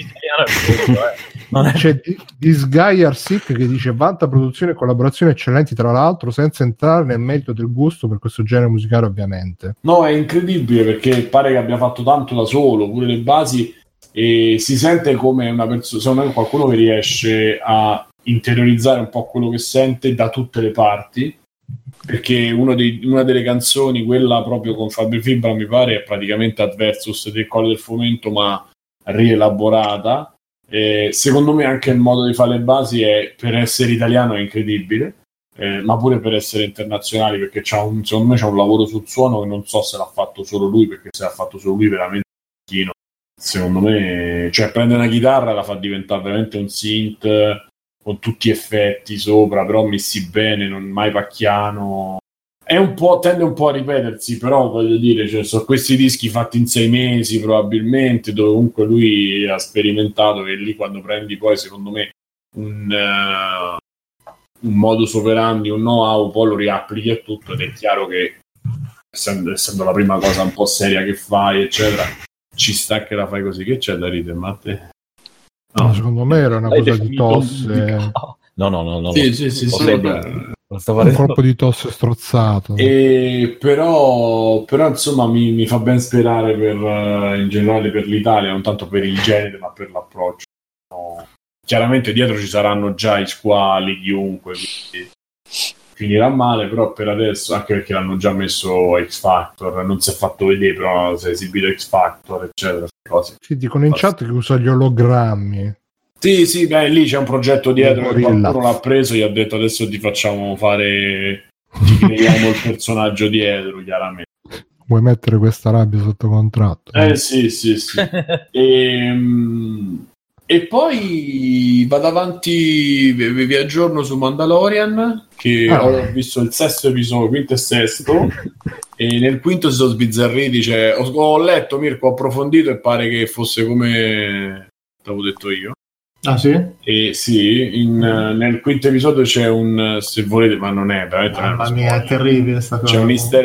c'è This Guy Are Sick che dice vanta produzioni e collaborazioni eccellenti, tra l'altro, senza entrare nel merito del gusto per questo genere musicale, ovviamente. No, è incredibile perché pare che abbia fatto tanto da solo, pure le basi, e si sente come una persona, secondo me, qualcuno che riesce a interiorizzare un po' quello che sente da tutte le parti, perché una delle canzoni, quella proprio con Fabio Fibra, mi pare, è praticamente Adversus del Colle del Fomento, ma rielaborata. Secondo me anche il modo di fare le basi per essere italiano è incredibile, ma pure per essere internazionali, perché secondo me c'è un lavoro sul suono che non so se l'ha fatto solo lui, perché se l'ha fatto solo lui veramente pochino. Secondo me, cioè, prende una chitarra e la fa diventare veramente un synth con tutti gli effetti sopra, però messi bene, non mai pacchiano. Tende un po' a ripetersi, però voglio dire, cioè, sono questi dischi fatti in 6 mesi probabilmente, dove comunque lui ha sperimentato, che lì quando prendi poi, secondo me, un modus operandi, un know-how, poi lo riapplichi a tutto, ed è chiaro che essendo la prima cosa un po' seria che fai, eccetera, ci sta che la fai così. Che c'è da ridere, Matte? No, secondo me era una cosa di tosse. No. Sì. Un colpo di tosse strozzato. Però insomma mi fa ben sperare in generale per l'Italia, non tanto per il genere ma per l'approccio. No. Chiaramente dietro ci saranno già i squali, chiunque, quindi finirà male, però per adesso, anche perché l'hanno già messo X Factor, non si è fatto vedere, però si è esibito X Factor, eccetera, cose. Sì, dicono in chat che usa gli ologrammi. Sì, beh, lì c'è un progetto dietro che qualcuno l'ha preso e gli ha detto adesso ti facciamo ti creiamo il personaggio dietro, chiaramente. Vuoi mettere questa rabbia sotto contratto? Sì. E poi vado avanti, vi aggiorno su Mandalorian, che ho visto il 6º episodio, quinto e sesto, e nel quinto si sono sbizzarriti, cioè, ho letto, Mirko, ho approfondito e pare che fosse come t'avevo detto io. Ah sì? E sì, nel quinto episodio c'è se volete, ma non è veramente... Mamma mia, è terribile sta cosa. C'è un easter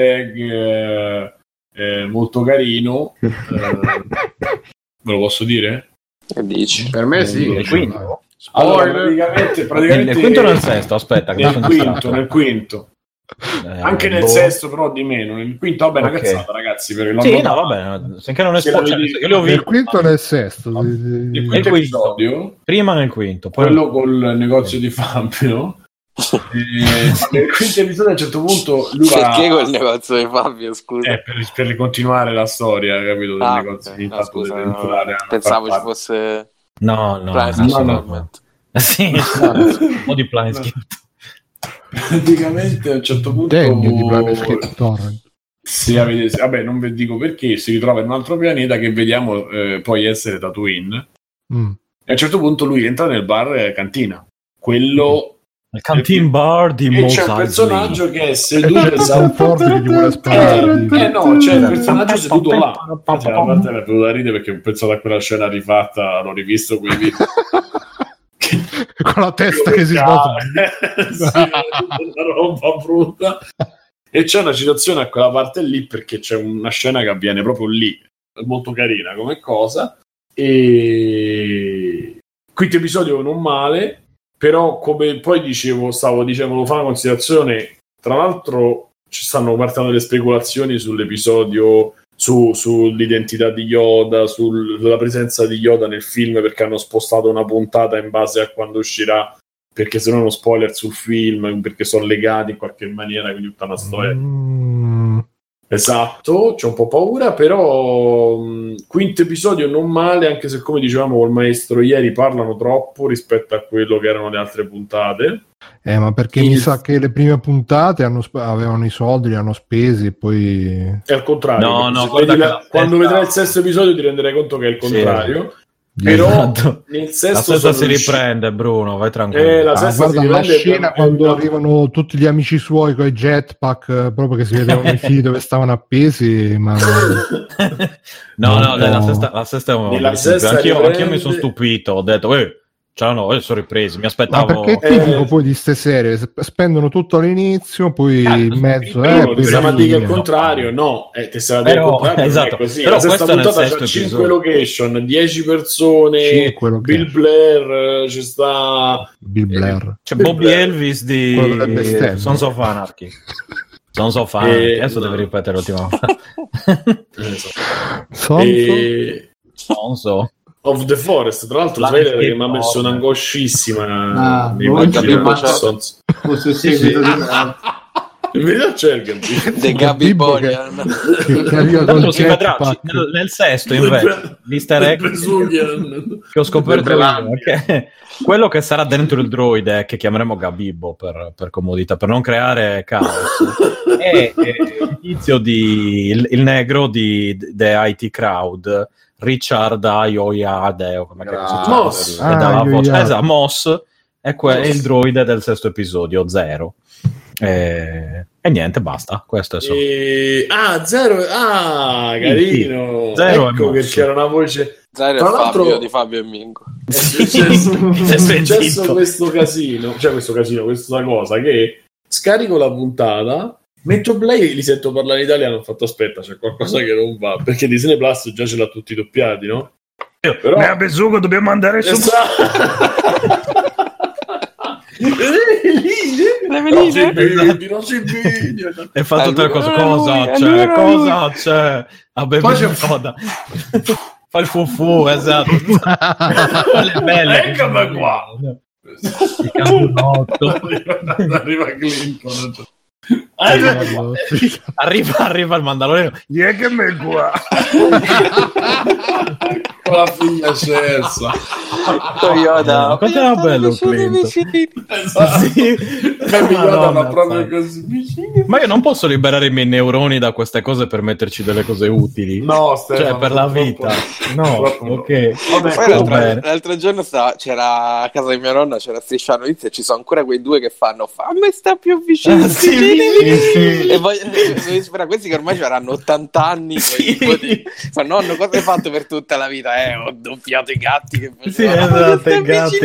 egg molto carino, ve lo posso dire? Che dici? Per me sì. Il quinto? Allora, praticamente nel quinto o nel sesto? Aspetta, nel quinto. Anche nel sesto, però di meno. Nel quinto, vabbè, una cazzata, ragazzi. Sì, no, vabbè, finché non è spoiler. Io le ho nel quinto o nel sesto? Il quinto episodio, prima nel quinto, poi quello col negozio di Fabio. Nel quinto episodio a un certo punto lui perché col negozio di Fabio, scusa? Per continuare la storia, capito, del negozio di Fabio, scusa, pensavo ci fosse no. Sì, un po' di Planescape. Praticamente a un certo punto degno di Planescape Torrent. Vabbè, non vi dico perché, si ritrova in un altro pianeta che vediamo poi essere Tatooine. E a un certo punto lui entra nel bar cantina, quello il canteen bar di Mos Eisley. C'è un personaggio che è seduto che gli vuole sparare. C'è il personaggio seduto là. La parte mi è venuta da ridere perché ho pensato a quella scena rifatta, l'ho rivisto quei video. Con la testa che si sposta. Sì, una roba brutta. E c'è una citazione a quella parte lì perché c'è una scena che avviene proprio lì, molto carina come cosa. E quinto episodio non male, però come poi stavo dicendo, lo fa una considerazione, tra l'altro ci stanno partendo le speculazioni sull'episodio, sull'identità di Yoda, sulla presenza di Yoda nel film, perché hanno spostato una puntata in base a quando uscirà, perché se no è uno spoiler sul film, perché sono legati in qualche maniera, quindi tutta una storia. Esatto, c'ho un po' paura, però quinto episodio non male, anche se come dicevamo col maestro ieri parlano troppo rispetto a quello che erano le altre puntate. Ma perché mi sa che le prime puntate avevano i soldi, li hanno spesi e poi... È al contrario. No, quando vedrai il sesto episodio ti renderai conto che è il contrario. Sì. Però nel sesto la sesta si riprende, Bruno, vai tranquillo. Guarda la scena quando arrivano tutti gli amici suoi con i jetpack, proprio che si vedevano i fili dove stavano appesi, ma no, la sesta è un... Anch'io mi sono stupito, ho detto sono ripresi, mi aspettavo. Ma perché è tipico poi di ste serie, spendono tutto all'inizio, poi in mezzo siamo a dire il contrario, no, te sarà dire il contrario, esatto. così. Però la sesta puntata c'ha 5 episodio. location, 10 persone, Bill Blair, c'è sta Bill Blair. C'è Bobby Elvis di Sons of Anarchy. Adesso devo ripetere l'ultima volta. Sonso of the Forest, tra l'altro trailer che mi ha messo un'angoscissima in verità c'è The Gabi Bonian si vedrà nel sesto invece l'easter egg che ho scoperto io, che quello che sarà dentro il droide che chiameremo Gabibbo per comodità, per non creare caos, è il tizio il negro di The IT Crowd, Richard Ayoade o come Moss, Moss è il droide del sesto episodio, Zero. E niente, basta. Questo è solo. Zero. Carino. Zero, ecco che c'era una voce. Zero tra l'altro Fabio di Fabio e Mingo. È successo questo casino, questa cosa che scarico la puntata, metto play, li sento parlare in italiano, ho fatto aspetta, c'è qualcosa che non va, perché Disney Plus già ce l'ha tutti doppiati, no? Però ne ha Besugo, dobbiamo andare su. E fa tutte le cose. Cosa c'è? Poi c'è fa il fufu, esatto. Le belle. Eccomi qua. Arriva Clinton. Arriva il Mandaloriano. Che me qua. Con la figlia scelsa. Toyota. Quanto era bello Clinton. Proprio così vicini. Ma io non posso liberare i miei neuroni da queste cose per metterci delle cose utili. No, Stefano, cioè per la vita. No, ok. Vabbè, l'altro giorno c'era a casa di mia nonna, c'era Striscia la Notizia e ci sono ancora quei due che fanno a me sta più vicino. Sì. E poi questi che ormai avranno 80 anni. Fa nonno, cosa hai fatto per tutta la vita? Ho doppiato i gatti che sì, esatto, i gatti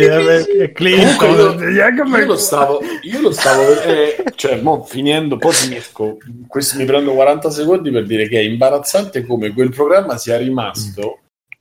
io lo stavo cioè mo finendo, poi finisco questo, mi prendo 40 secondi per dire che è imbarazzante come quel programma sia rimasto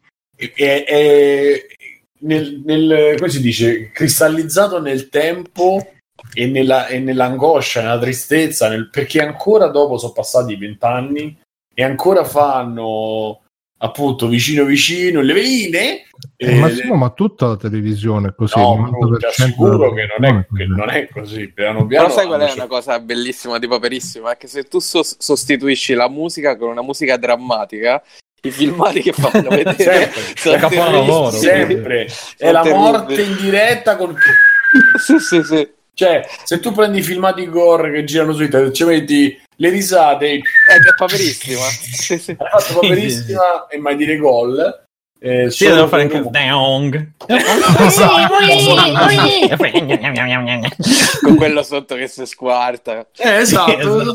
come si dice, cristallizzato nel tempo e nell'angoscia, nella tristezza, perché ancora dopo sono passati 20 anni e ancora fanno appunto vicino le veline. Ma tutta la televisione è così. No, ti assicuro che non è così. Piano però sai qual è una cosa bellissima, tipo paperissima? È che se tu sostituisci la musica con una musica drammatica, i filmati che fanno vedere sempre è la morte in diretta con sì. Cioè, se tu prendi i filmati gore che girano su internet, ci metti le risate, è paperissima. È fatto paperissima e mai dire gol. Sì, devo fare anche Deong. Con quello sotto che si squarta. Esatto.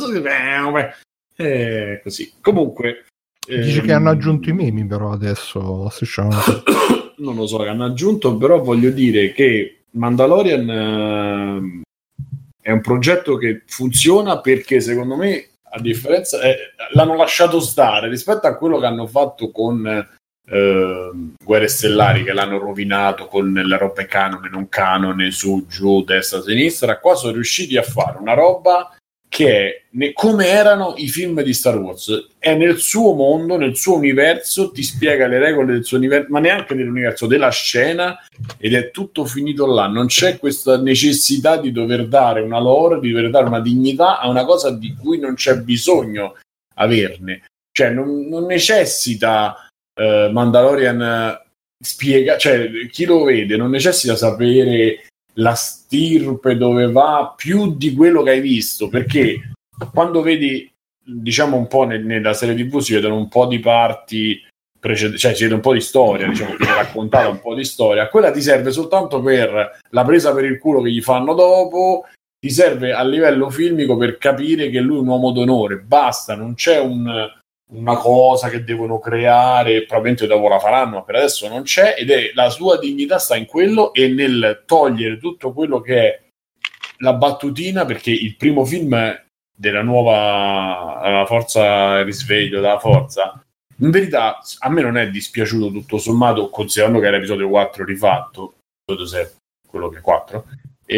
Così. Comunque dice che hanno aggiunto i meme però adesso non lo so che hanno aggiunto, però voglio dire che Mandalorian è un progetto che funziona perché secondo me, a differenza, l'hanno lasciato stare rispetto a quello che hanno fatto con Guerre Stellari, che l'hanno rovinato con le robe canone, non canone, su, giù, destra, sinistra. Qua sono riusciti a fare una roba che è come erano i film di Star Wars, è nel suo mondo, nel suo universo, ti spiega le regole del suo universo, ma neanche nell'universo della scena, ed è tutto finito là. Non c'è questa necessità di dover dare una lore, di dover dare una dignità a una cosa di cui non c'è bisogno averne, cioè non necessita Mandalorian spiega, cioè chi lo vede non necessita sapere la stirpe dove va più di quello che hai visto, perché quando vedi, diciamo, un po' nella serie TV si vedono un po' di parti cioè si vede un po' di storia, diciamo, che è raccontata un po' di storia, quella ti serve soltanto per la presa per il culo che gli fanno dopo, ti serve a livello filmico per capire che lui è un uomo d'onore, basta, non c'è una cosa che devono creare, probabilmente dopo la faranno, ma per adesso non c'è, ed è la sua dignità sta in quello e nel togliere tutto quello che è la battutina, perché il primo film della nuova la forza, il risveglio della forza, in verità a me non è dispiaciuto tutto sommato, considerando che era episodio 4 rifatto, quello che è 4,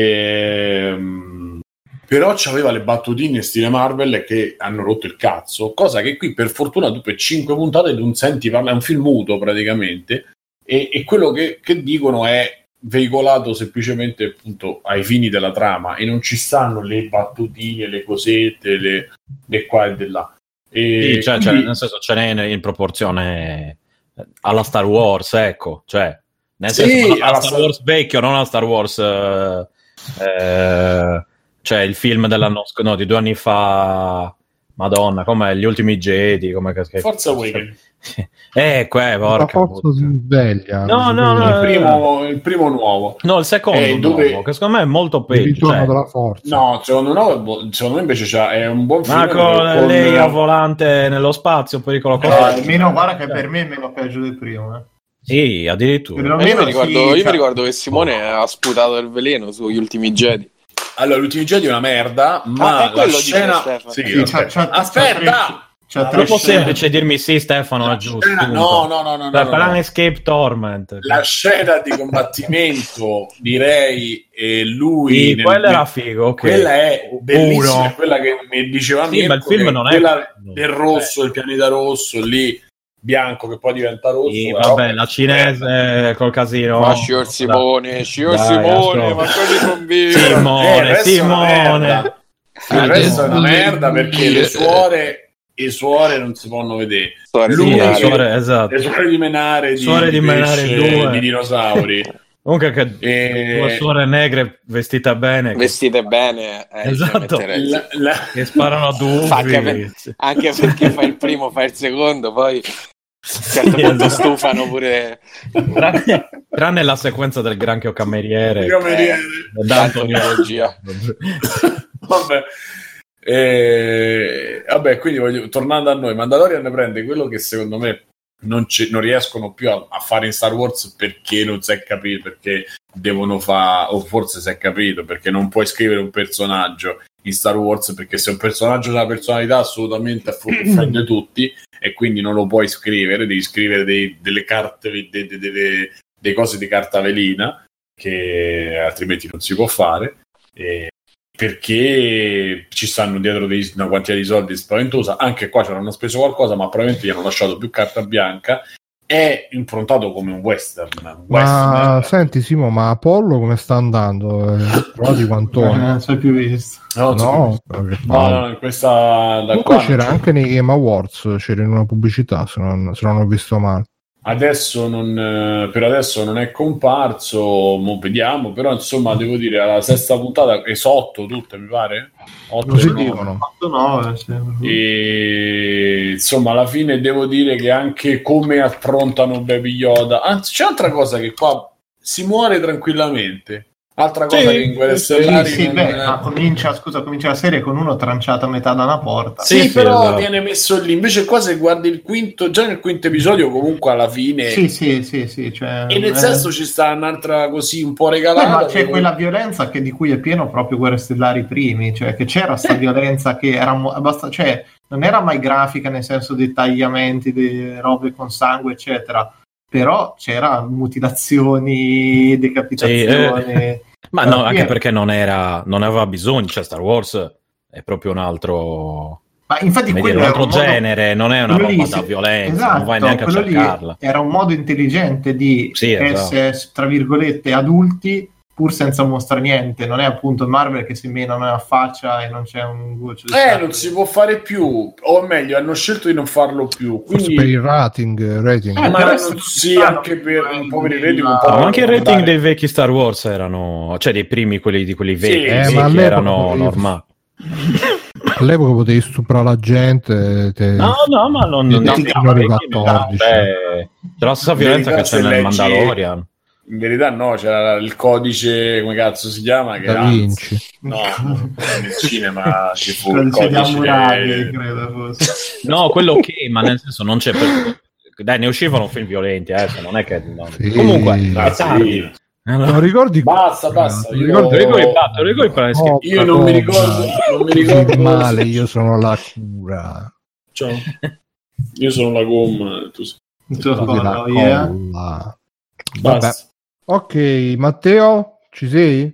però c'aveva le battutine stile Marvel che hanno rotto il cazzo, cosa che qui per fortuna tu per 5 puntate non senti parlare, è un film muto praticamente, e quello che dicono è veicolato semplicemente appunto ai fini della trama, e non ci stanno le battutine, le cosette, le qua e di là. Sì, cioè, nel senso ce n'è in proporzione alla Star Wars, ecco, cioè nel senso alla Star Wars vecchio, non alla Star Wars cioè il film dell'anno di 2 anni fa, Madonna, come Gli Ultimi Jedi, come Forza Awakening. Porca forza si sveglia. No, il primo nuovo. No, il secondo nuovo, che secondo me è molto peggio. Il ritorno della forza. No, secondo me invece è un buon film. Ma con lei a volante nello spazio, pericolo almeno guarda che per me è meno peggio del primo. Sì, addirittura. Io mi ricordo che Simone ha sputato il veleno sugli Ultimi Jedi. Allora, l'Ultimi Jedi è una merda, ma la scena... Aspetta! È troppo semplice dirmi sì, Stefano, è giusto. No. Planescape Torment. La scena di combattimento di Rey e lui... Sì, quella era figo, okay. Quella è bellissima, quella che mi diceva sì, ma il film non è quella del rosso, il pianeta rosso, lì bianco che poi diventa rosso. Sì, vabbè, la cinese col casino. Ma Scior Simone, ma quelli con vivo. Simone. Il resto è una merda perché le suore non si possono vedere. Le suore di Menare di dinosauri. Comunque due suore negre vestite bene, esatto, che sparano a dubbi, anche perché fai il primo, fai il secondo, poi certo punto stufano pure, tranne la sequenza del granchio cameriere, vabbè, quindi tornando a noi, Mandalorian prende quello che secondo me non riescono più a fare in Star Wars, perché non si è capito, perché devono fare, o forse si è capito perché non puoi scrivere un personaggio in Star Wars, perché se un personaggio ha una personalità assolutamente offende tutti, e quindi non lo puoi scrivere, devi scrivere delle carte, dei cose di carta velina, che altrimenti non si può fare, perché ci stanno dietro una quantità di soldi spaventosa. Anche qua ci hanno speso qualcosa, ma probabilmente gli hanno lasciato più carta bianca. È improntato come un western. Senti Simo, ma Apollo come sta andando? Trovati quantone? Non so più visto. No, in questa comunque c'era anche nei Game Awards, c'era in una pubblicità, se non ho visto male. Adesso per adesso non è comparso, vediamo, però insomma devo dire alla sesta puntata esotto tutte, mi pare 8-9. E insomma alla fine devo dire che anche come affrontano Baby Yoda, anzi c'è altra cosa, che qua si muore tranquillamente. Altra cosa che in Guerre Stellari comincia la serie con uno tranciato a metà da una porta. Sì, però esatto, viene messo lì. Invece qua se guardi il quinto, già nel quinto episodio comunque alla fine cioè, e nel senso ci sta un'altra così un po' regalata, ma c'è quella violenza di cui è pieno proprio Guerre Stellari primi, cioè che c'era sta violenza che era abbastanza, cioè non era mai grafica nel senso dei tagliamenti, di robe con sangue eccetera, però c'era mutilazioni, decapitazioni. Ma no, anche perché non aveva bisogno, cioè Star Wars è proprio un altro, ma infatti un altro genere, non è una roba da violenza, esatto, non vai neanche a cercarla. Era un modo intelligente di essere, tra virgolette, adulti, pur senza mostrare niente. Non è appunto Marvel che si menano nella faccia e non c'è un goccio di sangue. Non si può fare più, o meglio hanno scelto di non farlo più, quindi per il rating anche per un po' per il rating, un po', ma anche il rating dei vecchi Star Wars erano, cioè dei primi, quelli vecchi, ma che erano normali. All'epoca potevi stuprare la gente, no, ma non c'è la stessa violenza che c'è nel Mandalorian. In verità no, c'era il codice, come cazzo si chiama? Che Da Vinci. No, nel cinema ci fu il codice di codice Hammurabi, credo fosse. No, quello ok, ma nel senso non c'è dai, ne uscivano film violenti, adesso non è che no. Sì. Comunque è tardi. Non ricordi? Basta. Io non mi ricordo male, io sono la cura. Ciao. Io sono la gomma, tu sei la colla. Basta. Ok, Matteo, ci sei?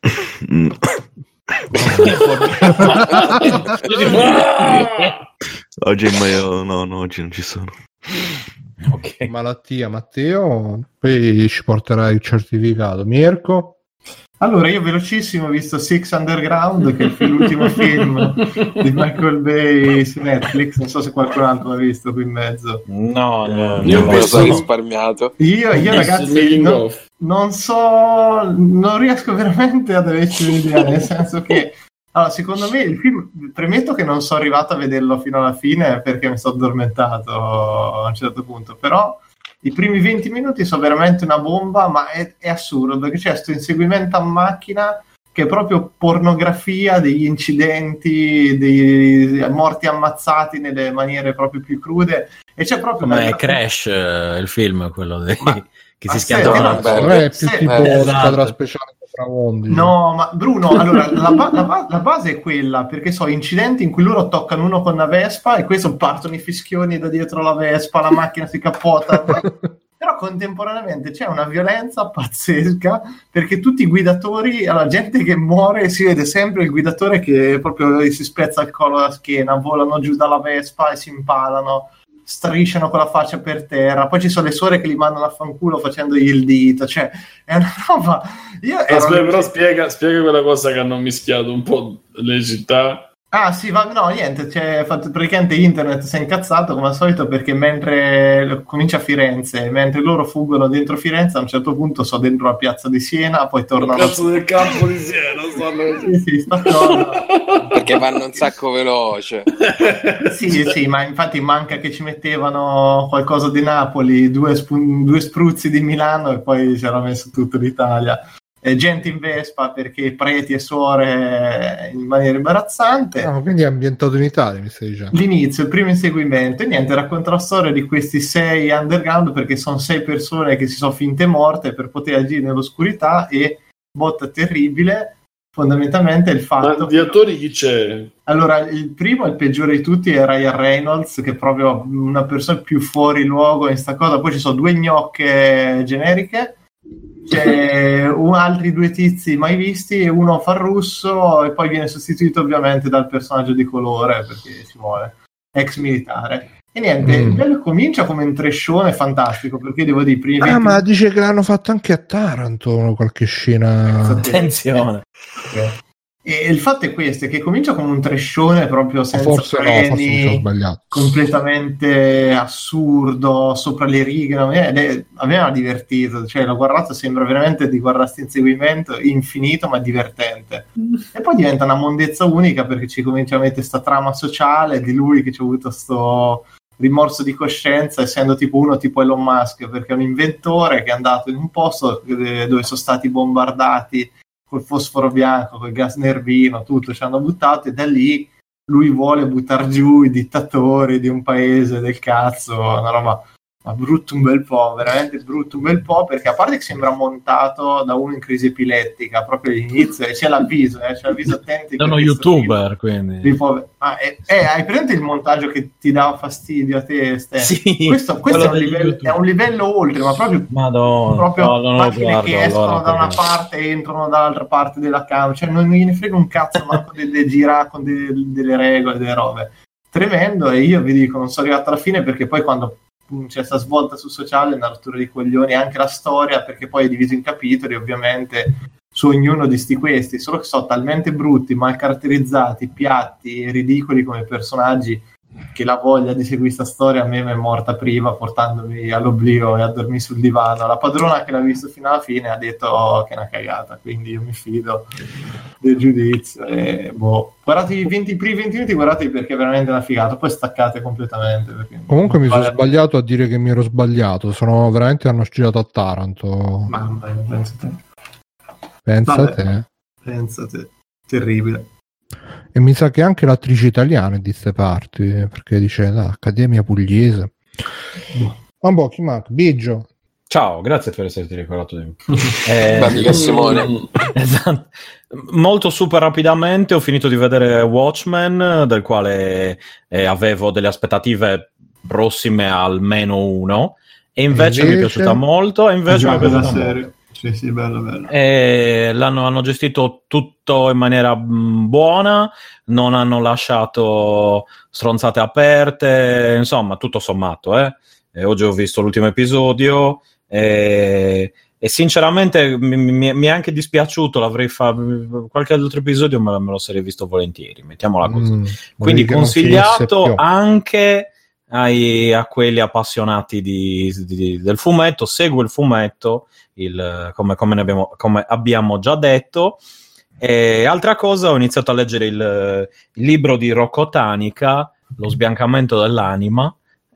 Oggi oggi non ci sono. Okay. Malattia, Matteo, poi ci porterai il certificato. Mirko? Allora, io velocissimo ho visto Six Underground, che è l'ultimo film di Michael Bay su Netflix. Non so se qualcun altro l'ha visto qui in mezzo. No, io me lo sono risparmiato. Io ragazzi, non riesco veramente ad averci un'idea, nel senso che allora, secondo me il film, premetto che non sono arrivato a vederlo fino alla fine perché mi sono addormentato a un certo punto, però i primi 20 minuti sono veramente una bomba, ma è assurdo, perché c'è questo inseguimento a macchina che è proprio pornografia degli incidenti, dei morti ammazzati nelle maniere proprio più crude, e c'è proprio come Crash, il film, quello che si schiantavano. Non è più tipo Squadra Speciale Tramondi. No, ma Bruno, allora la base è quella, perché so incidenti in cui loro toccano uno con una Vespa e questo partono i fischioni da dietro la Vespa, la macchina si cappota. Però contemporaneamente c'è una violenza pazzesca, perché tutti i guidatori, la gente che muore, si vede sempre il guidatore che proprio si spezza il collo alla schiena, volano giù dalla Vespa e si impalano, strisciano con la faccia per terra, poi ci sono le suore che li mandano a fanculo facendogli il dito, cioè è una roba. Però spiega quella cosa che hanno mischiato un po' le città. Ah sì, no, niente, praticamente internet si è incazzato come al solito, perché mentre comincia a Firenze, mentre loro fuggono dentro Firenze, a un certo punto sono dentro la piazza di Siena, poi tornano... Il cazzo del campo di Siena, sì, sta cosa. Perché vanno un sacco veloce. Sì, ma infatti manca che ci mettevano qualcosa di Napoli, due spruzzi di Milano e poi c'era messo tutto l'Italia. Gente in Vespa perché preti e suore in maniera imbarazzante. Quindi è ambientato in Italia, mi stai dicendo. L'inizio, il primo inseguimento, e niente, racconta la storia di questi 6 underground, perché sono 6 persone che si sono finte morte per poter agire nell'oscurità, e botta terribile fondamentalmente il fatto. Ma di attori chi c'è? Allora, il primo, il peggiore di tutti, è Ryan Reynolds, che è proprio una persona più fuori luogo in sta cosa. Poi ci sono 2 gnocche generiche, c'è altri 2 tizi mai visti, uno fa il russo, e poi viene sostituito ovviamente dal personaggio di colore, perché ci vuole, ex militare. E niente, il bello comincia come un trashone fantastico, perché devo dire i primi 20 ma dice che l'hanno fatto anche a Taranto qualche scena. Attenzione. Okay. E il fatto è questo, è che comincia come un trashone proprio senza forse freni, mi sono sbagliato, completamente assurdo, sopra le righe. A me ha divertito, cioè l'ho guardato, sembra veramente di guardarsi inseguimento infinito ma divertente, e poi diventa una mondezza unica, perché ci comincia a mettere sta trama sociale di lui che ci ha avuto sto rimorso di coscienza, essendo tipo Elon Musk, perché è un inventore che è andato in un posto dove sono stati bombardati col fosforo bianco, col gas nervino, tutto ci hanno buttato, e da lì lui vuole buttare giù i dittatori di un paese del cazzo, una roba ma brutto un bel po', veramente brutto un bel po', perché a parte che sembra montato da uno in crisi epilettica proprio all'inizio, e c'è l'avviso attenti, da uno youtuber, quindi hai presente il montaggio che ti dà fastidio a te? Sì, questo è un livello oltre, ma proprio macchine che escono da una parte e entrano dall'altra parte della camera, cioè non gliene frega un cazzo manco delle gira con delle regole, delle robe, tremendo. E io vi dico, non sono arrivato alla fine, perché poi quando c'è questa svolta sul sociale, una rottura di coglioni, anche la storia, perché poi è diviso in capitoli ovviamente su ognuno di questi, solo che sono talmente brutti, mal caratterizzati, piatti e ridicoli come personaggi, che la voglia di seguire questa storia a me mi è morta prima, portandomi all'oblio e a dormire sul divano. La padrona che l'ha visto fino alla fine ha detto che è una cagata, quindi io mi fido del giudizio. E guardate i primi 20 minuti, guardate perché è veramente una figata, poi staccate completamente. Comunque mi sono sbagliato a dire che mi ero sbagliato, sono veramente hanno girato a Taranto. Mamma mia, pensa a te. Pensa a te, terribile. E mi sa che anche l'attrice italiana è di ste parti, perché dice l'Accademia Pugliese. Ma chi manca? Biggio. Ciao, grazie per esserti ricordato di me. Simone. Esatto. Molto super rapidamente ho finito di vedere Watchmen, del quale avevo delle aspettative prossime a almeno 1, e invece mi è piaciuta molto, e invece mi è piaciuta molto. Sì, bello. Hanno gestito tutto in maniera buona, non hanno lasciato stronzate aperte, insomma, tutto sommato. E oggi ho visto l'ultimo episodio e sinceramente mi è anche dispiaciuto, l'avrei fatto qualche altro episodio, me lo sarei visto volentieri, mettiamola così. Quindi consigliato anche a quelli appassionati del fumetto. Segue il fumetto, come abbiamo già detto. E altra cosa, ho iniziato a leggere il libro di Rocco Tanica, Lo sbiancamento dell'anima,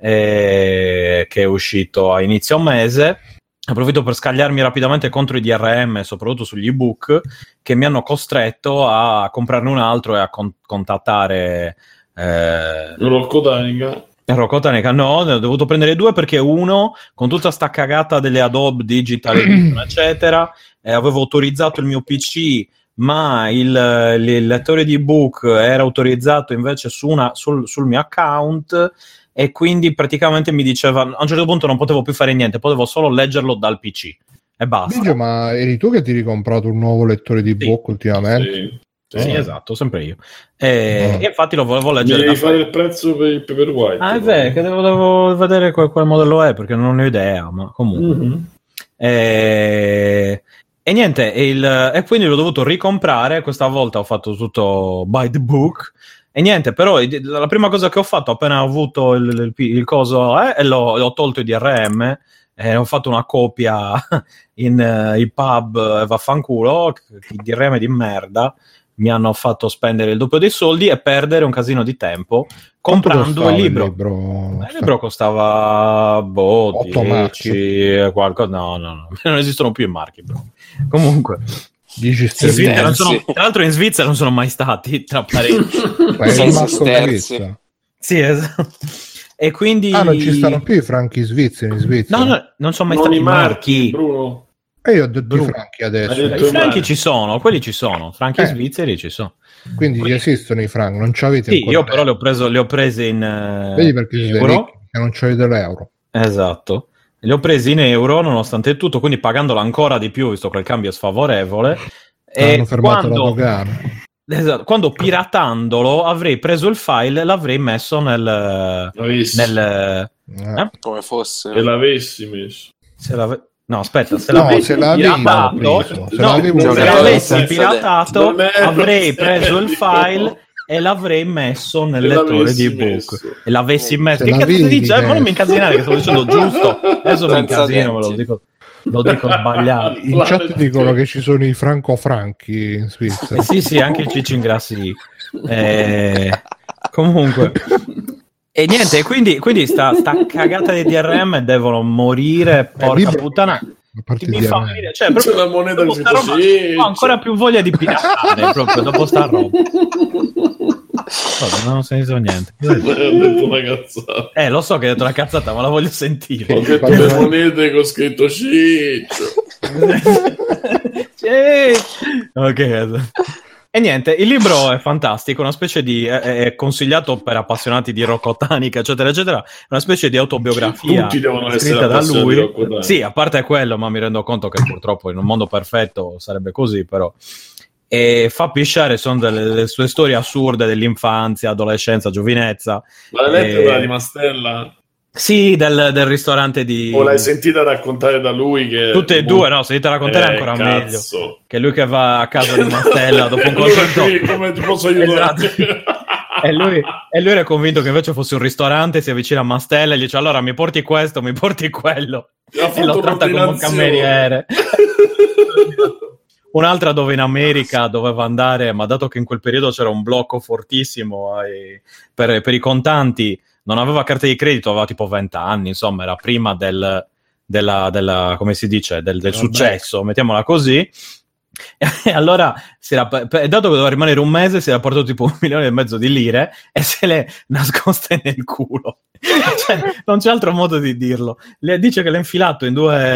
che è uscito a inizio mese. Approfitto per scagliarmi rapidamente contro i DRM, soprattutto sugli ebook, che mi hanno costretto a comprarne un altro e a contattare Rocco Tanica. No, ne ho dovuto prendere 2 perché uno, con tutta sta cagata delle Adobe Digital Edition eccetera, avevo autorizzato il mio PC, ma il lettore di ebook era autorizzato invece sul mio account, e quindi praticamente mi diceva a un certo punto non potevo più fare niente, potevo solo leggerlo dal PC e basta. Biggio, ma eri tu che ti eri comprato un nuovo lettore di ebook ultimamente? Sì, esatto, sempre io. E infatti lo volevo leggere. Devi fare il prezzo per il Paperwhite. È vero, che devo vedere quale modello è, perché non ho idea, ma comunque. E niente, e quindi l'ho dovuto ricomprare. Questa volta ho fatto tutto by the book. E niente, però la prima cosa che ho fatto appena ho avuto il coso e l'ho tolto i DRM, ho fatto una copia in EPUB e vaffanculo, i DRM di merda mi hanno fatto spendere il doppio dei soldi e perdere un casino di tempo comprando il libro. Il libro costava 10 qualcosa. No, non esistono più i marchi, bro. Comunque tra l'altro in Svizzera non sono mai stati, tra parentesi. Sì, esatto. E quindi non ci stanno più i franchi svizzeri in Svizzera. No, non sono mai stati i marchi, Bruno. E io ho detto i franchi adesso. I franchi ci sono, quelli ci sono, franchi svizzeri ci sono. Quindi esistono i franchi, non ci avete ancora. Io però li ho presi in vedi perché siete ricchi, che non c'avete l'euro. Esatto. Li ho presi in euro nonostante tutto, quindi pagandolo ancora di più, visto che il cambio è sfavorevole. Hanno fermato la dogana. Esatto, quando piratandolo avrei preso il file e l'avrei messo nel come fosse. Se l'avessi messo. No, aspetta, se l'avessi piratato avrei preso il file e l'avrei messo nel lettore di ebook e l'avessi messo. Che cazzo ti dice? Ma non mi incasinare, che sto dicendo giusto. Adesso mi incasino, me lo dico sbagliato. In chat dicono che ci sono i franchi in Svizzera. Sì, anche il Cicingrassi. Comunque. E niente, quindi sta cagata di DRM devono morire, porca puttana. Che mi fa venire, cioè, proprio la moneta roba, ho ancora più voglia di piratare proprio dopo sta roba. Non ho sentito niente. Ho detto una cazzata. Lo so che hai detto una cazzata, ma la voglio sentire. Ho detto le monete con scritto Ciccio. Ok. E niente, il libro è fantastico, una specie di è consigliato per appassionati di Rocco Tanica, eccetera, eccetera, una specie di autobiografia tutti devono scritta da lui. Sì, a parte quello, ma mi rendo conto che purtroppo in un mondo perfetto sarebbe così, però. E fa pisciare, sono delle sue storie assurde dell'infanzia, adolescenza, giovinezza. L'hai letta quella di Mastella? Sì, del ristorante di... O l'hai sentita raccontare da lui? Che... Tutte e due, no, sentita raccontare ancora meglio. Che lui che va a casa di Mastella dopo un concerto... Come ti posso aiutare? e lui era convinto che invece fosse un ristorante, si avvicina a Mastella e gli dice allora mi porti questo, mi porti quello, e lo tratta come un cameriere. Un'altra dove in America doveva andare, ma dato che in quel periodo c'era un blocco fortissimo per i contanti, non aveva carta di credito, aveva tipo 20 anni, insomma era prima della come si dice, del successo, mettiamola così. E allora dato che doveva rimanere un mese, si era portato tipo 1,5 milioni di lire e se le nascoste nel culo. Cioè, non c'è altro modo di dirlo. Le dice che l'ha infilato in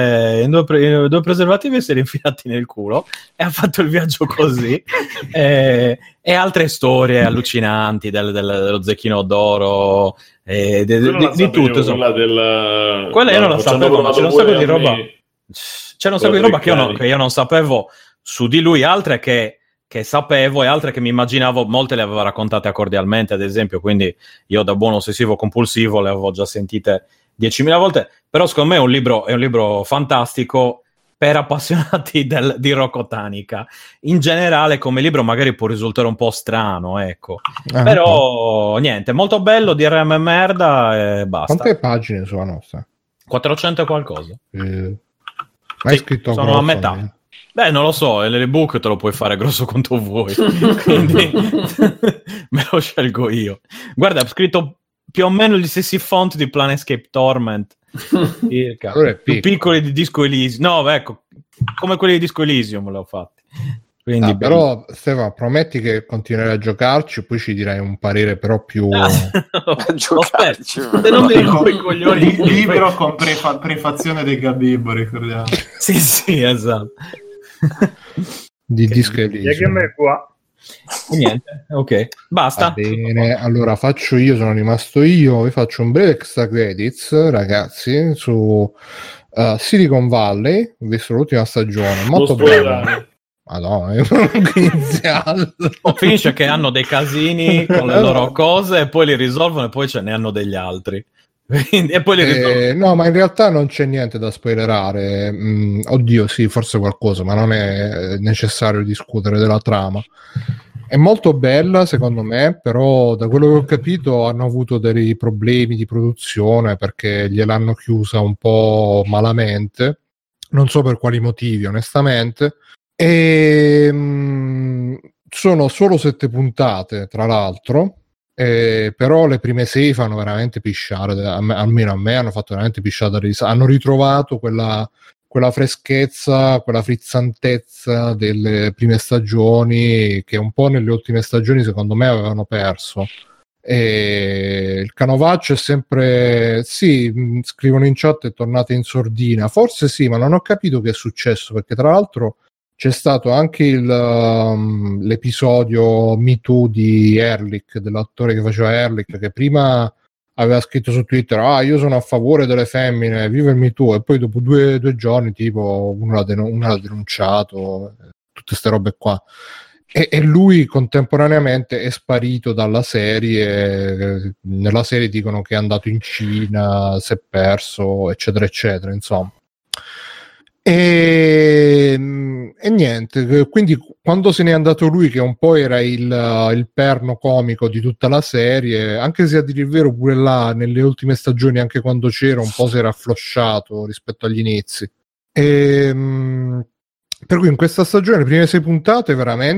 due preservativi e si è infilati nel culo e ha fatto il viaggio così. E altre storie allucinanti dello zecchino d'oro, di tutto. Quella io non la sapevo, ma c'è un sacco di roba. C'era un sacco di roba che io non sapevo su di lui, altre che sapevo e altre che mi immaginavo, molte le avevo raccontate cordialmente, ad esempio, quindi io da buon ossessivo compulsivo le avevo già sentite 10.000 volte, però secondo me è un libro fantastico per appassionati di Rocotanica. In generale come libro magari può risultare un po' strano, ecco, però niente, molto bello, DRM merda e basta. Quante pagine sulla nostra? 400 e qualcosa. Hai scritto sono a metà. Beh, non lo so, l'ebook te lo puoi fare grosso quanto vuoi, quindi me lo scelgo io. Guarda, ho scritto più o meno gli stessi font di Planescape Torment, circa, più piccoli di Disco Elysium. No, ecco, come quelli di Disco Elysium l'ho fatti. Quindi però Stefano, prometti che continuerai a giocarci, poi ci dirai un parere però più a giocarci. Se non mi rompo i coglioni, libro con prefazione dei Gabibbo, ricordiamo. Sì, esatto. Di Disco Elysium. Niente, ok, basta. Va bene, allora faccio io, sono rimasto io, vi faccio un breve extra credits, ragazzi, su Silicon Valley, ho visto l'ultima stagione, molto bella. Madonna, finisce che hanno dei casini con le loro cose e poi li risolvono e poi ce ne hanno degli altri. E poi li risolvono. No, ma in realtà non c'è niente da spoilerare. Oddio, sì, forse qualcosa, ma non è necessario discutere della trama. È molto bella, secondo me, però da quello che ho capito hanno avuto dei problemi di produzione perché gliel'hanno chiusa un po' malamente. Non so per quali motivi, onestamente. E sono solo 7 puntate, tra l'altro, però le prime 6 fanno veramente pisciare, almeno a me hanno fatto veramente pisciare, hanno ritrovato quella freschezza, quella frizzantezza delle prime stagioni che un po' nelle ultime stagioni secondo me avevano perso. E il canovaccio è sempre sì, scrivono in chat è tornata in sordina, forse sì, ma non ho capito che è successo, perché tra l'altro c'è stato anche l'episodio Me Too di Ehrlich, dell'attore che faceva Ehrlich, che prima aveva scritto su Twitter io sono a favore delle femmine, viva il Me Too, e poi dopo due giorni tipo uno l'ha denunciato, tutte queste robe qua, e lui contemporaneamente è sparito dalla serie. Nella serie dicono che è andato in Cina, si è perso, eccetera eccetera, insomma. E niente, quindi quando se n'è andato lui, che un po' era il perno comico di tutta la serie, anche se a dire il vero pure là nelle ultime stagioni, anche quando c'era, un po' si era afflosciato rispetto agli inizi. Per cui in questa stagione le prime 6 puntate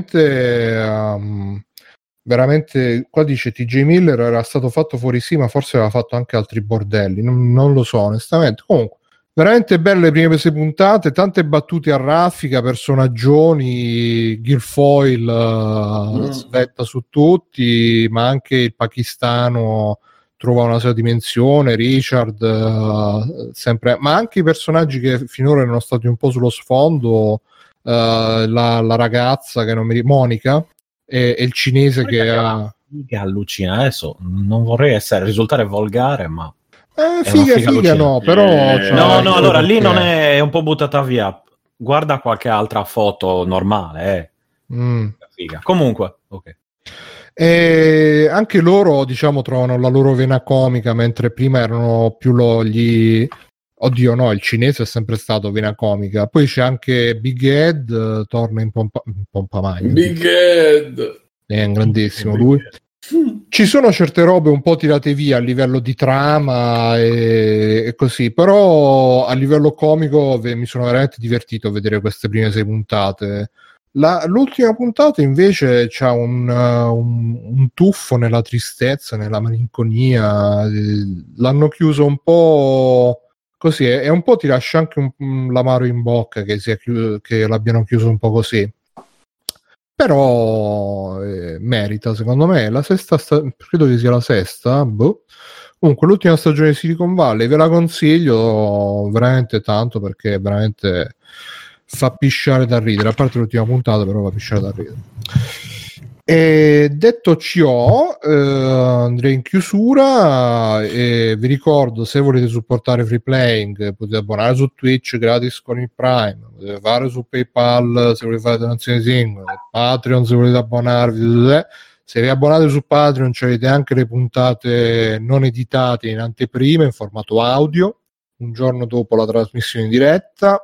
veramente, qua dice TJ Miller era stato fatto fuori, sì, ma forse aveva fatto anche altri bordelli, non lo so onestamente. Comunque veramente belle le prime 6 puntate, tante battute a raffica, personaggioni, Guilfoyle svetta su tutti, ma anche il pakistano trova una sua dimensione, Richard sempre, ma anche i personaggi che finora erano stati un po' sullo sfondo, la ragazza che non mi Monica e il cinese che allucina. Adesso non vorrei risultare volgare, ma figa no, però no, allora lì non è un po' buttata via, guarda qualche altra foto normale, figa. Comunque, ok. E anche loro, diciamo, trovano la loro vena comica, mentre prima erano più oddio no, il cinese è sempre stato vena comica. Poi c'è anche Big Ed, torna in pompa magna. Big Ed è un grandissimo lui. Ci sono certe robe un po' tirate via a livello di trama e così, però a livello comico mi sono veramente divertito a vedere queste prime 6 puntate. L'ultima puntata invece c'ha un tuffo nella tristezza, nella malinconia. L'hanno chiuso un po' così, e un po' ti lascia anche l'amaro in bocca che l'abbiano chiuso un po' così. Però merita, secondo me. La sesta credo che sia la sesta. Comunque l'ultima stagione di Silicon Valley ve la consiglio veramente tanto, perché veramente fa pisciare da ridere, a parte l'ultima puntata, però fa pisciare da ridere. E detto ciò, andrei in chiusura e vi ricordo, se volete supportare Free Playing potete abbonare su Twitch gratis con il Prime, potete fare su PayPal se volete fare donazioni singole, Patreon se volete abbonarvi. Se vi abbonate su Patreon avete anche le puntate non editate in anteprima in formato audio un giorno dopo la trasmissione in diretta.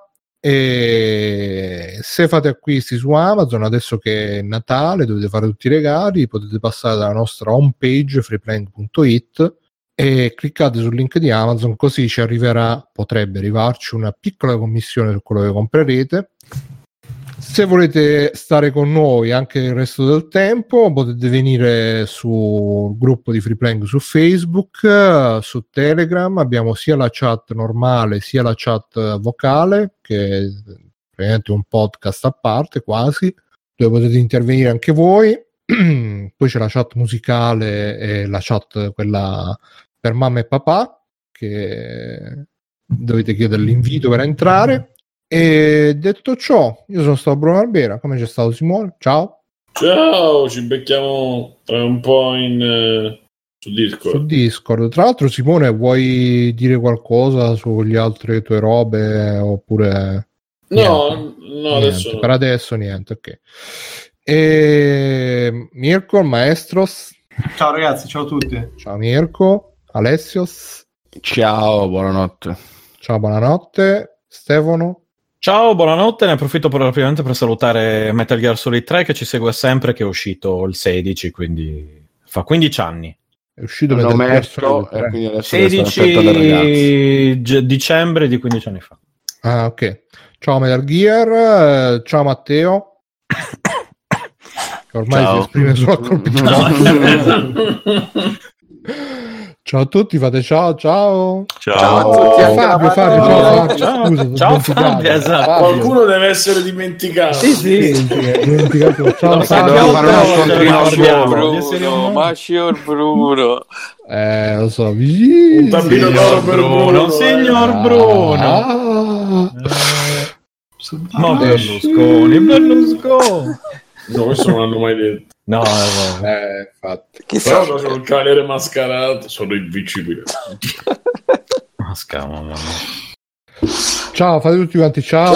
E se fate acquisti su Amazon, adesso che è Natale, dovete fare tutti i regali, potete passare dalla nostra homepage freeplaying.it e cliccate sul link di Amazon, così ci potrebbe arrivarci una piccola commissione su quello che comprerete. Se volete stare con noi anche il resto del tempo, potete venire sul gruppo di Free Playing su Facebook, su Telegram. Abbiamo sia la chat normale sia la chat vocale, che è praticamente un podcast a parte quasi, dove potete intervenire anche voi. Poi c'è la chat musicale e la chat quella per mamma e papà, che dovete chiedere l'invito per entrare. E detto ciò, io sono stato Bruno Barbera, come c'è stato Simone? Ciao, ci becchiamo tra un po' su Discord. Tra l'altro, Simone, vuoi dire qualcosa sugli altri tue robe oppure no, niente? Adesso no. Per adesso niente, ok. E Mirko, Maestros, ciao ragazzi, ciao a tutti. Ciao Mirko, Alessios, ciao, buonanotte. Ciao, buonanotte. Stefano, ciao, buonanotte. Ne approfitto rapidamente per salutare Metal Gear Solid 3 che ci segue sempre, che è uscito il 16, quindi fa 15 anni. È uscito Metal Gear Solid 3. Quindi adesso 16 dicembre di 15 anni fa. Ah, ok. Ciao Metal Gear, ciao Matteo. Ormai si esprime solo a colpi di Ciao a tutti, fate ciao. Ciao a tutti. Fabio, ciao Fabio, esatto. Qualcuno deve essere dimenticato. Sì, dimenticato. Ciao Fabio, fare Bruno, Mascior Bruno. Lo so. Un tappino d'oro per Bruno, signor Bruno. Ma Berlusconi. No, questo non l'hanno mai detto. No, infatti. Però sono il cavaliere mascherato, sono invincibile. Ciao, fate tutti quanti. Ciao.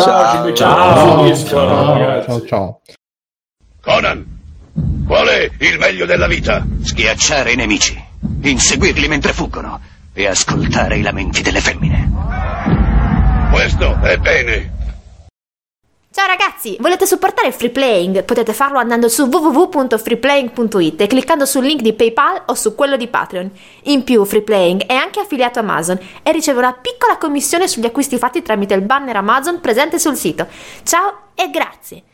Conan, qual è il meglio della vita? Schiacciare i nemici, inseguirli mentre fuggono e ascoltare i lamenti delle femmine. Questo è bene. Ciao ragazzi, volete supportare Free Playing? Potete farlo andando su www.freeplaying.it e cliccando sul link di PayPal o su quello di Patreon. In più, Free Playing è anche affiliato a Amazon e riceve una piccola commissione sugli acquisti fatti tramite il banner Amazon presente sul sito. Ciao e grazie!